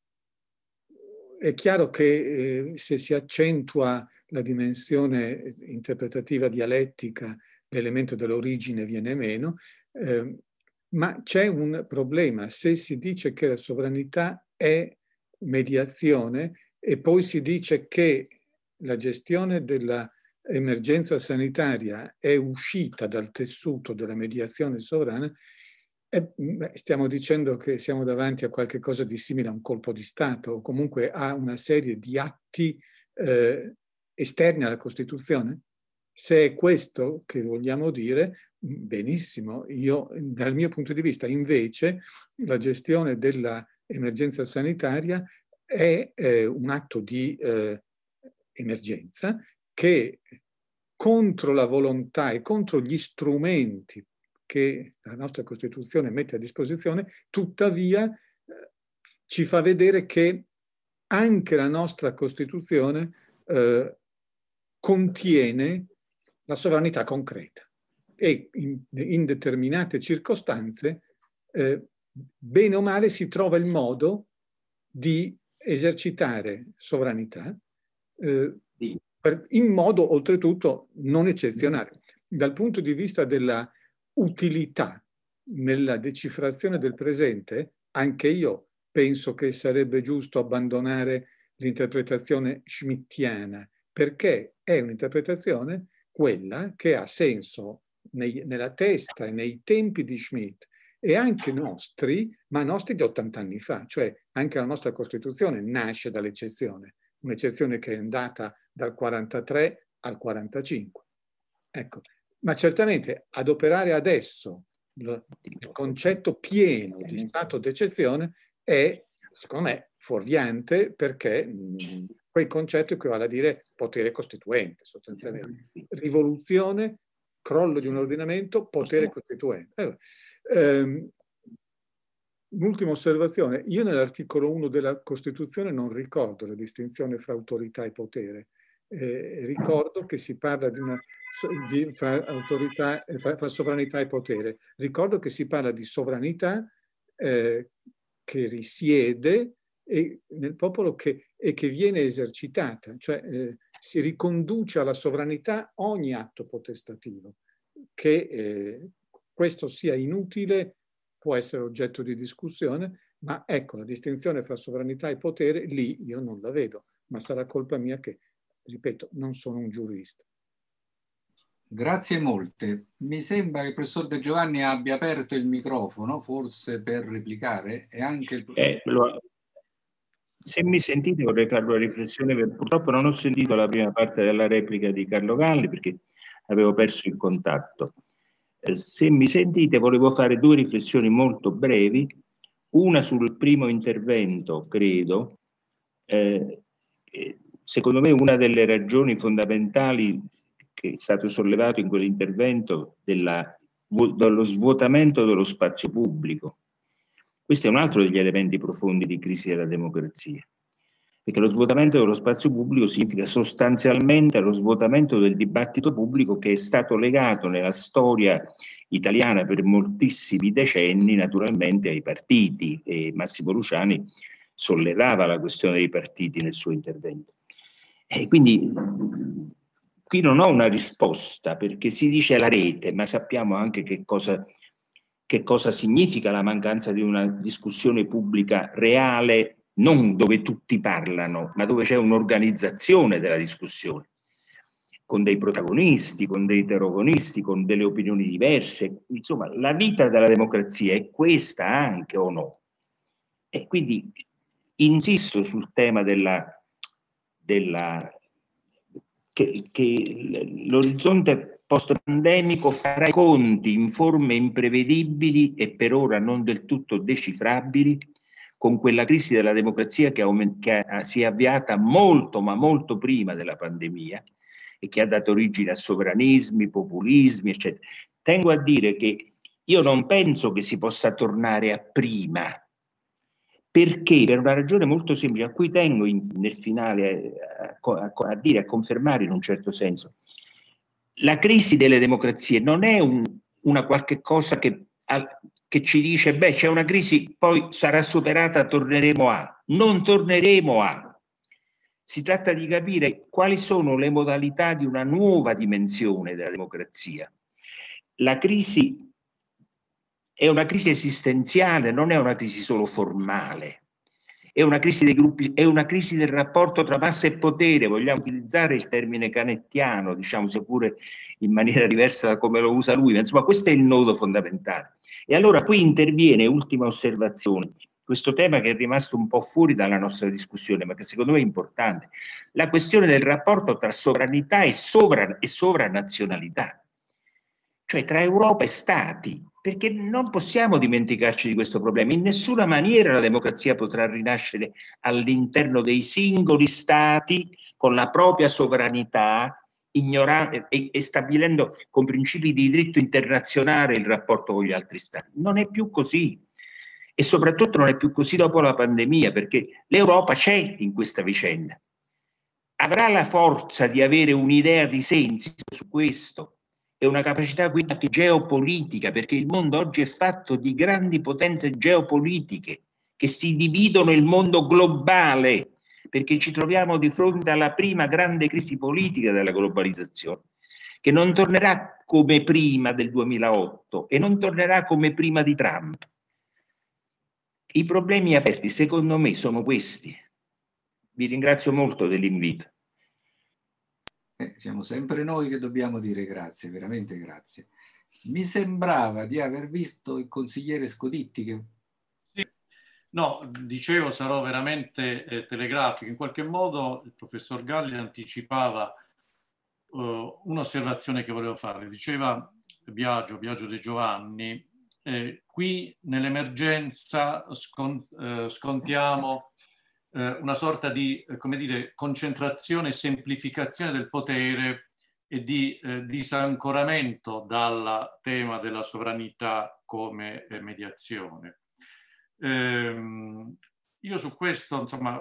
è chiaro che eh, se si accentua la dimensione interpretativa dialettica, l'elemento dell'origine viene meno, eh, ma c'è un problema. Se si dice che la sovranità è mediazione e poi si dice che la gestione dell'emergenza sanitaria è uscita dal tessuto della mediazione sovrana, eh, stiamo dicendo che siamo davanti a qualche cosa di simile a un colpo di Stato o comunque a una serie di atti eh, esterni alla Costituzione. Se è questo che vogliamo dire, benissimo. Io, dal mio punto di vista, invece, la gestione dell'emergenza sanitaria è eh, un atto di eh, emergenza che contro la volontà e contro gli strumenti che la nostra Costituzione mette a disposizione, tuttavia eh, ci fa vedere che anche la nostra Costituzione eh, contiene la sovranità concreta e in, in determinate circostanze, eh, bene o male, si trova il modo di esercitare sovranità eh, per, in modo oltretutto non eccezionale. Dal punto di vista della utilità nella decifrazione del presente, anche io penso che sarebbe giusto abbandonare l'interpretazione schmittiana, perché è un'interpretazione quella che ha senso nei, nella testa e nei tempi di Schmitt e anche nostri, ma nostri di ottanta anni fa, cioè anche la nostra Costituzione nasce dall'eccezione, un'eccezione che è andata dal quarantatré al quarantacinque. Ecco, ma certamente adoperare adesso il concetto pieno di stato d'eccezione è, secondo me, fuorviante, perché mh, quel concetto equivale a dire potere costituente, sostanzialmente. Rivoluzione, crollo di un ordinamento, potere costituente. Allora, ehm, un'ultima osservazione. Io nell'articolo uno della Costituzione non ricordo la distinzione fra autorità e potere. Eh, ricordo che si parla di una di, fra, autorità, fra, fra sovranità e potere. Ricordo che si parla di sovranità eh, che risiede e, nel popolo che, e che viene esercitata, cioè eh, si riconduce alla sovranità ogni atto potestativo. Che eh, questo sia inutile può essere oggetto di discussione, ma ecco, la distinzione fra sovranità e potere lì io non la vedo, ma sarà colpa mia che, ripeto, non sono un giurista. Grazie molte. Mi sembra che il professor De Giovanni abbia aperto il microfono, forse per replicare, e anche il eh, lo, se mi sentite vorrei fare una riflessione, perché purtroppo non ho sentito la prima parte della replica di Carlo Galli perché avevo perso il contatto. Eh, se mi sentite volevo fare due riflessioni molto brevi, una sul primo intervento, credo. Eh, secondo me una delle ragioni fondamentali che è stato sollevato in quell'intervento della, dello svuotamento dello spazio pubblico. Questo è un altro degli elementi profondi di crisi della democrazia, perché lo svuotamento dello spazio pubblico significa sostanzialmente lo svuotamento del dibattito pubblico che è stato legato nella storia italiana per moltissimi decenni naturalmente ai partiti, e Massimo Luciani sollevava la questione dei partiti nel suo intervento. E quindi qui non ho una risposta, perché si dice la rete, ma sappiamo anche che cosa, che cosa significa la mancanza di una discussione pubblica reale, non dove tutti parlano, ma dove c'è un'organizzazione della discussione, con dei protagonisti, con dei eterogonisti, con delle opinioni diverse. Insomma, la vita della democrazia è questa anche o no? E quindi insisto sul tema della... della che, che l'orizzonte post-pandemico farà i conti in forme imprevedibili e per ora non del tutto decifrabili con quella crisi della democrazia che, che si è avviata molto ma molto prima della pandemia e che ha dato origine a sovranismi, populismi, eccetera. Tengo a dire che io non penso che si possa tornare a prima, perché per una ragione molto semplice, a cui tengo in, nel finale a, a, a dire, a confermare in un certo senso. La crisi delle democrazie non è un, una qualche cosa che, a, che ci dice, beh, c'è una crisi, poi sarà superata, torneremo a. Non torneremo a. Si tratta di capire quali sono le modalità di una nuova dimensione della democrazia. La crisi è una crisi esistenziale, non è una crisi solo formale, è una crisi dei gruppi, è una crisi del rapporto tra massa e potere, vogliamo utilizzare il termine canettiano, diciamo seppure in maniera diversa da come lo usa lui, ma insomma questo è il nodo fondamentale. E allora qui interviene, ultima osservazione, questo tema che è rimasto un po' fuori dalla nostra discussione, ma che secondo me è importante, la questione del rapporto tra sovranità e, sovran- e sovranazionalità, cioè tra Europa e Stati, perché non possiamo dimenticarci di questo problema. In nessuna maniera la democrazia potrà rinascere all'interno dei singoli Stati con la propria sovranità, ignorando e, e stabilendo con principi di diritto internazionale il rapporto con gli altri Stati. Non è più così. E soprattutto non è più così dopo la pandemia, perché l'Europa c'è in questa vicenda. Avrà la forza di avere un'idea di senso su questo e una capacità quindi anche geopolitica, perché il mondo oggi è fatto di grandi potenze geopolitiche che si dividono il mondo globale, perché ci troviamo di fronte alla prima grande crisi politica della globalizzazione, che non tornerà come prima del duemilaotto e non tornerà come prima di Trump. I problemi aperti, secondo me, sono questi. Vi ringrazio molto dell'invito. Eh, siamo sempre noi che dobbiamo dire grazie, veramente grazie. Mi sembrava di aver visto il consigliere Scoditti che... Sì. No, dicevo, sarò veramente eh, telegrafico. In qualche modo il professor Galli anticipava uh, un'osservazione che volevo fare. Diceva Biagio, Biagio De Giovanni, eh, qui nell'emergenza scont eh, scontiamo eh, una sorta di, eh, come dire, concentrazione e semplificazione del potere e di eh, disancoramento dal tema della sovranità come eh, mediazione. Ehm, io su questo, insomma,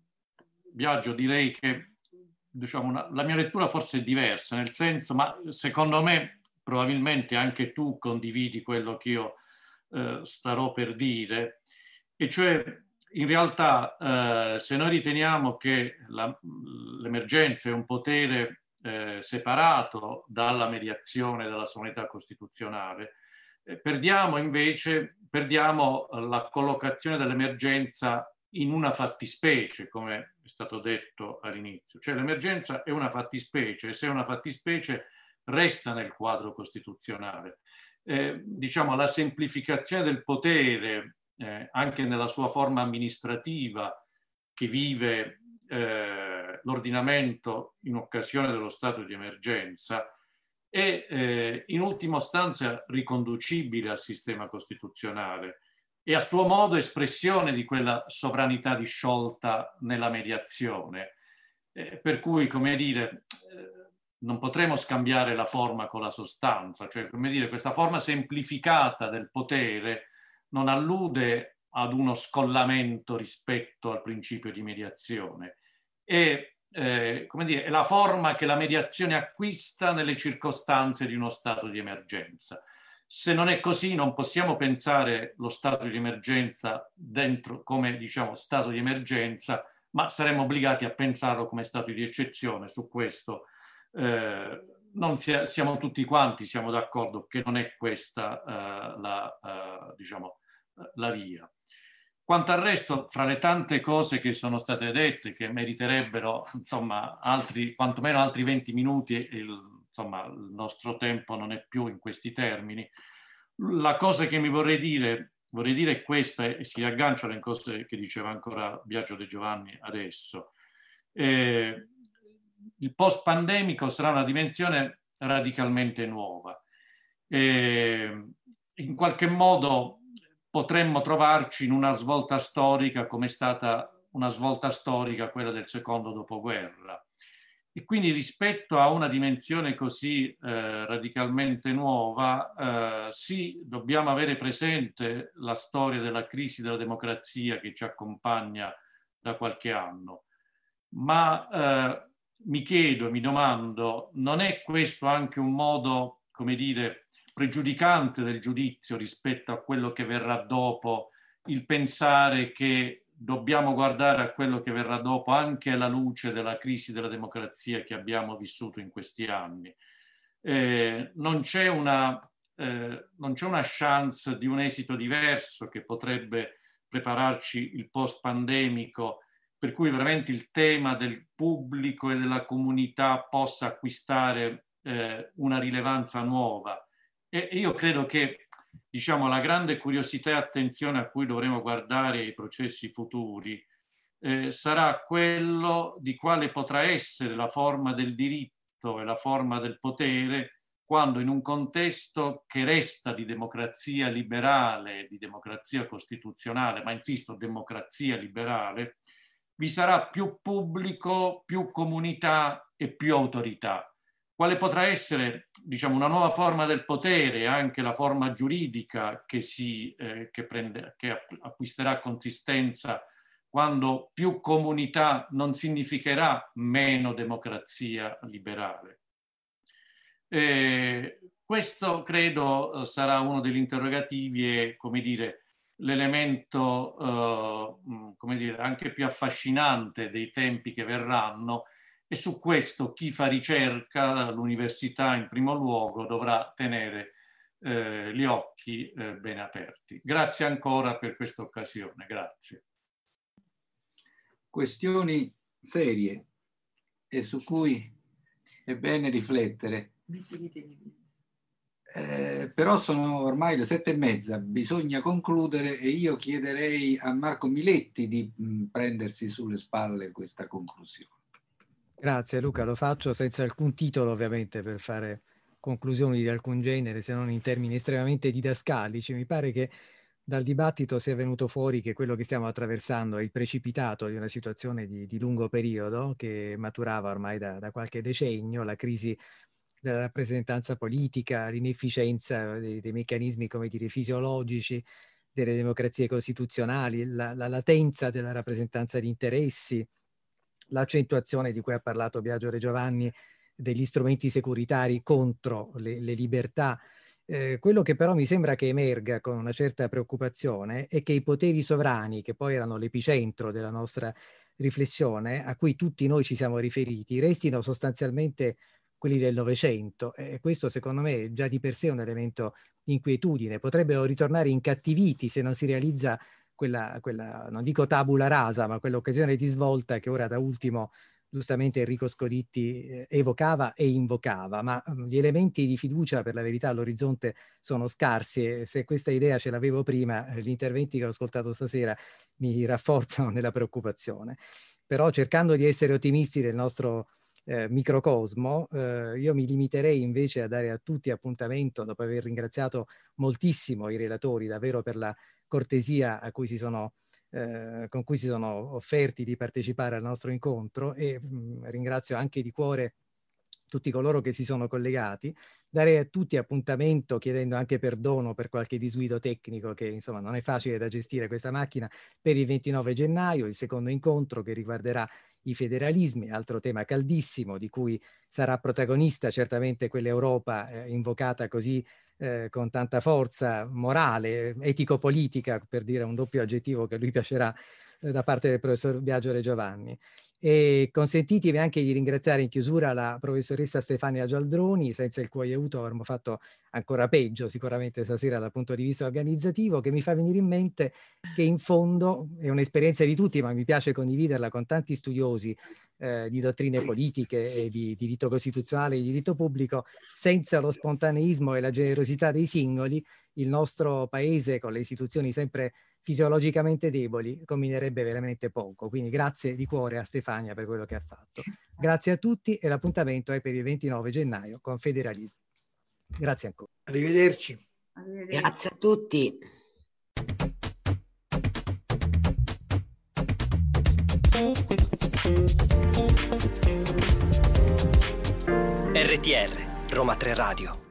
Biagio, direi che diciamo, una, la mia lettura forse è diversa, nel senso, ma secondo me probabilmente anche tu condividi quello che io eh, starò per dire, e cioè in realtà eh, se noi riteniamo che l'emergenza è un potere eh, separato dalla mediazione della sovranità costituzionale, eh, perdiamo invece perdiamo la collocazione dell'emergenza in una fattispecie, come è stato detto all'inizio. Cioè l'emergenza è una fattispecie e se è una fattispecie resta nel quadro costituzionale. Eh, diciamo la semplificazione del potere eh, anche nella sua forma amministrativa che vive eh, l'ordinamento in occasione dello stato di emergenza è eh, in ultima istanza riconducibile al sistema costituzionale e a suo modo espressione di quella sovranità disciolta nella mediazione. Eh, per cui, come dire, eh, non potremo scambiare la forma con la sostanza, cioè, come dire, questa forma semplificata del potere non allude ad uno scollamento rispetto al principio di mediazione. E, eh, come dire, è la forma che la mediazione acquista nelle circostanze di uno stato di emergenza. Se non è così non possiamo pensare lo stato di emergenza dentro come, diciamo, stato di emergenza, ma saremmo obbligati a pensarlo come stato di eccezione. Su questo eh, non sia, siamo tutti quanti siamo d'accordo che non è questa uh, la, uh, diciamo, la via. Quanto al resto, fra le tante cose che sono state dette, che meriterebbero insomma altri, quantomeno altri venti minuti, il, insomma il nostro tempo non è più in questi termini, la cosa che mi vorrei dire, vorrei dire è questa, e si aggancia alle cose che diceva ancora Biagio De Giovanni adesso. Eh, il post-pandemico sarà una dimensione radicalmente nuova. Eh, in qualche modo potremmo trovarci in una svolta storica come è stata una svolta storica quella del secondo dopoguerra. E quindi rispetto a una dimensione così eh, radicalmente nuova, eh, sì, dobbiamo avere presente la storia della crisi della democrazia che ci accompagna da qualche anno. Ma eh, mi chiedo, mi domando, non è questo anche un modo, come dire, pregiudicante del giudizio rispetto a quello che verrà dopo, il pensare che dobbiamo guardare a quello che verrà dopo anche alla luce della crisi della democrazia che abbiamo vissuto in questi anni? Eh, non c'è una, eh, non c'è una chance di un esito diverso che potrebbe prepararci il post-pandemico, per cui veramente il tema del pubblico e della comunità possa acquistare eh, una rilevanza nuova. E io credo che, diciamo, la grande curiosità e attenzione a cui dovremo guardare i processi futuri eh, sarà quello di quale potrà essere la forma del diritto e la forma del potere quando in un contesto che resta di democrazia liberale, di democrazia costituzionale, ma insisto, democrazia liberale, vi sarà più pubblico, più comunità e più autorità. Quale potrà essere, diciamo, una nuova forma del potere, anche la forma giuridica che, si, eh, che, prende, che acquisterà consistenza quando più comunità non significherà meno democrazia liberale. Eh, questo credo sarà uno degli interrogativi e, come dire, l'elemento eh, come dire, anche più affascinante dei tempi che verranno, e su questo chi fa ricerca, l'università in primo luogo, dovrà tenere eh, gli occhi eh, ben aperti. Grazie ancora per questa occasione. Grazie. Questioni serie e su cui è bene riflettere. Eh, però sono ormai le sette e mezza, bisogna concludere e io chiederei a Marco Miletti di mh, prendersi sulle spalle questa conclusione. Grazie Luca, lo faccio senza alcun titolo ovviamente per fare conclusioni di alcun genere, se non in termini estremamente didascalici. Mi pare che dal dibattito sia venuto fuori che quello che stiamo attraversando è il precipitato di una situazione di, di lungo periodo che maturava ormai da, da qualche decennio, la crisi della rappresentanza politica, l'inefficienza dei, dei meccanismi, come dire, fisiologici delle democrazie costituzionali, la, la latenza della rappresentanza di interessi, l'accentuazione di cui ha parlato Biagio Re Giovanni degli strumenti securitari contro le, le libertà. Eh, quello che però mi sembra che emerga con una certa preoccupazione è che i poteri sovrani, che poi erano l'epicentro della nostra riflessione, a cui tutti noi ci siamo riferiti, restino sostanzialmente quelli del Novecento, e questo secondo me già di per sé è un elemento di inquietudine. Potrebbero ritornare incattiviti se non si realizza quella, quella non dico tabula rasa, ma quell'occasione di svolta che ora da ultimo giustamente Enrico Scoditti eh, evocava e invocava, ma um, gli elementi di fiducia per la verità all'orizzonte sono scarsi e se questa idea ce l'avevo prima, gli interventi che ho ascoltato stasera mi rafforzano nella preoccupazione. Però cercando di essere ottimisti del nostro Eh, microcosmo, eh, io mi limiterei invece a dare a tutti appuntamento, dopo aver ringraziato moltissimo i relatori davvero per la cortesia a cui si sono, eh, con cui si sono offerti di partecipare al nostro incontro e mh, ringrazio anche di cuore tutti coloro che si sono collegati, dare a tutti appuntamento chiedendo anche perdono per qualche disguido tecnico che insomma non è facile da gestire questa macchina, per il ventinove gennaio, il secondo incontro che riguarderà i federalismi, altro tema caldissimo di cui sarà protagonista certamente quell'Europa eh, invocata così eh, con tanta forza morale, etico-politica, per dire un doppio aggettivo che a lui piacerà eh, da parte del professor Biagio Re Giovanni. E consentitemi anche di ringraziare in chiusura la professoressa Stefania Gialdroni, senza il cui aiuto avremmo fatto ancora peggio sicuramente stasera dal punto di vista organizzativo, che mi fa venire in mente che in fondo è un'esperienza di tutti, ma mi piace condividerla con tanti studiosi eh, di dottrine politiche e di diritto costituzionale e di diritto pubblico. Senza lo spontaneismo e la generosità dei singoli, il nostro paese, con le istituzioni sempre fisiologicamente deboli, combinerebbe veramente poco. Quindi grazie di cuore a Stefania per quello che ha fatto. Grazie a tutti e l'appuntamento è per il ventinove gennaio con Federalismo. Grazie ancora. Arrivederci. Arrivederci. Grazie a tutti. R T R, Roma tre Radio.